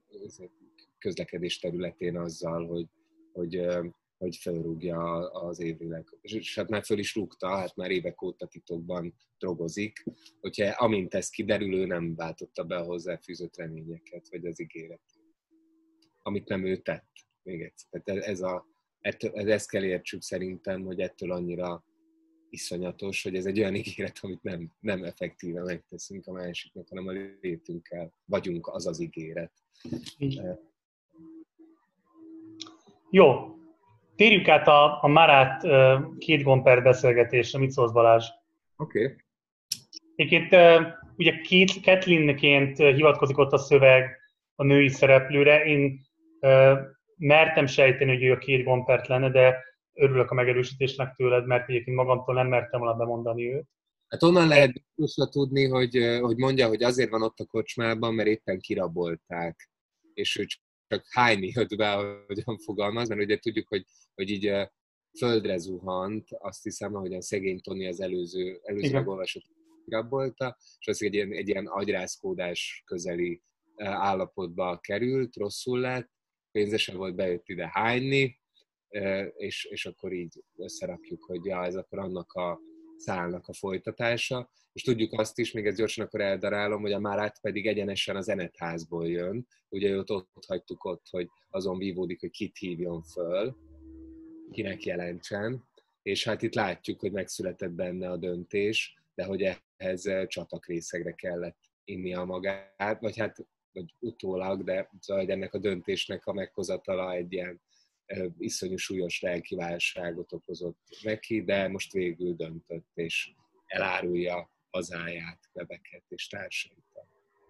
közlekedés területén azzal, hogy, hogy, hogy felrúgja az évvileg. És hát már föl is rúgta, hát már évek óta titokban drogozik, hogyha amint ez kiderül, ő nem váltotta be a hozzáfűzött reményeket, vagy az ígéretét, amit nem ő tett. Még egyszer. Tehát ez a, ettől, ezt kell értsük szerintem, hogy ettől annyira iszonyatos, hogy ez egy olyan ígéret, amit nem, nem effektíven megteszünk a másiknak, hanem a létünkkel vagyunk az az ígéret. Jó, térjük át a, a Marát két gomper beszélgetésre. Mit szólsz, Balázs? Oké. Okay. Egyébként ugye Kathleenként hivatkozik ott a szöveg a női szereplőre. Én mertem sejteni, hogy ő a két gompert lenne, de örülök a megerősítésnek tőled, mert egyébként magamtól nem mertem volna bemondani őt. Hát onnan lehet biztosra tudni, hogy, hogy mondja, hogy azért van ott a kocsmában, mert éppen kirabolták, és ő csak hányni jött be, ahogyan fogalmaz, mert ugye tudjuk, hogy, hogy így földre zuhant, azt hiszem, ahogyan szegény Toni az előző, előzőleg olvasott kirabolta, és az egy ilyen, egy ilyen agyrázkódás közeli állapotba került, rosszul lett, pénzesen volt, bejött ide hányni, és, és akkor így összerakjuk, hogy ja, ez akkor annak a szálnak a folytatása. És tudjuk azt is, még ezt gyorsan akkor eldarálom, hogy a Marat pedig egyenesen az Enetházból jön. Ugye őt ott hagytuk ott, hogy azon vívódik, hogy kit hívjon föl, kinek jelentsen. És hát itt látjuk, hogy megszületett benne a döntés, de hogy ehhez csatakrészegre kellett innia magát, vagy hát vagy utólag, de szóval ennek a döntésnek a meghozatala egy ilyen iszonyú súlyos lelki válságot okozott neki, de most végül döntött, és elárulja hazáját, Quebecet és társait a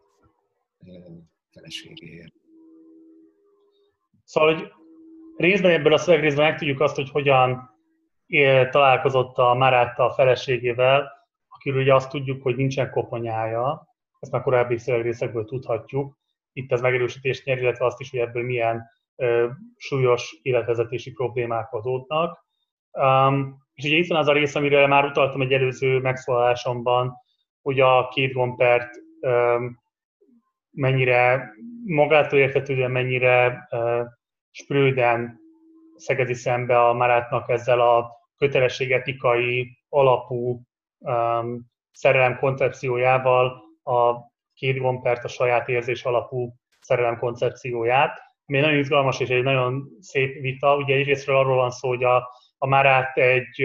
feleségéért. Szóval, hogy részben ebből a szövegrészben megtudjuk azt, hogy hogyan találkozott a Marat a feleségével, akiről ugye azt tudjuk, hogy nincsen koponyája, ezt már korábbi szövegrészekből tudhatjuk. Itt ez megerősítést nyer, illetve azt is, hogy ebből milyen ö, súlyos életvezetési problémák adódnak. Um, és ugye itt van az a rész, amire már utaltam egy előző megszólalásomban, hogy a két gompert um, mennyire magától értetődően, mennyire uh, sprőden szegezi szembe a Maratnak ezzel a kötelességetikai alapú um, szerelem koncepciójával a két gombpert a saját érzés alapú szerelem koncepcióját, ami nagyon izgalmas és egy nagyon szép vita. Ugye egyrésztről arról van szó, hogy a, a Marat egy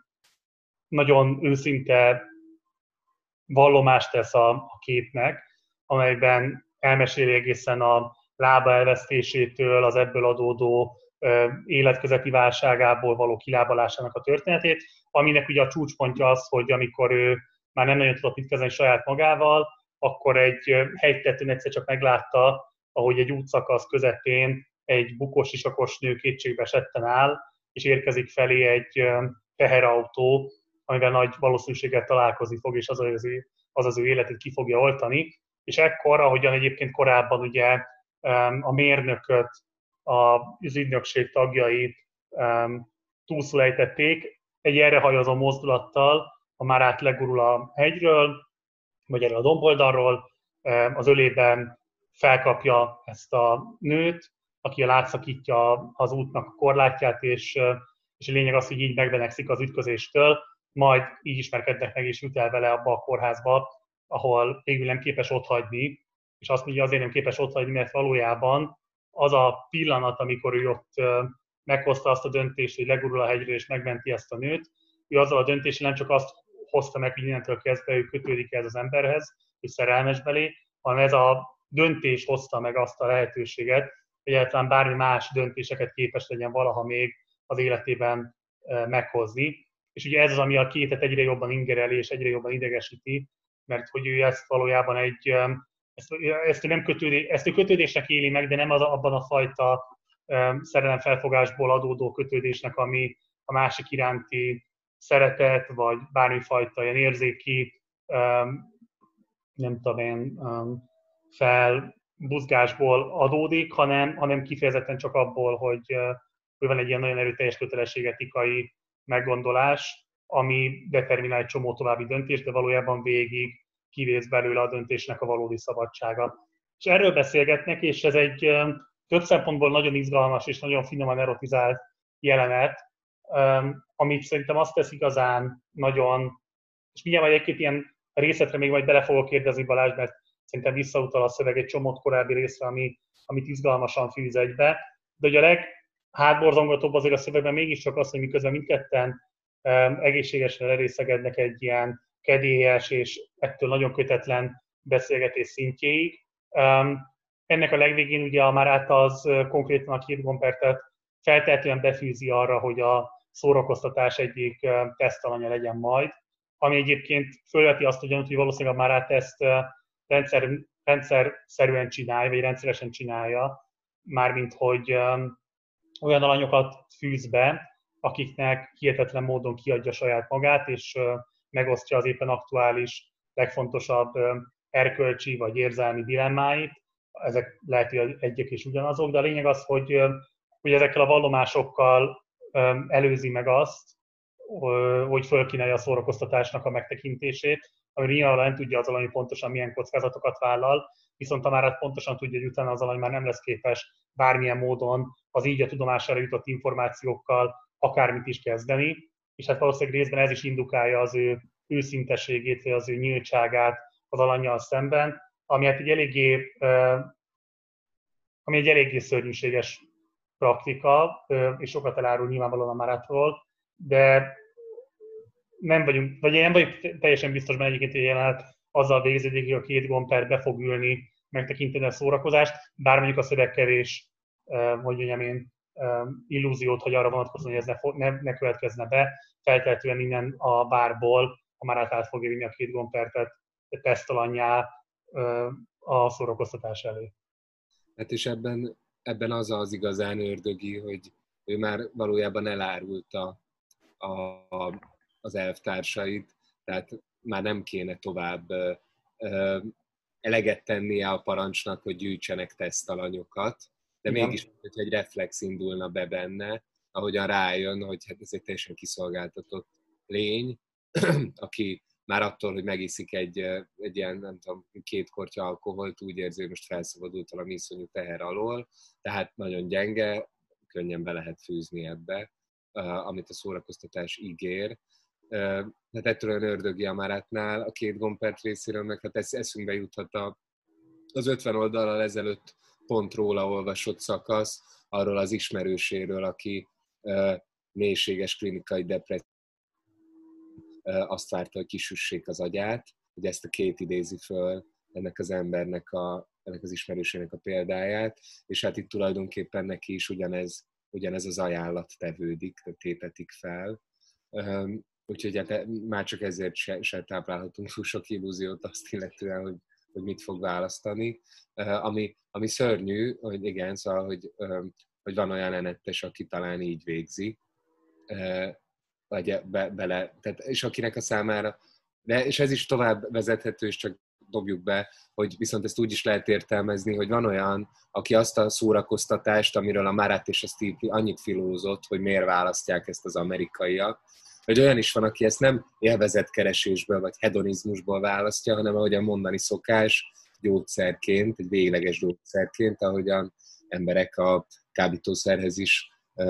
nagyon őszinte vallomást tesz a, a képnek, amelyben elmeséli egészen a lába elvesztésétől, az ebből adódó ö, életközeti válságából való kilábalásának a történetét, aminek ugye a csúcspontja az, hogy amikor ő már nem nagyon tudott mit kezdeni saját magával, akkor egy hegytetőn egyszer csak meglátta, ahogy egy útszakasz közepén egy bukós isakos nő kétségbe esetten áll, és érkezik felé egy teherautó, amivel nagy valószínűséggel találkozni fog, és az az ő, az, az ő életét ki fogja oltani. És ekkor, ahogyan egyébként korábban ugye a mérnököt, az ügynökség tagjait túlszulejtették, egy errehajazó mozdulattal a Marat legurul a hegyről, vagy erről a domboldalról, az ölében felkapja ezt a nőt, aki látszakítja az útnak a korlátját, és, és a lényeg az, hogy így megbenegszik az ütközéstől, majd így ismerkednek meg, és jut el vele abba a kórházba, ahol végül nem képes otthagyni, és azt mondja, azért nem képes otthagyni, mert valójában az a pillanat, amikor ő ott meghozta azt a döntést, hogy legurul a hegyről és megmenti ezt a nőt, ő azzal a döntéssel nem csak azt hozta meg, hogy innentől kezdve ő kötődik ez az emberhez, és szerelmes belé, hanem ez a döntés hozta meg azt a lehetőséget, hogy egyáltalán bármi más döntéseket képes legyen valaha még az életében meghozni. És ugye ez az, ami a kétet egyre jobban ingereli és egyre jobban idegesíti, mert hogy ő ezt valójában egy, ezt, ezt, nem kötődés, ezt ő kötődésnek éli meg, de nem az abban a fajta szerelemfelfogásból adódó kötődésnek, ami a másik iránti szeretet, vagy bármifajta ilyen érzéki, nem tudom én, felbuzgásból adódik, hanem, hanem kifejezetten csak abból, hogy, hogy van egy ilyen nagyon erőteljes kötelességetikai meggondolás, ami determinál egy csomó további döntést, de valójában végig kivész belőle a döntésnek a valódi szabadsága. És erről beszélgetnek, és ez egy több szempontból nagyon izgalmas és nagyon finoman erotizált jelenet, amit szerintem azt tesz igazán nagyon, és mindjárt majd egy-két ilyen részletre még majd bele fogok kérdezni, Balázs, mert szerintem visszautal a szöveg egy csomót korábbi részre, ami, amit izgalmasan fűz egybe. De ugye a leghátborzongatóbb azért a szövegben mégiscsak az, hogy miközben mindketten um, egészségesen lerészegednek egy ilyen kedélyes és ettől nagyon kötetlen beszélgetés szintjéig. Um, ennek a legvégén ugye a Marat az konkrétan a két gompertet feltehetően befűzi arra, hogy a szórakoztatás egyik tesztalanya legyen majd, ami egyébként fölveti azt, hogy valószínűleg a Marat ezt rendszer, rendszerszerűen csinálja, vagy rendszeresen csinálja, mármint hogy olyan alanyokat fűz be, akiknek hihetetlen módon kiadja saját magát, és megosztja az éppen aktuális, legfontosabb erkölcsi vagy érzelmi dilemmáit. Ezek lehet, hogy egyek és ugyanazok, de a lényeg az, hogy, hogy ezekkel a vallomásokkal előzi meg azt, hogy fölkínálja a szórakoztatásnak a megtekintését, ami nyilvánvalóan nem tudja az alany pontosan milyen kockázatokat vállal, viszont a Marat pontosan tudja, hogy utána az alany már nem lesz képes bármilyen módon az így a tudomására jutott információkkal akármit is kezdeni, és hát valószínűleg részben ez is indukálja az ő őszinteségét, vagy az ő nyíltságát az alannyal szemben, ami hát egy eléggé, ami egy eléggé szörnyűséges praktika, és sokat elárul nyilvánvalóan a Maratról, de nem vagyunk, vagy én nem vagyok teljesen biztos benne egyébként, hogy jelenet azzal végződik, hogy a két gomper be fog ülni, megtekinteni a szórakozást, bár mondjuk a szöveg kevés, hogy mondjam én, illúziót, hogy arra vonatkozóan, hogy ez ne, ne, ne következne be, feltehetően innen a bárból a Marat át fogja vinni a két gompertet tesztalanyjá a szórakoztatás elé. Hát és ebben, ebben az az igazán ördögi, hogy ő már valójában elárulta a, a, az elvtársait, tehát már nem kéne tovább ö, ö, eleget tennie a parancsnak, hogy gyűjtsenek tesztalanyokat, de igen. Mégis, hogyha egy reflex indulna be benne, ahogyan rájön, hogy hát ez egy teljesen kiszolgáltatott lény, aki már attól, hogy megiszik egy, egy ilyen, nem tudom, két kortya alkoholt, úgy érzi, hogy most felszabadult valami iszonyú teher alól, tehát nagyon gyenge, könnyen be lehet fűzni ebbe, amit a szórakoztatás ígér, hát ettől olyan ördögi a Maratnál, a két Gompert részéről, meg hát eszünkbe juthat a, az ötven oldallal ezelőtt pont róla olvasott szakasz, arról az ismerőséről, aki uh, mélységes klinikai depresszió, uh, azt várta, hogy kisüssék az agyát, hogy ezt a két idézi föl ennek az embernek, a, ennek az ismerősének a példáját, és hát itt tulajdonképpen neki is ugyanez, ugyanez az ajánlat tevődik, tétetik fel. Um, úgyhogy hát már csak ezért se, se táplálhatunk túl sok illúziót azt illetően, hogy, hogy mit fog választani. Uh, ami, ami szörnyű, hogy igen, szóval, hogy, um, hogy van olyan enettes, aki talán így végzi, uh, vagy be, bele, tehát, és akinek a számára, de, és ez is tovább vezethető, és csak dobjuk be, hogy viszont ezt úgy is lehet értelmezni, hogy van olyan, aki azt a szórakoztatást, amiről a Marat és a Stipley annyit filózott, hogy miért választják ezt az amerikaiak, hogy olyan is van, aki ezt nem élvezetkeresésből vagy hedonizmusból választja, hanem ahogyan mondani szokás, gyógyszerként, egy végleges gyógyszerként, ahogyan emberek a kábítószerhez is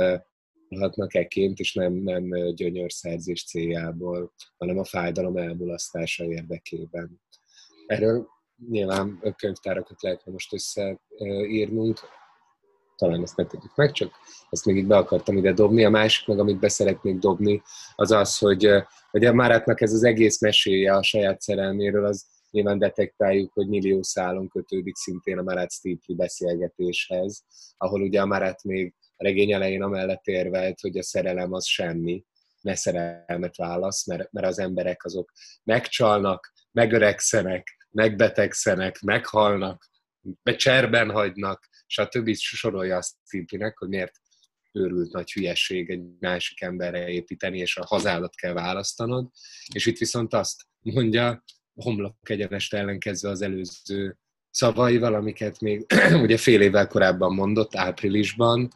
hatnak ekként, és nem, nem gyönyörszerzés céljából, hanem a fájdalom elmulasztása érdekében. Erről nyilván könyvtárakat lehetne most összeírnunk, talán ezt ne tegyük meg, csak ezt még így be akartam ide dobni. A másik meg, amit be szeretnék dobni, az az, hogy, hogy a Maratnak ez az egész meséje a saját szerelméről, az nyilván detektáljuk, hogy millió szálon kötődik szintén a Marat-Stipley beszélgetéshez, ahol ugye a Marat még a regény elején amellett érvelt, hogy a szerelem az semmi, ne szerelmet válasz, mert, mert az emberek azok megcsalnak, megöregszenek, megbetegszenek, meghalnak, becserben hagynak, stb. Sorolja a Stipleynek, hogy miért őrült nagy hülyeség egy másik emberre építeni, és a hazádat kell választanod. És itt viszont azt mondja, homlok egyenest ellenkezve az előző szavaival, amiket még ugye fél évvel korábban mondott, áprilisban,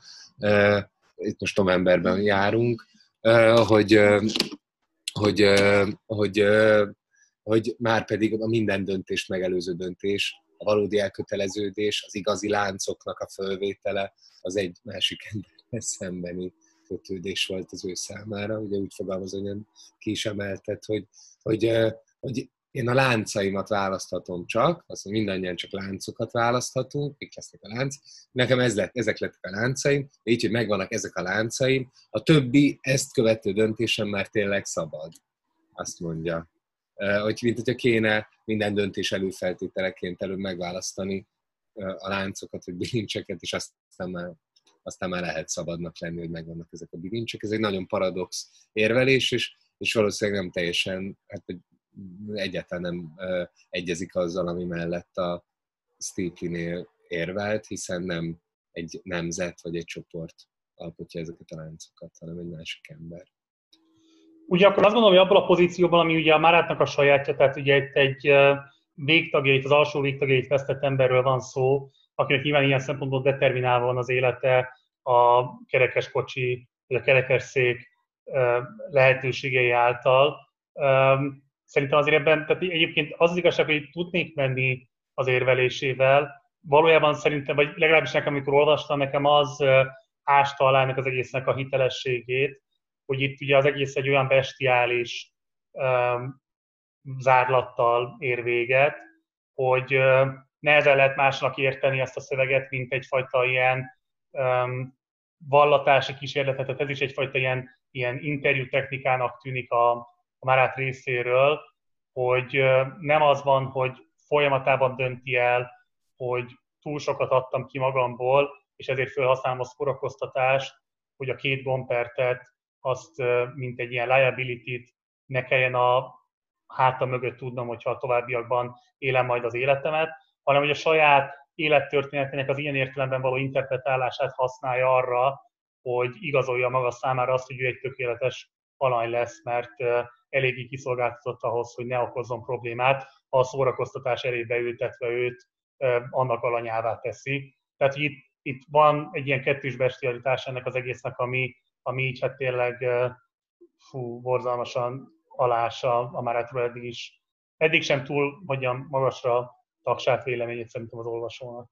itt most novemberben járunk, hogy, hogy, hogy, hogy már pedig a minden döntést megelőző döntés, a valódi elköteleződés, az igazi láncoknak a fölvétele, az egy másik emberrel szembeni kötődés volt az ő számára. Ugye úgy fogalmazom, hogy ki is emeltet, hogy, hogy, hogy én a láncaimat választhatom csak, azt mondja, mindannyian csak láncokat választhatunk, mik lesznek a lánc. Nekem ez lett, ezek lettek a láncaim, így, hogy megvannak ezek a láncaim, a többi ezt követő döntésem már tényleg szabad, azt mondja. Hogy mint hogyha kéne minden döntés előfeltételeként előbb megválasztani a láncokat, vagy bilincseket, és aztán már, aztán már lehet szabadnak lenni, hogy megvannak ezek a bilincsek. Ez egy nagyon paradox érvelés, és, és valószínűleg nem teljesen, hát egyáltalán nem egyezik azzal, ami mellett a Stipleynél érvelt, hiszen nem egy nemzet vagy egy csoport alkotja ezeket a láncokat, hanem egy másik ember. Ugye akkor azt gondolom, hogy abban a pozícióban, ami ugye a Maratnak a sajátja, tehát ugye itt egy végtagjait, az alsó végtagjait vesztett emberről van szó, akinek nyilván ilyen szempontból determinálva van az élete, a kerekeskocsi, vagy a kerekesszék lehetőségei által. Szerintem azért ebben, tehát egyébként az az igazság, hogy tudnék menni az érvelésével. Valójában szerintem, vagy legalábbis nekem, amikor olvastam, nekem az ásta alá ennek az egésznek a hitelességét, hogy itt ugye az egész egy olyan bestiális um, zárlattal ér véget, hogy um, nehezen lehet másnak érteni ezt a szöveget, mint egyfajta ilyen um, vallatási kísérletet, tehát ez is egyfajta ilyen, ilyen interjú technikának tűnik a, a Marat részéről, hogy uh, nem az van, hogy folyamatában dönti el, hogy túl sokat adtam ki magamból, és ezért felhasználom a szórakoztatást, hogy a két gompertet azt, mint egy ilyen liability-t ne kelljen a hátam mögött tudnom, hogyha a továbbiakban élem majd az életemet, hanem hogy a saját élettörténetének az ilyen értelemben való interpretálását használja arra, hogy igazolja maga számára azt, hogy ő egy tökéletes alany lesz, mert eléggé kiszolgáltatott ahhoz, hogy ne okozzon problémát, ha a szórakoztatás elébe ültetve őt annak alanyává teszi. Tehát itt, itt van egy ilyen kettős bestialitás ennek az egésznek, ami ami így hát tényleg fú, borzalmasan alása a Maratról eddig is. Eddig sem túl, mondjam, magasra tagsált véleményét szerintem az olvasónak.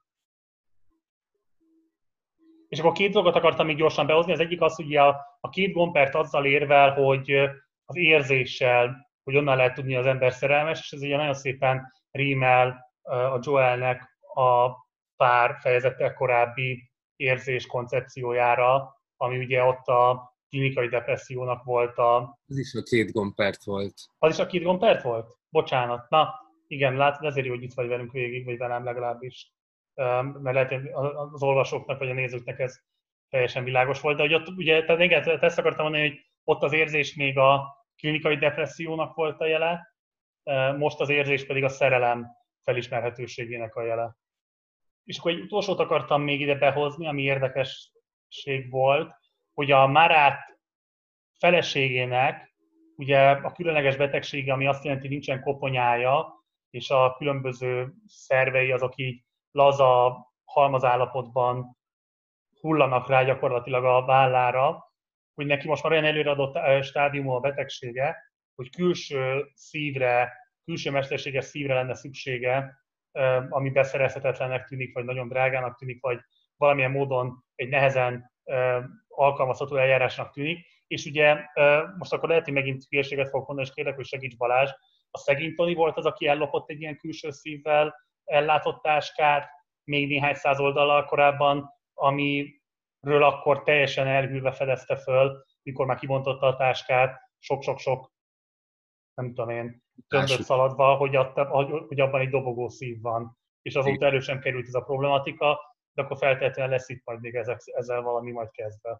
És akkor két dolgot akartam még gyorsan behozni. Az egyik az, hogy a, a két Gompert azzal érvel, hogy az érzéssel, hogy onnan lehet tudni, az ember szerelmes, és ez ugye nagyon szépen rímel a Joelnek a pár fejezettel korábbi érzés koncepciójára, ami ugye ott a klinikai depressziónak volt a... Ez is a két gombpert volt. Az is a két gombpert volt? Bocsánat. Na, igen, látod, ezért jó, hogy itt vagy velünk végig, vagy velem legalábbis. Mert lehet, hogy az olvasóknak, vagy a nézőknek ez teljesen világos volt. De hogy ott, ugye, tehát igen, ezt akartam mondani, hogy ott az érzés még a klinikai depressziónak volt a jele, most az érzés pedig a szerelem felismerhetőségének a jele. És akkor egy utolsót akartam még ide behozni, ami érdekesség volt, hogy a Marat feleségének ugye a különleges betegsége, ami azt jelenti, hogy nincsen koponyája, és a különböző szervei azok így laza halmazállapotban hullanak rá gyakorlatilag a vállára, hogy neki most már olyan előreadott stádiumú a betegsége, hogy külső szívre, külső mesterséges szívre lenne szüksége, ami beszerezhetetlennek tűnik, vagy nagyon drágának tűnik, vagy valamilyen módon egy nehezen alkalmazható eljárásnak tűnik. És ugye most akkor lehet, hogy megint hülyeséget fogok mondani, és kérlek, hogy segíts Balázs, a szegény Toni volt az, aki ellopott egy ilyen külső szívvel ellátott táskát még néhány száz oldallal korábban, amiről akkor teljesen elhűlve fedezte föl, mikor már kibontotta a táskát, sok-sok-sok, nem tudom én, tömböt szaladva, hogy, adta, hogy abban egy dobogó szív van. És azóta elő sem került ez a problematika, de akkor feltétlenül lesz itt majd még ezek, ezzel valami majd kezdve.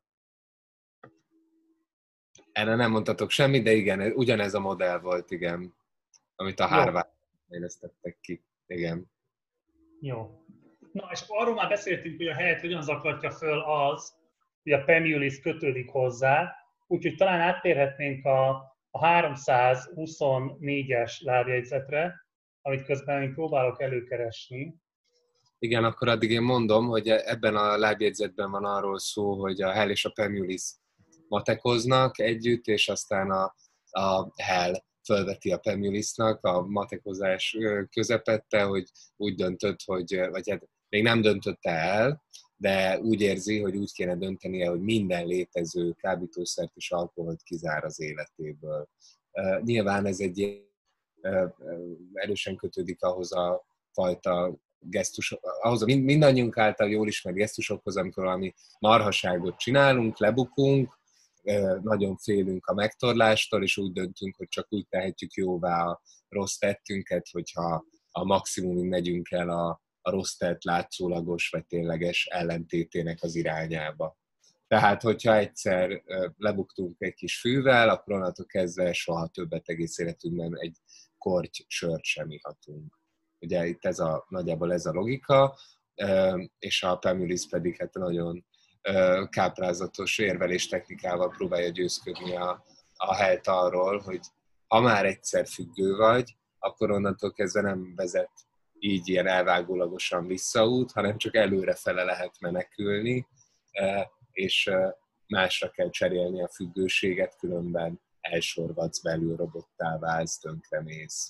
Erre nem mondtatok semmit, de igen, ugyanez a modell volt, igen, amit a Harvard fejlesztettek ki. Igen. Jó. Na, és arról már beszéltünk, hogy a helyet hogyan zaklatja föl az, hogy a Pemulis kötődik hozzá, úgyhogy talán áttérhetnénk a, a háromszázhuszonnégyes lábjegyzetre, amit közben én próbálok előkeresni. Igen, akkor addig én mondom, hogy ebben a lábjegyzetben van arról szó, hogy a Hell és a Pemulis matekoznak együtt, és aztán a, a Hell fölveti a Pemulisnak a matekozás közepette, hogy úgy döntött, hogy, vagy hát még nem döntötte el, de úgy érzi, hogy úgy kéne döntenie, hogy minden létező kábítószert és alkoholt kizár az életéből. Nyilván ez egy erősen kötődik ahhoz a fajta gesztus, ahhoz a mindannyiunk által jól ismert gesztusokhoz, amikor valami marhaságot csinálunk, lebukunk, nagyon félünk a megtorlástól, és úgy döntünk, hogy csak úgy tehetjük jóvá a rossz tettünket, hogyha a maximumig megyünk el a, a rossz tett látszólagos vagy tényleges ellentétének az irányába. Tehát, hogyha egyszer lebuktunk egy kis fűvel, akkor onnantól kezdve soha többet egész életünkben egy korty sört sem ihatunk. Ugye itt ez a, nagyjából ez a logika, és a Pemulis pedig hát nagyon káprázatos érvelés technikával próbálja győzködni a, a Hellt arról, hogy ha már egyszer függő vagy, akkor onnantól kezdve nem vezet így ilyen elvágólagosan visszaút, hanem csak előrefele lehet menekülni, és másra kell cserélni a függőséget, különben elsorvadsz belül, robottá válsz, tönkremész.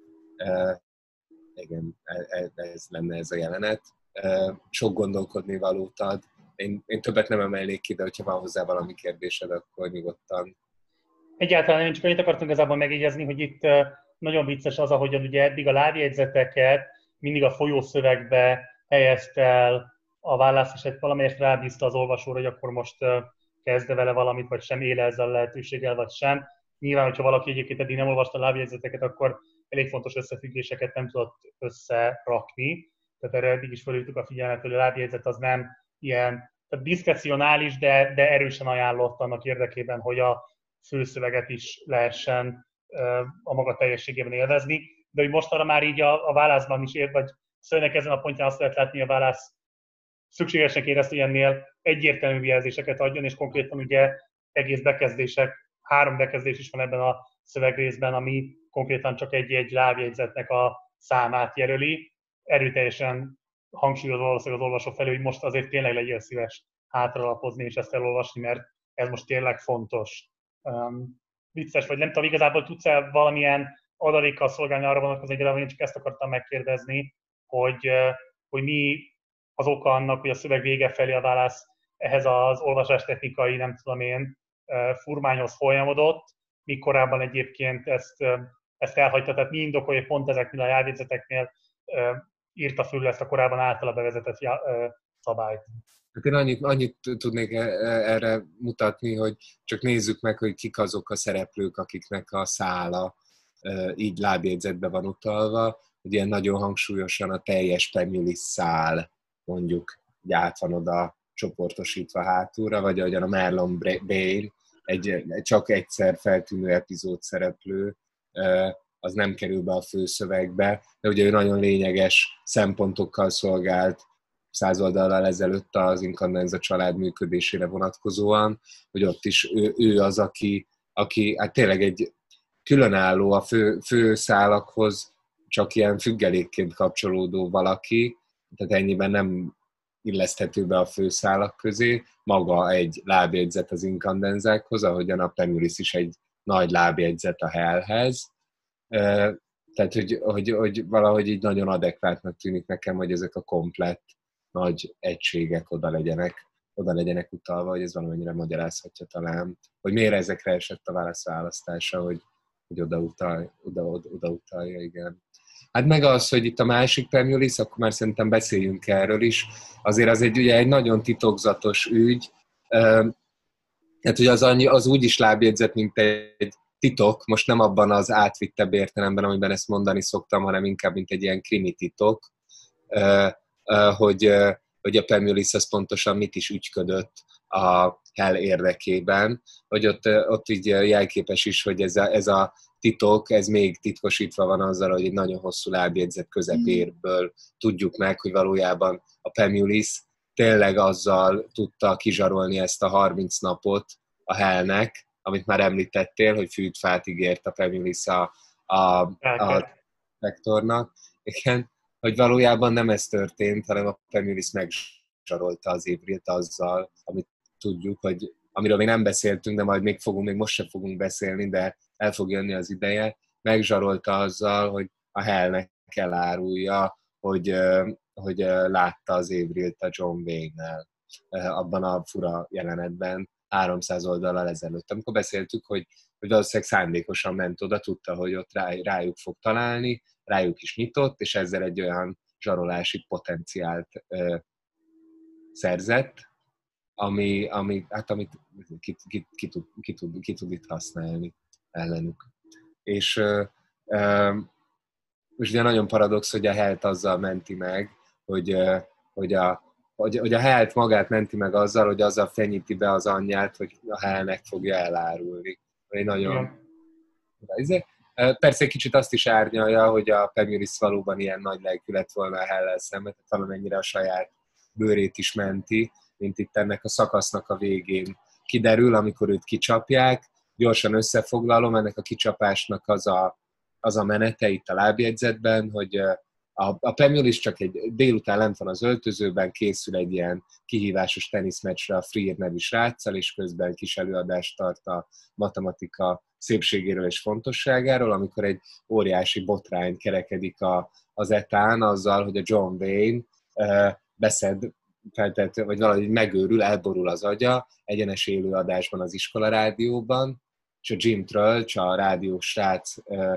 Igen, ez lenne ez a jelenet. Sok gondolkodni valót ad. Én, én többet nem emelnék ki, de hogyha van hozzá valami kérdésed, akkor nyugodtan. Egyáltalán nem, csak annyit akartunk igazából megjegyezni, hogy itt nagyon vicces az, ahogyan ugye eddig a lábjegyzeteket mindig a folyószövegbe helyezte el a válasz, és valamelyest rábízta az olvasóra, hogy akkor most kezde vele valamit, vagy sem éle ezzel a lehetőséggel, vagy sem. Nyilván, hogyha valaki egyébként eddig nem olvasta a lábjegyzeteket, akkor elég fontos összefüggéseket nem tudott összerakni. Tehát erre eddig is felhívtuk a figyelmet, hogy a lábjegyzet az nem ilyen, tehát diszkrecionális, de, de erősen ajánlott annak érdekében, hogy a főszöveget is lehessen a maga teljességében élvezni. De hogy mostanra már így a, a válaszban is ért, vagy szövegnek ezen a pontján azt lehet látni, hogy a válasz szükségesnek érezte, hogy ennél egyértelmű jelzéseket adjon, és konkrétan ugye egész bekezdések, három bekezdés is van ebben a szövegrészben, ami konkrétan csak egy-egy lábjegyzetnek a számát jelöli. Erőteljesen hangsúlyozva valószínűleg az olvasó felé, hogy most azért tényleg legyél szíves hátralapozni és ezt elolvasni, mert ez most tényleg fontos. Um, vicces, vagy nem tudom, igazából tudsz-e valamilyen adalékkal szolgálni arra vonatkozni, hogy én csak ezt akartam megkérdezni, hogy, hogy mi az oka annak, hogy a szöveg vége felé a válasz ehhez az olvasástechnikai, nem tudom én, furmányhoz folyamodott, míg korábban egyébként ezt, ezt elhagyta, tehát mi indokolja, hogy pont ezeknél a lábjegyzeteknél írta föl ezt a korábban általa bevezetett szabályt. Hát én annyit, annyit tudnék erre mutatni, hogy csak nézzük meg, hogy kik azok a szereplők, akiknek a szála így lábjegyzetbe van utalva, hogy ilyen nagyon hangsúlyosan a teljes Pemulis szál mondjuk így át van oda csoportosítva hátulra, vagy ahogyan a Marlon Bane, egy csak egyszer feltűnő epizód szereplő, az nem kerül be a főszövegbe, de ugye ő nagyon lényeges szempontokkal szolgált száz oldallal ezelőtt az Incandenza család működésére vonatkozóan, hogy ott is ő, ő az, aki, aki hát tényleg egy különálló a fő, fő szálakhoz, csak ilyen függelékként kapcsolódó valaki, tehát ennyiben nem illeszthető be a főszálak közé, maga egy lábjegyzet az Incandenzákhoz, ahogyan a Pemulis is egy nagy lábjegyzet a Hellhez. Tehát, hogy, hogy, hogy valahogy így nagyon adekvátnak tűnik nekem, hogy ezek a komplett nagy egységek oda legyenek, oda legyenek utalva, hogy ez valamennyire magyarázhatja talán, hogy miért ezekre esett a válaszválasztása, hogy, hogy oda, utal, oda, oda, oda utalja, igen. Hát meg az, hogy itt a másik Pemulis, akkor már szerintem beszéljünk erről is. Azért az egy, ugye egy nagyon titokzatos ügy. Tehát, hogy az, annyi, az úgy is lábjegyzet, mint egy titok, most nem abban az átvittebb értelemben, amiben ezt mondani szoktam, hanem inkább, mint egy ilyen krimi titok, hogy, hogy a Pemulis az pontosan mit is ügyködött a Hell érdekében, hogy ott, ott így jelképes is, hogy ez a, ez a titok, ez még titkosítva van azzal, hogy egy nagyon hosszú lábjegyzet közepérből tudjuk meg, hogy valójában a Pemulis tényleg azzal tudta kizsarolni ezt a harminc napot a Hellnek, amit már említettél, hogy fűtfát ígért a Pemulis a, a, a rektornak. Igen, hogy valójában nem ez történt, hanem a Pemulis megzsarolta az Évrilt azzal, amit tudjuk, hogy amiről még nem beszéltünk, de majd még fogunk, még most sem fogunk beszélni, de el fog jönni az ideje, megzsarolta azzal, hogy a Hellnek elárulja, hogy, hogy látta az Évrilt a John Wayne-nel abban a fura jelenetben háromszáz oldallal ezelőtt. Amikor beszéltük, hogy, hogy valószínűleg szándékosan ment oda, tudta, hogy ott rá, rájuk fog találni, rájuk is nyitott, és ezzel egy olyan zsarolási potenciált ö, szerzett, ami, ami, hát, amit ki, ki, ki, tud, ki, tud, ki tud itt használni ellenük. És, ö, ö, és ugye nagyon paradox, hogy a Hellt azzal menti meg, hogy, ö, hogy, a, hogy, hogy a Hellt magát menti meg azzal, hogy azzal fenyíti be az anyját, hogy a Hellnek fogja elárulni. Egy nagyon... Igen. Persze egy kicsit azt is árnyalja, hogy a Pemulis valóban ilyen nagy lelkű lett volna a Hellel szemben, tehát valamennyire a saját bőrét is menti, mint itt ennek a szakasznak a végén kiderül, amikor őt kicsapják. Gyorsan összefoglalom, ennek a kicsapásnak az a, az a menete itt a lábjegyzetben, hogy a, a Pemulis csak egy délután lent van az öltözőben, készül egy ilyen kihívásos teniszmeccsre a Freer nevű sráccal, és közben kis előadást tart a matematika szépségéről és fontosságáról, amikor egy óriási botrány kerekedik a, az etán azzal, hogy a John Wayne uh, beszed, feltett, vagy valahogy megőrül, elborul az agya, egyenes élőadásban az iskola rádióban, és a Jim Trölcs, a rádiós srác uh,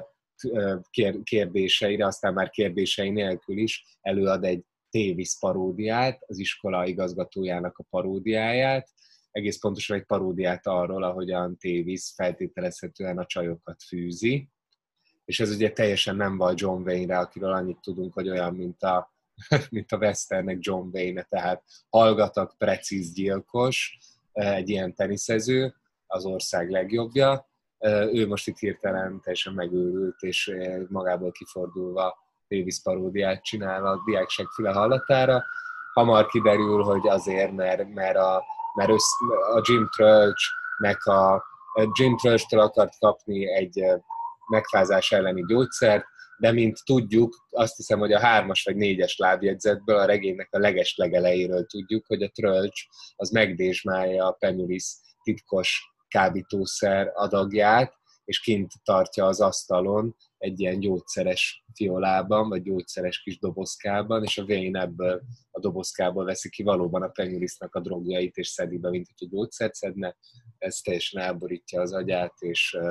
kérdéseire, aztán már kérdései nélkül is előad egy tévisz paródiát, az iskola igazgatójának a paródiáját, egész pontosan egy paródiát arról, ahogyan tévisz feltételezhetően a csajokat fűzi, és ez ugye teljesen nem val John Wayne-re, akiről annyit tudunk, hogy olyan, mint a, mint a Westernek John Wayne, tehát hallgatak, precíz gyilkos, egy ilyen teniszező, az ország legjobbja. Ő most itt hirtelen teljesen megőrült, és magából kifordulva tévisz paródiát csinál a diákság füle hallatára. Hamar kiderül, hogy azért, mert, mert, a, mert össz, a Jim Trölcsnek a, a Jim Trölcstől akart kapni egy megfázás elleni gyógyszert, de mint tudjuk, azt hiszem, hogy a hármas vagy négyes lábjegyzetből, a regénynek a leges legelejéről tudjuk, hogy a Trölcs az megdésmálja a Pemulis titkos kábítószer adagját, és kint tartja az asztalon egy ilyen gyógyszeres fiolában, vagy gyógyszeres kis dobozkában, és a Wayne ebből a dobozkából veszi ki valóban a Pemulisnak a drogjait, és szedi be, mint hogy a gyógyszert szedne. Ez teljesen elborítja az agyát, és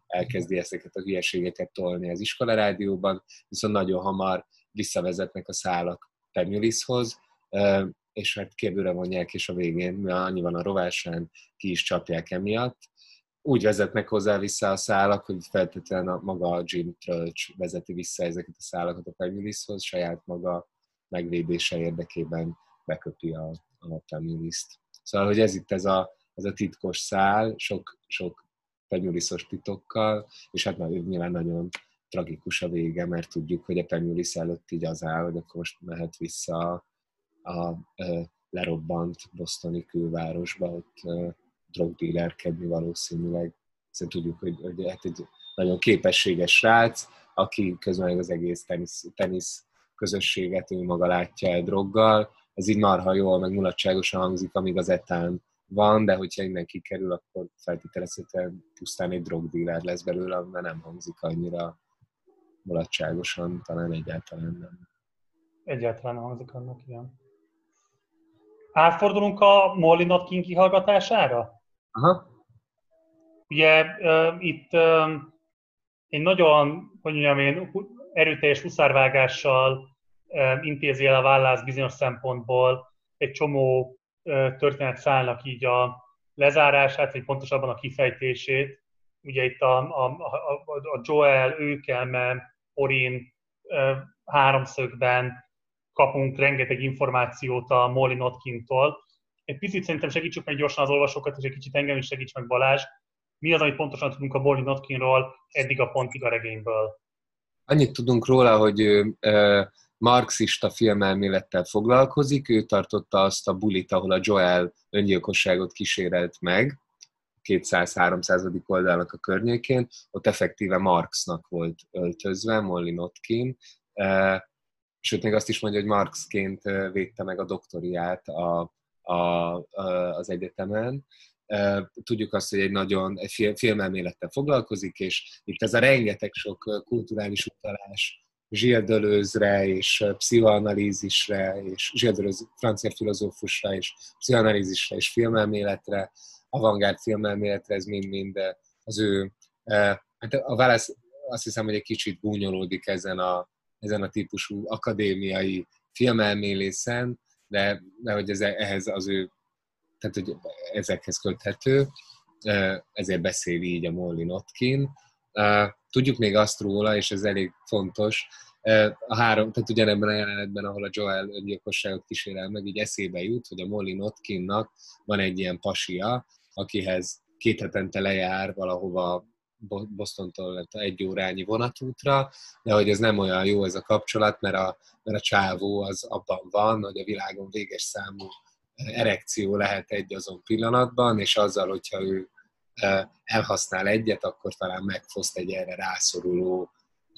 elkezdi ezeket a hülyeségeket tolni az iskolarádióban, viszont nagyon hamar visszavezetnek a szálak Pemulishoz, és hát kérdőre vonják, és a végén, mivel annyi van a rovásán, ki is csapják emiatt. Úgy vezetnek hozzá vissza a szálak, hogy feltétlenül a, maga a Jim Trölcs vezeti vissza ezeket a szálakat a Pemulishoz, saját maga megvédése érdekében beköpi a, a Pemulist. Szóval, hogy ez itt ez a, ez a titkos szál, sok, sok Pemulisos titokkal, és hát már nyilván nagyon tragikus a vége, mert tudjuk, hogy a Pemulis előtt így az áll, hogy akkor most mehet vissza a, a, a lerobbant bostoni külvárosba, ott drogdílerkedni valószínűleg. Hiszen tudjuk, hogy, hogy hát egy nagyon képességes srác, aki közben az egész tenisz, tenisz közösséget ő maga látja el droggal. Ez így marha jól, meg mulatságosan hangzik, amíg az etán van, de hogyha innen kikerül, akkor feltételezhetően pusztán egy drogdíler lesz belőle, mert nem hangzik annyira mulatságosan, talán egyáltalán nem. Egyáltalán nem hangzik annak, igen. Átfordulunk a Molly Not King kihallgatására? Aha. Ugye uh, itt uh, egy nagyon, hogy mondjam én, erőteljes huszárvágással uh, intézi el a vállás bizonyos szempontból, egy csomó uh, történet szállnak így a lezárását, vagy pontosabban a kifejtését. Ugye itt a, a, a, a Joel, őkelme, Orin uh, háromszögben kapunk rengeteg információt a Molly Not Kingtól. Egy picit szerintem segítsük meg gyorsan az olvasókat, és egy kicsit engem is segíts meg Balázs. Mi az, amit pontosan tudunk a Molly Not Kingról eddig a pontig a regényből? Annyit tudunk róla, hogy ő e, marxista filmelmélettel foglalkozik, ő tartotta azt a bulit, ahol a Joel öngyilkosságot kísérelt meg, kétszáz-háromszázadik oldalnak a környékén, ott effektíve Marxnak volt öltözve, Molly Not King, e, sőt, még azt is mondja, hogy Marxként védte meg a doktoriát a, a, a, az egyetemen. Tudjuk azt, hogy egy nagyon egy filmelmélettel foglalkozik, és itt ez a rengeteg sok kulturális utalás Gilles Deleuze-re és pszichoanalízisre, és Gilles Deleuze francia filozófusra, és pszichoanalízisre és filmelméletre, avantgárd filmelméletre, ez mind-mind az ő... Hát a válasz azt hiszem, hogy egy kicsit gúnyolódik ezen a ezen a típusú akadémiai filmelmélészen, de, de hogy ez, ehhez az ő, tehát hogy ezekhez köthető, ezért beszél így a Molly Not King. Tudjuk még azt róla, és ez elég fontos, a három, tehát ugyanebben a jelenetben, ahol a Joel öngyilkosságot kísérel meg, így eszébe jut, hogy a Molly Not Kingnak van egy ilyen pasia, akihez két hetente lejár valahova Bostontól egy órányi vonatútra, de hogy ez nem olyan jó ez a kapcsolat, mert a, mert a csávó az abban van, hogy a világon véges számú erekció lehet egy azon pillanatban, és azzal, hogyha ő elhasznál egyet, akkor talán megfoszt egy erre rászoruló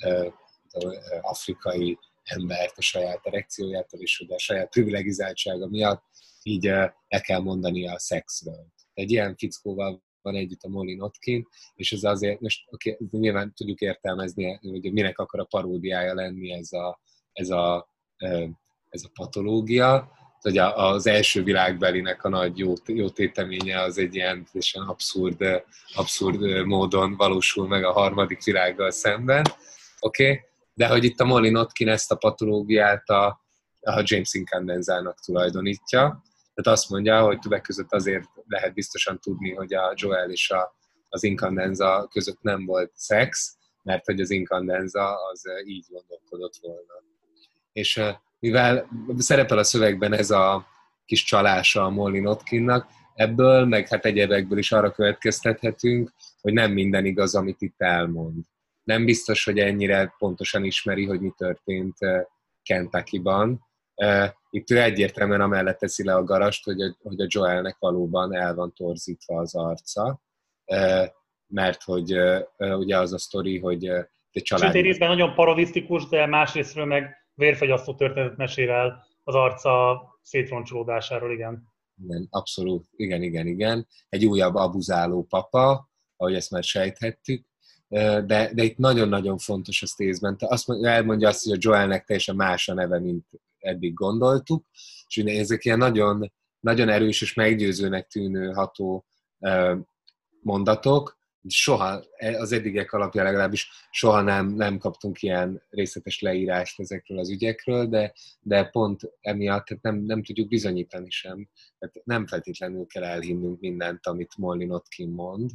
afrikai embert a saját erekciójától, és hogy a saját privilegizáltsága miatt így el kell mondani a szexről. Egy ilyen fickóval van együtt a Molly Not King, és ez azért, most okay, nyilván tudjuk értelmezni, hogy minek akar a paródiája lenni ez a, ez a, ez a patológia, hogy az első világbelinek a nagy jó, jó téteménye az egy ilyen, ilyen abszurd, abszurd módon valósul meg a harmadik világgal szemben, oké? Okay? De hogy itt a Molly Not King ezt a patológiát a, a James Incandenzának tulajdonítja. Tehát azt mondja, hogy többek között azért lehet biztosan tudni, hogy a Joel és a, az Incandenza között nem volt szex, mert hogy az Incandenza az így gondolkodott volna. És mivel szerepel a szövegben ez a kis csalása a Molly Not Kingnak, ebből, meg hát egyebekből is arra következtethetünk, hogy nem minden igaz, amit itt elmond. Nem biztos, hogy ennyire pontosan ismeri, hogy mi történt Kentuckyban. Itt ő egyértelműen amellett teszi le a garast, hogy a, hogy a Joelnek valóban el van torzítva az arca, mert hogy ugye az a sztori, hogy egy család... Sőt, egy részben nagyon parodisztikus, de másrésztről meg vérfagyasztó történetet mesél el az arca szétroncsolódásáról, igen. Igen, abszolút, igen, igen, igen. Egy újabb abuzáló papa, ahogy ezt már sejthettük, de, de itt nagyon-nagyon fontos a Staysman. Azt mondja, elmondja azt, hogy a Joelnek teljesen más a neve, mint eddig gondoltuk, és ugye ezek ilyen nagyon, nagyon erős és meggyőzőnek tűnő ható mondatok, soha, az eddigek alapján legalábbis soha nem, nem kaptunk ilyen részletes leírást ezekről az ügyekről, de, de pont emiatt tehát nem, nem tudjuk bizonyítani sem. Tehát nem feltétlenül kell elhinnünk mindent, amit Molly Notkin mond,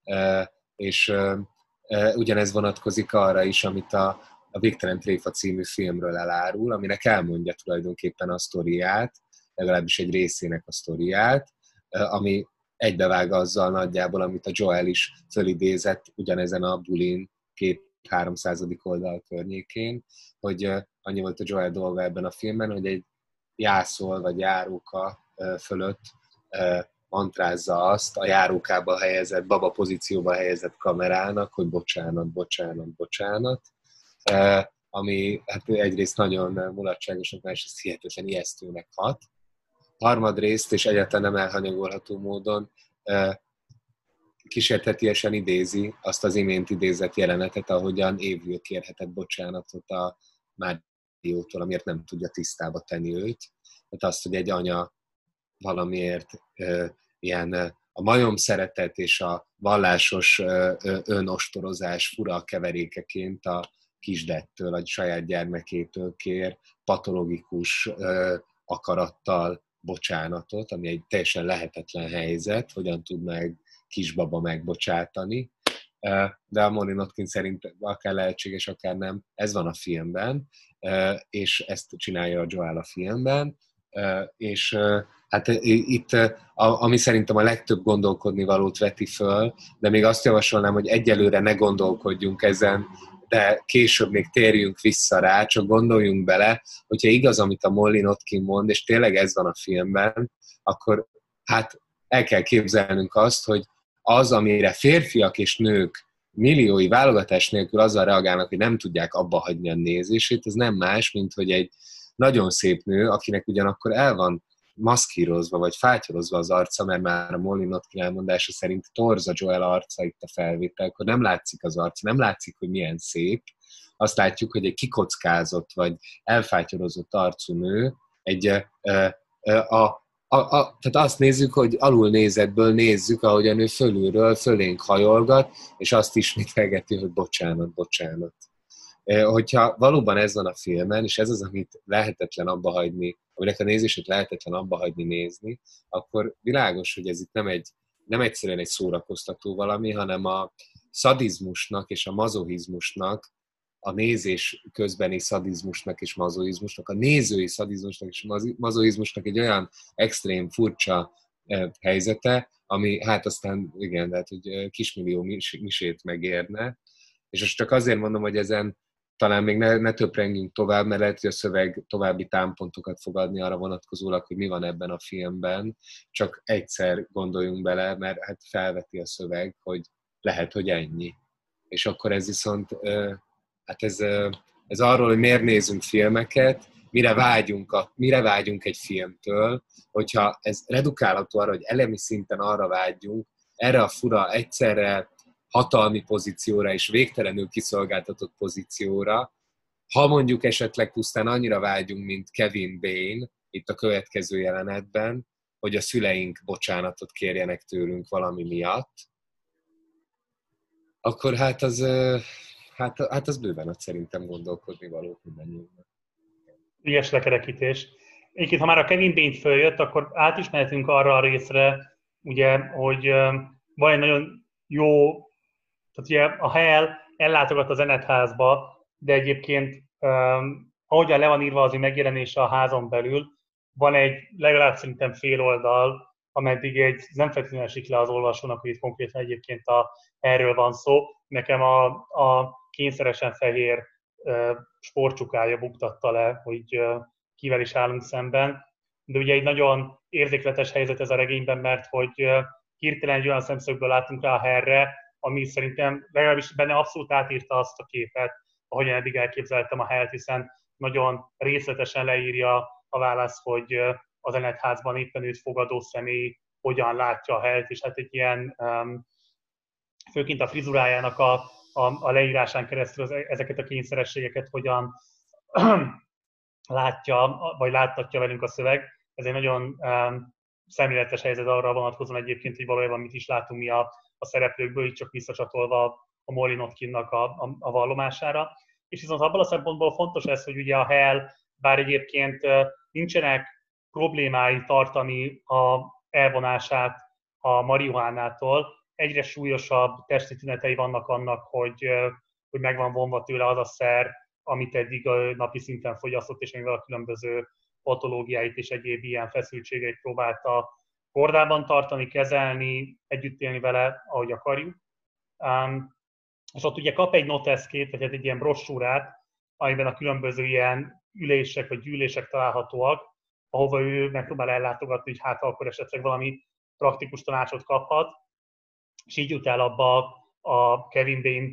és ugyanez vonatkozik arra is, amit a, a Végtelen tréfa című filmről elárul, aminek elmondja tulajdonképpen a sztoriát, legalábbis egy részének a sztoriát, ami egybevág azzal nagyjából, amit a Joel is fölidézett ugyanezen a bulin két-háromszázadik oldal környékén, hogy annyi volt a Joel dolga ebben a filmben, hogy egy jászol vagy járóka fölött mantrázza azt a járókába helyezett, baba pozícióba helyezett kamerának, hogy bocsánat, bocsánat, bocsánat, ami hát egyrészt nagyon mulatságosnak, másrészt hihetetlen ijesztőnek hat. Harmadrészt, és egyáltalán nem elhanyagolható módon kísértetiesen idézi azt az imént idézett jelenetet, ahogyan Avery kérhetett bocsánatot a Máriótól, amiért nem tudja tisztába tenni őt. Tehát azt, hogy egy anya valamiért ilyen a majom szeretet és a vallásos önostorozás fura keverékeként a kisdettől, a saját gyermekétől kér patológikus akarattal bocsánatot, ami egy teljesen lehetetlen helyzet, hogyan tud meg kisbaba megbocsátani. De a Molly Notkin szerint akár lehetséges, akár nem. Ez van a filmben, és ezt csinálja a Joel a filmben, és hát itt, ami szerintem a legtöbb gondolkodni valót veti föl, de még azt javasolnám, hogy egyelőre ne gondolkodjunk ezen, de később még térjünk vissza rá, csak gondoljunk bele, hogyha igaz, amit a Molly Notkin mond, és tényleg ez van a filmben, akkor hát el kell képzelnünk azt, hogy az, amire férfiak és nők milliói válogatás nélkül azzal reagálnak, hogy nem tudják abba hagyni a nézését, ez nem más, mint hogy egy nagyon szép nő, akinek ugyanakkor el van maszkírozva, vagy fátyorozva az arca, mert már a Molly Notkin elmondása szerint torz a Joel arca itt a felvétel, akkor nem látszik az arca, nem látszik, hogy milyen szép. Azt látjuk, hogy egy kikockázott, vagy elfátyorozott arcú nő, egy, a, a, a, a, tehát azt nézzük, hogy alulnézetből nézzük, ahogy a nő fölülről fölénk hajolgat, és azt ismételgeti, hogy bocsánat, bocsánat. Hogyha valóban ez van a filmen, és ez az, amit lehetetlen abba hagyni, aminek a nézését lehetetlen abba hagyni nézni, akkor világos, hogy ez itt nem, egy, nem egyszerűen egy szórakoztató valami, hanem a szadizmusnak és a mazohizmusnak, a nézés közbeni szadizmusnak és mazohizmusnak, a nézői szadizmusnak és mazohizmusnak egy olyan extrém, furcsa helyzete, ami hát aztán igen, tehát, hogy kismillió misét megérne. És most csak azért mondom, hogy ezen talán még ne, ne töprengjünk tovább, mert lehet, hogy a szöveg további támpontokat fog adni arra vonatkozólag, hogy mi van ebben a filmben. Csak egyszer gondoljunk bele, mert hát felveti a szöveg, hogy lehet, hogy ennyi. És akkor ez viszont, hát ez, ez arról, hogy miért nézünk filmeket, mire vágyunk, a, mire vágyunk egy filmtől, hogyha ez redukálható arra, hogy elemi szinten arra vágyunk, erre a fura egyszerre hatalmi pozícióra és végtelenül kiszolgáltatott pozícióra, ha mondjuk esetleg pusztán annyira vágyunk, mint Kevin Bane itt a következő jelenetben, hogy a szüleink bocsánatot kérjenek tőlünk valami miatt, akkor hát az, hát, hát az bőven ad szerintem gondolkodni való mindannyiunknak. Ügyes lekerekítés. Egyébként, ha már a Kevin Bane följött, akkor át is mehetünk arra a részre, ugye, hogy van egy nagyon jó, tehát ugye a Hell ellátogat a zenetházba, de egyébként um, ahogyan le van írva az ő megjelenése a házon belül, van egy legalább szerintem fél oldal, ameddig egy, nem feltétlenül esik le az olvasónak, hogy itt konkrétan egyébként a, erről van szó. Nekem a, a kényszeresen fehér uh, sportcsukája buktatta le, hogy uh, kivel is állunk szemben. De ugye egy nagyon érzékletes helyzet ez a regényben, mert hogy uh, hirtelen egy olyan szemszögből látunk rá a Hellre, ami szerintem legalábbis benne abszolút átírta azt a képet, ahogyan eddig elképzeltem a Hellt, hiszen nagyon részletesen leírja a válasz, hogy az zenetházban éppen őt fogadó személy hogyan látja a Hellt, és hát egy ilyen, főként a frizurájának a, a, a leírásán keresztül az, ezeket a kényszerességeket hogyan látja, vagy láttatja velünk a szöveg. Ez egy nagyon szemléletes helyzet arra vonatkozóan egyébként, hogy valójában mit is látunk mi a, a a szereplőkből, így csak visszacsatolva a Molly Notkinnak a, a, a vallomására. És viszont abban a szempontból fontos ez, hogy ugye a Hell, bár egyébként nincsenek problémái tartani a elvonását a marihuánától, egyre súlyosabb testi tünetei vannak annak, hogy, hogy meg van vonva tőle az a szer, amit eddig a napi szinten fogyasztott, és amivel a különböző patológiáit és egyéb ilyen feszültségeit próbálta kordában tartani, kezelni, együtt élni vele, ahogy akarjuk. Um, és ott ugye kap egy noteszkét, vagy egy ilyen brossúrát, amiben a különböző ilyen ülések vagy gyűlések találhatóak, ahova ő megpróbál ellátogatni, hogy hát akkor esetleg valami praktikus tanácsot kaphat, és így jut el abba a Kevin Bane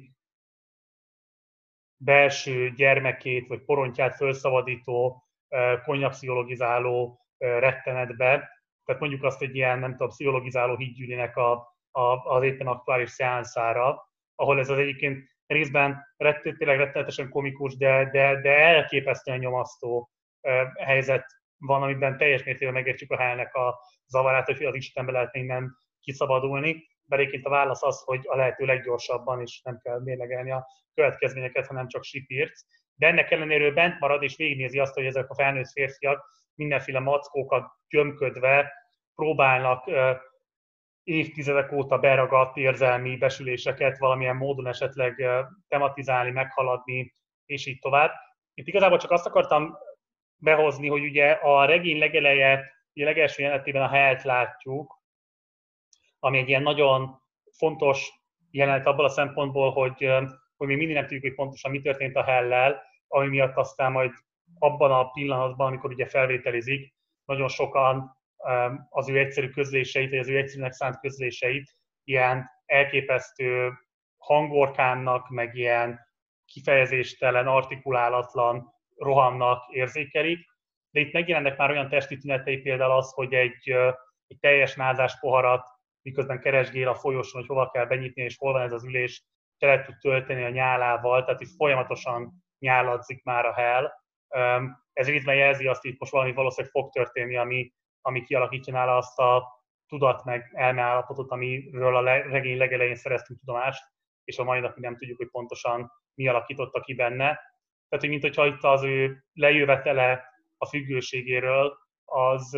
belső gyermekét vagy porontját felszabadító, konnyapszichologizáló rettenetbe. Tehát mondjuk azt egy ilyen, nem tudom, pszichologizáló hídgyűlinek a, a, az éppen aktuális szeánszára, ahol ez az egyébként részben rett, tényleg rettenetesen komikus, de, de, de elképesztően nyomasztó helyzet van, amiben teljes mértékben megértjük a Hellnek a zavarát, hogy az Istenbe lehetne innen kiszabadulni. De egyébként a válasz az, hogy a lehető leggyorsabban, és nem kell mérlegelni a következményeket, hanem csak sipírc. De ennek ellenére ő bent marad, és végignézi azt, hogy ezek a felnőtt férfiak mindenféle mackókat gyömködve próbálnak uh, évtizedek óta beragadt érzelmi besüléseket valamilyen módon esetleg uh, tematizálni, meghaladni, és így tovább. Itt igazából csak azt akartam behozni, hogy ugye a regény legeleje, ugye legelső jelenetében a Hellt látjuk, ami egy ilyen nagyon fontos jelenet abban a szempontból, hogy, hogy még mindig nem tudjuk, hogy pontosan mi történt a Hell-lel, ami miatt aztán majd abban a pillanatban, amikor ugye felvételizik, nagyon sokan az ő egyszerű közléseit, vagy az ő egyszerűnek szánt közléseit ilyen elképesztő hangorkánnak, meg ilyen kifejezéstelen, artikulálatlan rohamnak érzékelik. De itt megjelennek már olyan testi tünetei, például az, hogy egy, egy teljes názás poharat, miközben keresgél a folyosón, hogy hova kell benyitni, és hol van ez az ülés, tele tud tölteni a nyálával, tehát itt folyamatosan nyáladzik már a Hell. Ez részben jelzi azt, hogy itt most valami valószínűleg fog történni, ami, ami kialakítja nála azt a tudat meg elmeállapotot, amiről a regény legelején szereztünk tudomást, és a mai napig nem tudjuk, hogy pontosan mi alakította ki benne. Tehát, hogy mintha itt az ő lejövetele a függőségéről, az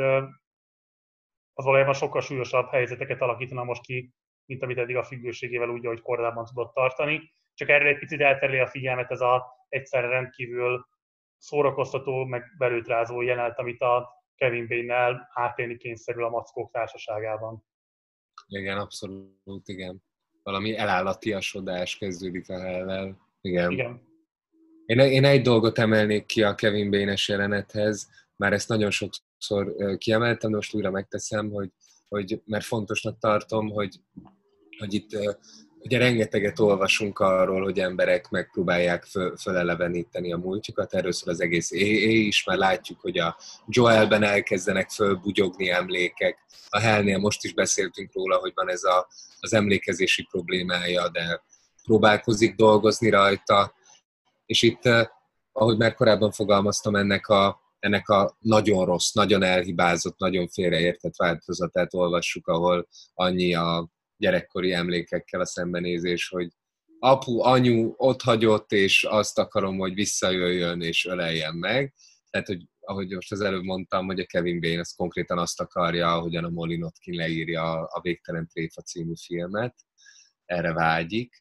az valójában sokkal súlyosabb helyzeteket alakítana most ki, mint amit eddig a függőségével úgy, ahogy korábban tudott tartani. Csak erre egy picit eltereli a figyelmet ez a egyszerre rendkívül szórakoztató, meg belőtrázó jelenet, amit a Kevin Bane-nel átélni kényszerül a mackók társaságában. Igen, abszolút, igen. Valami elállatiasodás kezdődik a Hell-lel. Igen. Igen. Én, én egy dolgot emelnék ki a Kevin Bane-es jelenethez, már ezt nagyon sokszor kiemeltem, de most újra megteszem, hogy, hogy mert fontosnak tartom, hogy, hogy itt ugye rengeteget olvasunk arról, hogy emberek megpróbálják föl, föleleveníteni a múltjukat, erről szól az egész é é is, már látjuk, hogy a Joelben elkezdenek fölbugyogni emlékek, a Hellnél most is beszéltünk róla, hogy van ez a, az emlékezési problémája, de próbálkozik dolgozni rajta, és itt, ahogy már korábban fogalmaztam, ennek a ennek a nagyon rossz, nagyon elhibázott, nagyon félreértett változatát olvassuk, ahol annyi a gyerekkori emlékekkel a szembenézés, hogy apu, anyu ott hagyott, és azt akarom, hogy visszajöjjön és öleljen meg. Tehát, hogy ahogy most az előbb mondtam, hogy a Kevin Bane az konkrétan azt akarja, ahogyan a Molly Notkin leírja a Végtelen tréfa című filmet, erre vágyik.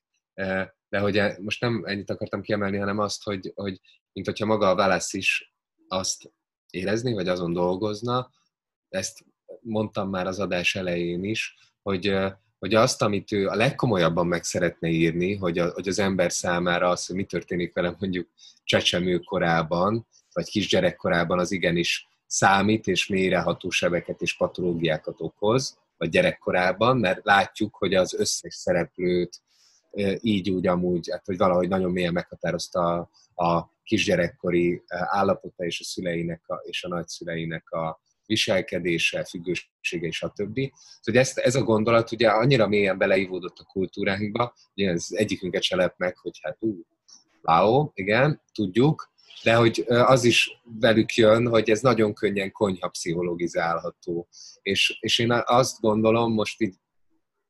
De hogy most nem ennyit akartam kiemelni, hanem azt, hogy, hogy mint hogyha maga a Wallace is azt érezni, vagy azon dolgozna, ezt mondtam már az adás elején is, hogy, hogy azt, amit ő a legkomolyabban meg szeretne írni, hogy, a, hogy az ember számára az, hogy mi történik vele mondjuk csecsemő korában, vagy kisgyerekkorában, az igenis számít, és mélyreható sebeket és patológiákat okoz, vagy gyerekkorában, mert látjuk, hogy az összes szereplőt így úgy amúgy, hát, hogy valahogy nagyon mélyen meghatározta a, a kisgyerekkori állapota és a szüleinek a, és a nagyszüleinek a viselkedése, függősége és a többi. Szóval ezt, ez a gondolat ugye annyira mélyen beleívódott a kultúránkba, ugye ez egyikünket se lep meg, hogy hát ú, wow, igen, tudjuk, de hogy az is velük jön, hogy ez nagyon könnyen konyha pszichologizálható. És, és én azt gondolom, most így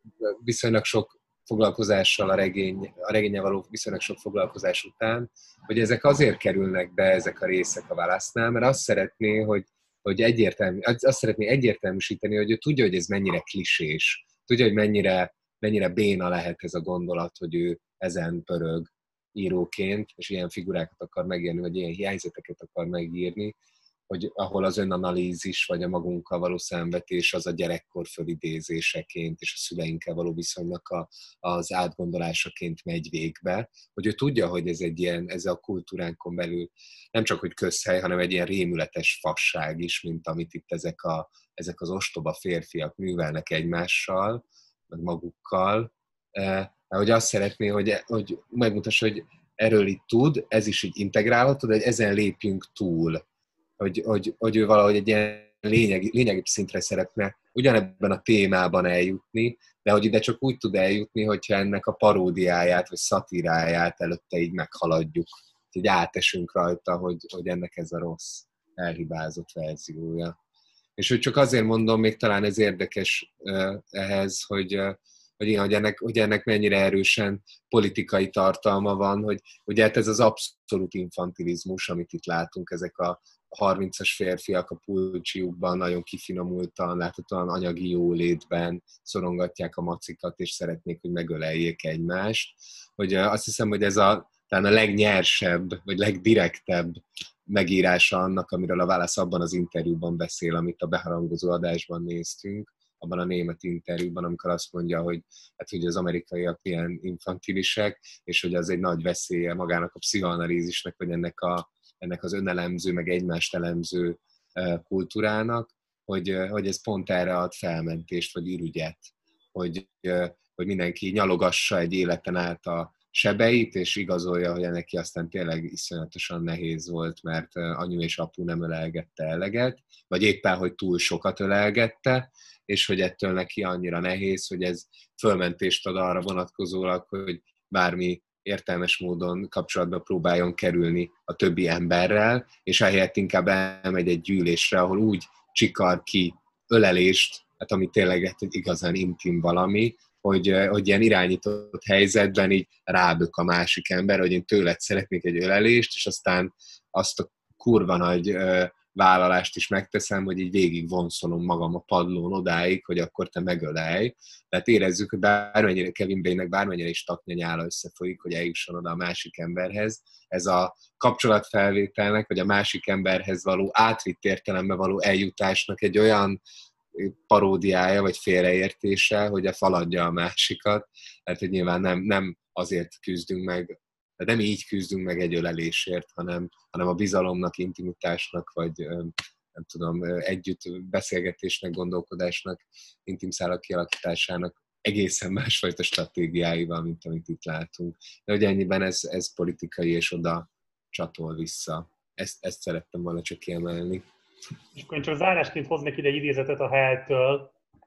viszonylag sok foglalkozással a regény, a regénye való viszonylag sok foglalkozás után, hogy ezek azért kerülnek be, ezek a részek a válasznál, mert azt szeretné, hogy, hogy egyértelmű, azt szeretné egyértelműsíteni, hogy ő tudja, hogy ez mennyire klisés, tudja, hogy mennyire, mennyire béna lehet ez a gondolat, hogy ő ezen pörög íróként, és ilyen figurákat akar megírni, vagy ilyen helyzeteket akar megírni, hogy ahol az önanalízis, vagy a magunkkal való szemvetés az a gyerekkor fölidézéseként, és a szüleinkkel való viszonynak a, az átgondolásaként megy végbe, hogy ő tudja, hogy ez egy ilyen, ez a kultúránkon belül nem csak, hogy közhely, hanem egy ilyen rémületes fasság is, mint amit itt ezek, a, ezek az ostoba férfiak művelnek egymással, meg magukkal, hogy azt szeretné, hogy, hogy megmutassa, hogy erről itt tud, ez is így integrálható, de hogy ezen lépjünk túl. Hogy, hogy, hogy ő valahogy egy ilyen lényegi, lényegi szintre szeretne ugyanebben a témában eljutni, de hogy ide csak úgy tud eljutni, hogyha ennek a paródiáját, vagy szatíráját előtte így meghaladjuk. Így átesünk rajta, hogy, hogy ennek ez a rossz, elhibázott verziója. És hogy csak azért mondom, még talán ez érdekes ehhez, hogy hogy, igen, hogy, ennek, hogy ennek mennyire erősen politikai tartalma van, hogy ugye hát ez az abszolút infantilizmus, amit itt látunk, ezek a harmincas férfiak a pulcsiukban nagyon kifinomultan, láthatóan anyagi jólétben szorongatják a macikat, és szeretnék, hogy megöleljék egymást. Hogy azt hiszem, hogy ez a, talán a legnyersebb, vagy legdirektebb megírása annak, amiről a Wallace abban az interjúban beszél, amit a beharangozó adásban néztünk, abban a német interjúban, amikor azt mondja, hogy, hát, hogy az amerikaiak ilyen infantilisek, és hogy az egy nagy veszélye magának a pszichoanalízisnek, vagy ennek, a, ennek az önelemző, meg egymást elemző kultúrának, hogy, hogy ez pont erre ad felmentést, vagy ürügyet, hogy, hogy mindenki nyalogassa egy életen át a sebeit, és igazolja, hogy neki aztán tényleg iszonyatosan nehéz volt, mert anyu és apu nem ölelgette eleget, vagy éppen, hogy túl sokat ölelgette, és hogy ettől neki annyira nehéz, hogy ez fölmentést ad arra vonatkozólag, hogy bármi értelmes módon kapcsolatba próbáljon kerülni a többi emberrel, és ehelyett inkább elmegy egy gyűlésre, ahol úgy csikar ki ölelést, hát ami tényleg egy igazán intim valami, hogy, hogy ilyen irányított helyzetben így rábök a másik ember, hogy én tőled szeretnék egy ölelést, és aztán azt a kurva nagy vállalást is megteszem, hogy így végig vonszolom magam a padlón odáig, hogy akkor te megölelj. Tehát érezzük, hogy bármennyire Kevin Bainnek bármennyire is taknyanyála összefolyik, hogy eljusson oda a másik emberhez. Ez a kapcsolatfelvételnek, vagy a másik emberhez való átvitt értelembe való eljutásnak egy olyan paródiája, vagy félreértése, hogy a faladja a másikat. Tehát, hogy nyilván nem, nem azért küzdünk meg, de nem így küzdünk meg egy ölelésért, hanem, hanem a bizalomnak, intimitásnak, vagy nem tudom, együtt beszélgetésnek, gondolkodásnak, intim szálak kialakításának egészen másfajta stratégiáival, mint amit itt látunk. De hogy ennyiben ez, ez politikai, és oda csatol vissza. Ezt, ezt szerettem volna csak kiemelni. És akkor én csak zárásként hoznék ide egy idézetet a Hell-től,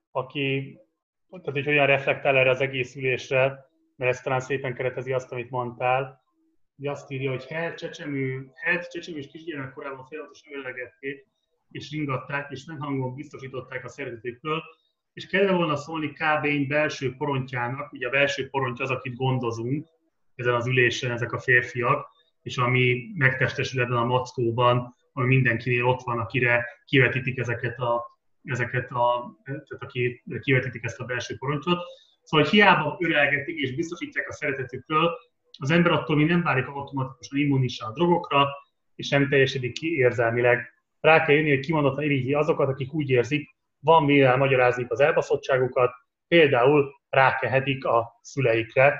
aki tehát, hogy hogyan reflektál erre az egész ülésre, mert ez talán szépen keretezi azt, amit mondtál. Ugye azt írja, hogy Hell csecsemő, Hell csecsemő és kisgyermek korában folyamatosan ölelgették, és ringatták, és fennhangon biztosították a szeretetükről, és kellene volna szólni Kábény belső porontjának, ugye a belső porontja az, akit gondozunk ezen az ülésen, ezek a férfiak, és ami megtestesül ebben a mackóban, ami mindenkinél ott van, akire kivetítik ezeket a, ezeket a tehát aki kivetítik ezt a belső porontot. Szóval, hogy hiába ölelgetik és biztosítják a szeretetükről, az ember attól még nem válik automatikusan immunissá a drogokra, és nem teljesedik ki érzelmileg. Rá kell jönni, hogy kimondottan irigyi azokat, akik úgy érzik, van mivel magyarázni az elbaszottságukat, például rákehetik a szüleikre,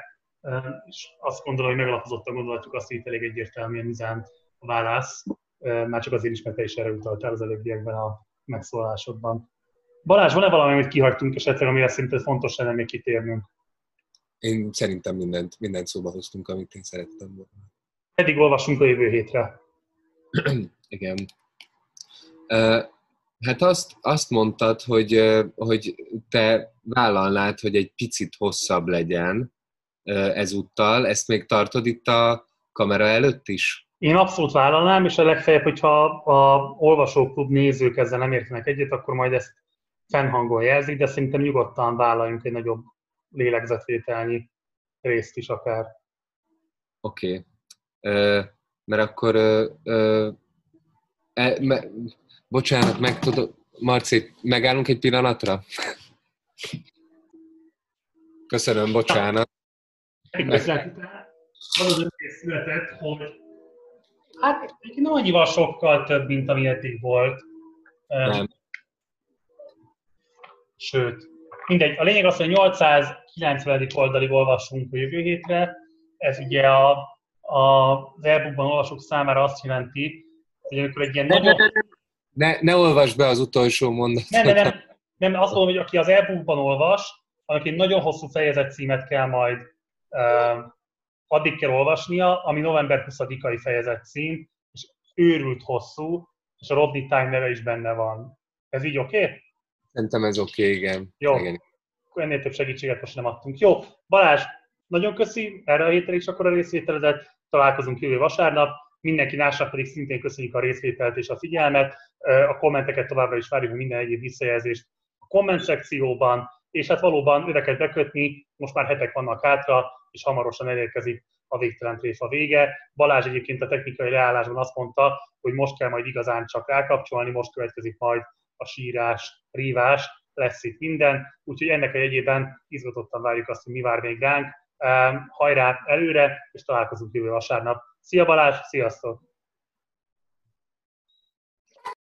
és azt gondolom, hogy megalapozottan gondolhatjuk azt, hogy itt elég egyértelműen üzen a válasz, már csak azért is, mert te is erre utaltál az előbbiekben a megszólásodban. Balázs, van-e valami, amit kihagytunk esetleg, amire szerinted fontos lenne még kitérnünk? Én szerintem mindent, mindent szóba hoztunk, amit én szerettem volna. Eddig olvassunk a jövő hétre. Igen. Uh, hát azt, azt mondtad, hogy, uh, hogy te vállalnád, hogy egy picit hosszabb legyen uh, ezúttal. Ezt még tartod itt a kamera előtt is? Én abszolút vállalnám, és a legfeljebb, hogyha a olvasóklub nézők ezzel nem értenek egyet, akkor majd ezt fennhangon jelzik, de szerintem nyugodtan vállaljunk egy nagyobb lélegzetvételnyi részt is akár. Oké. Okay. Mert akkor... Ö, ö, e, me, bocsánat, meg tudod... Marci, megállunk egy pillanatra? Köszönöm, bocsánat. Köszönöm. Az az ötlet született, hogy hát nem annyival sokkal több, mint ami eddig volt. Nem. Sőt, mindegy. A lényeg az, hogy nyolcszázkilencven oldalig olvassunk a jövő hétre. Ez ugye a, a, az e-bookban olvasók számára azt jelenti, hogy amikor egy ilyen ne, nagyon... Ne, ne, ne, ne olvasd be az utolsó mondatot. Nem, nem, nem. nem azt mondom, hogy aki az e-bookban olvas, annak egy nagyon hosszú fejezet címet kell majd uh, addig kell olvasnia, ami november huszadikai fejezet cím, és őrült hosszú, és a Rodney Time neve is benne van. Ez így oké? Okay? Szerintem ez oké, okay, igen. Jó. Igen. Ennél több segítséget most nem adtunk. Jó, Balázs, nagyon köszi erre a hétre is akkor a részvételedet. Találkozunk jövő vasárnap. Mindenki másnak pedig szintén köszönjük a részvételt és a figyelmet. A kommenteket továbbra is várjuk, minden egyéb visszajelzést a komment szekcióban, és hát valóban öveket bekötni, most már hetek vannak hátra, és hamarosan elérkezik a végtelen tréfa vége. Balázs egyébként a technikai leállásban azt mondta, hogy most kell majd igazán csak rákapcsolni, most következik majd a sírás, rívás, lesz itt minden, úgyhogy ennek a jegyében izgatottan várjuk azt, hogy mi vár még ránk. Hajrá előre, és találkozunk jövő vasárnap. Szia Balázs, sziasztok!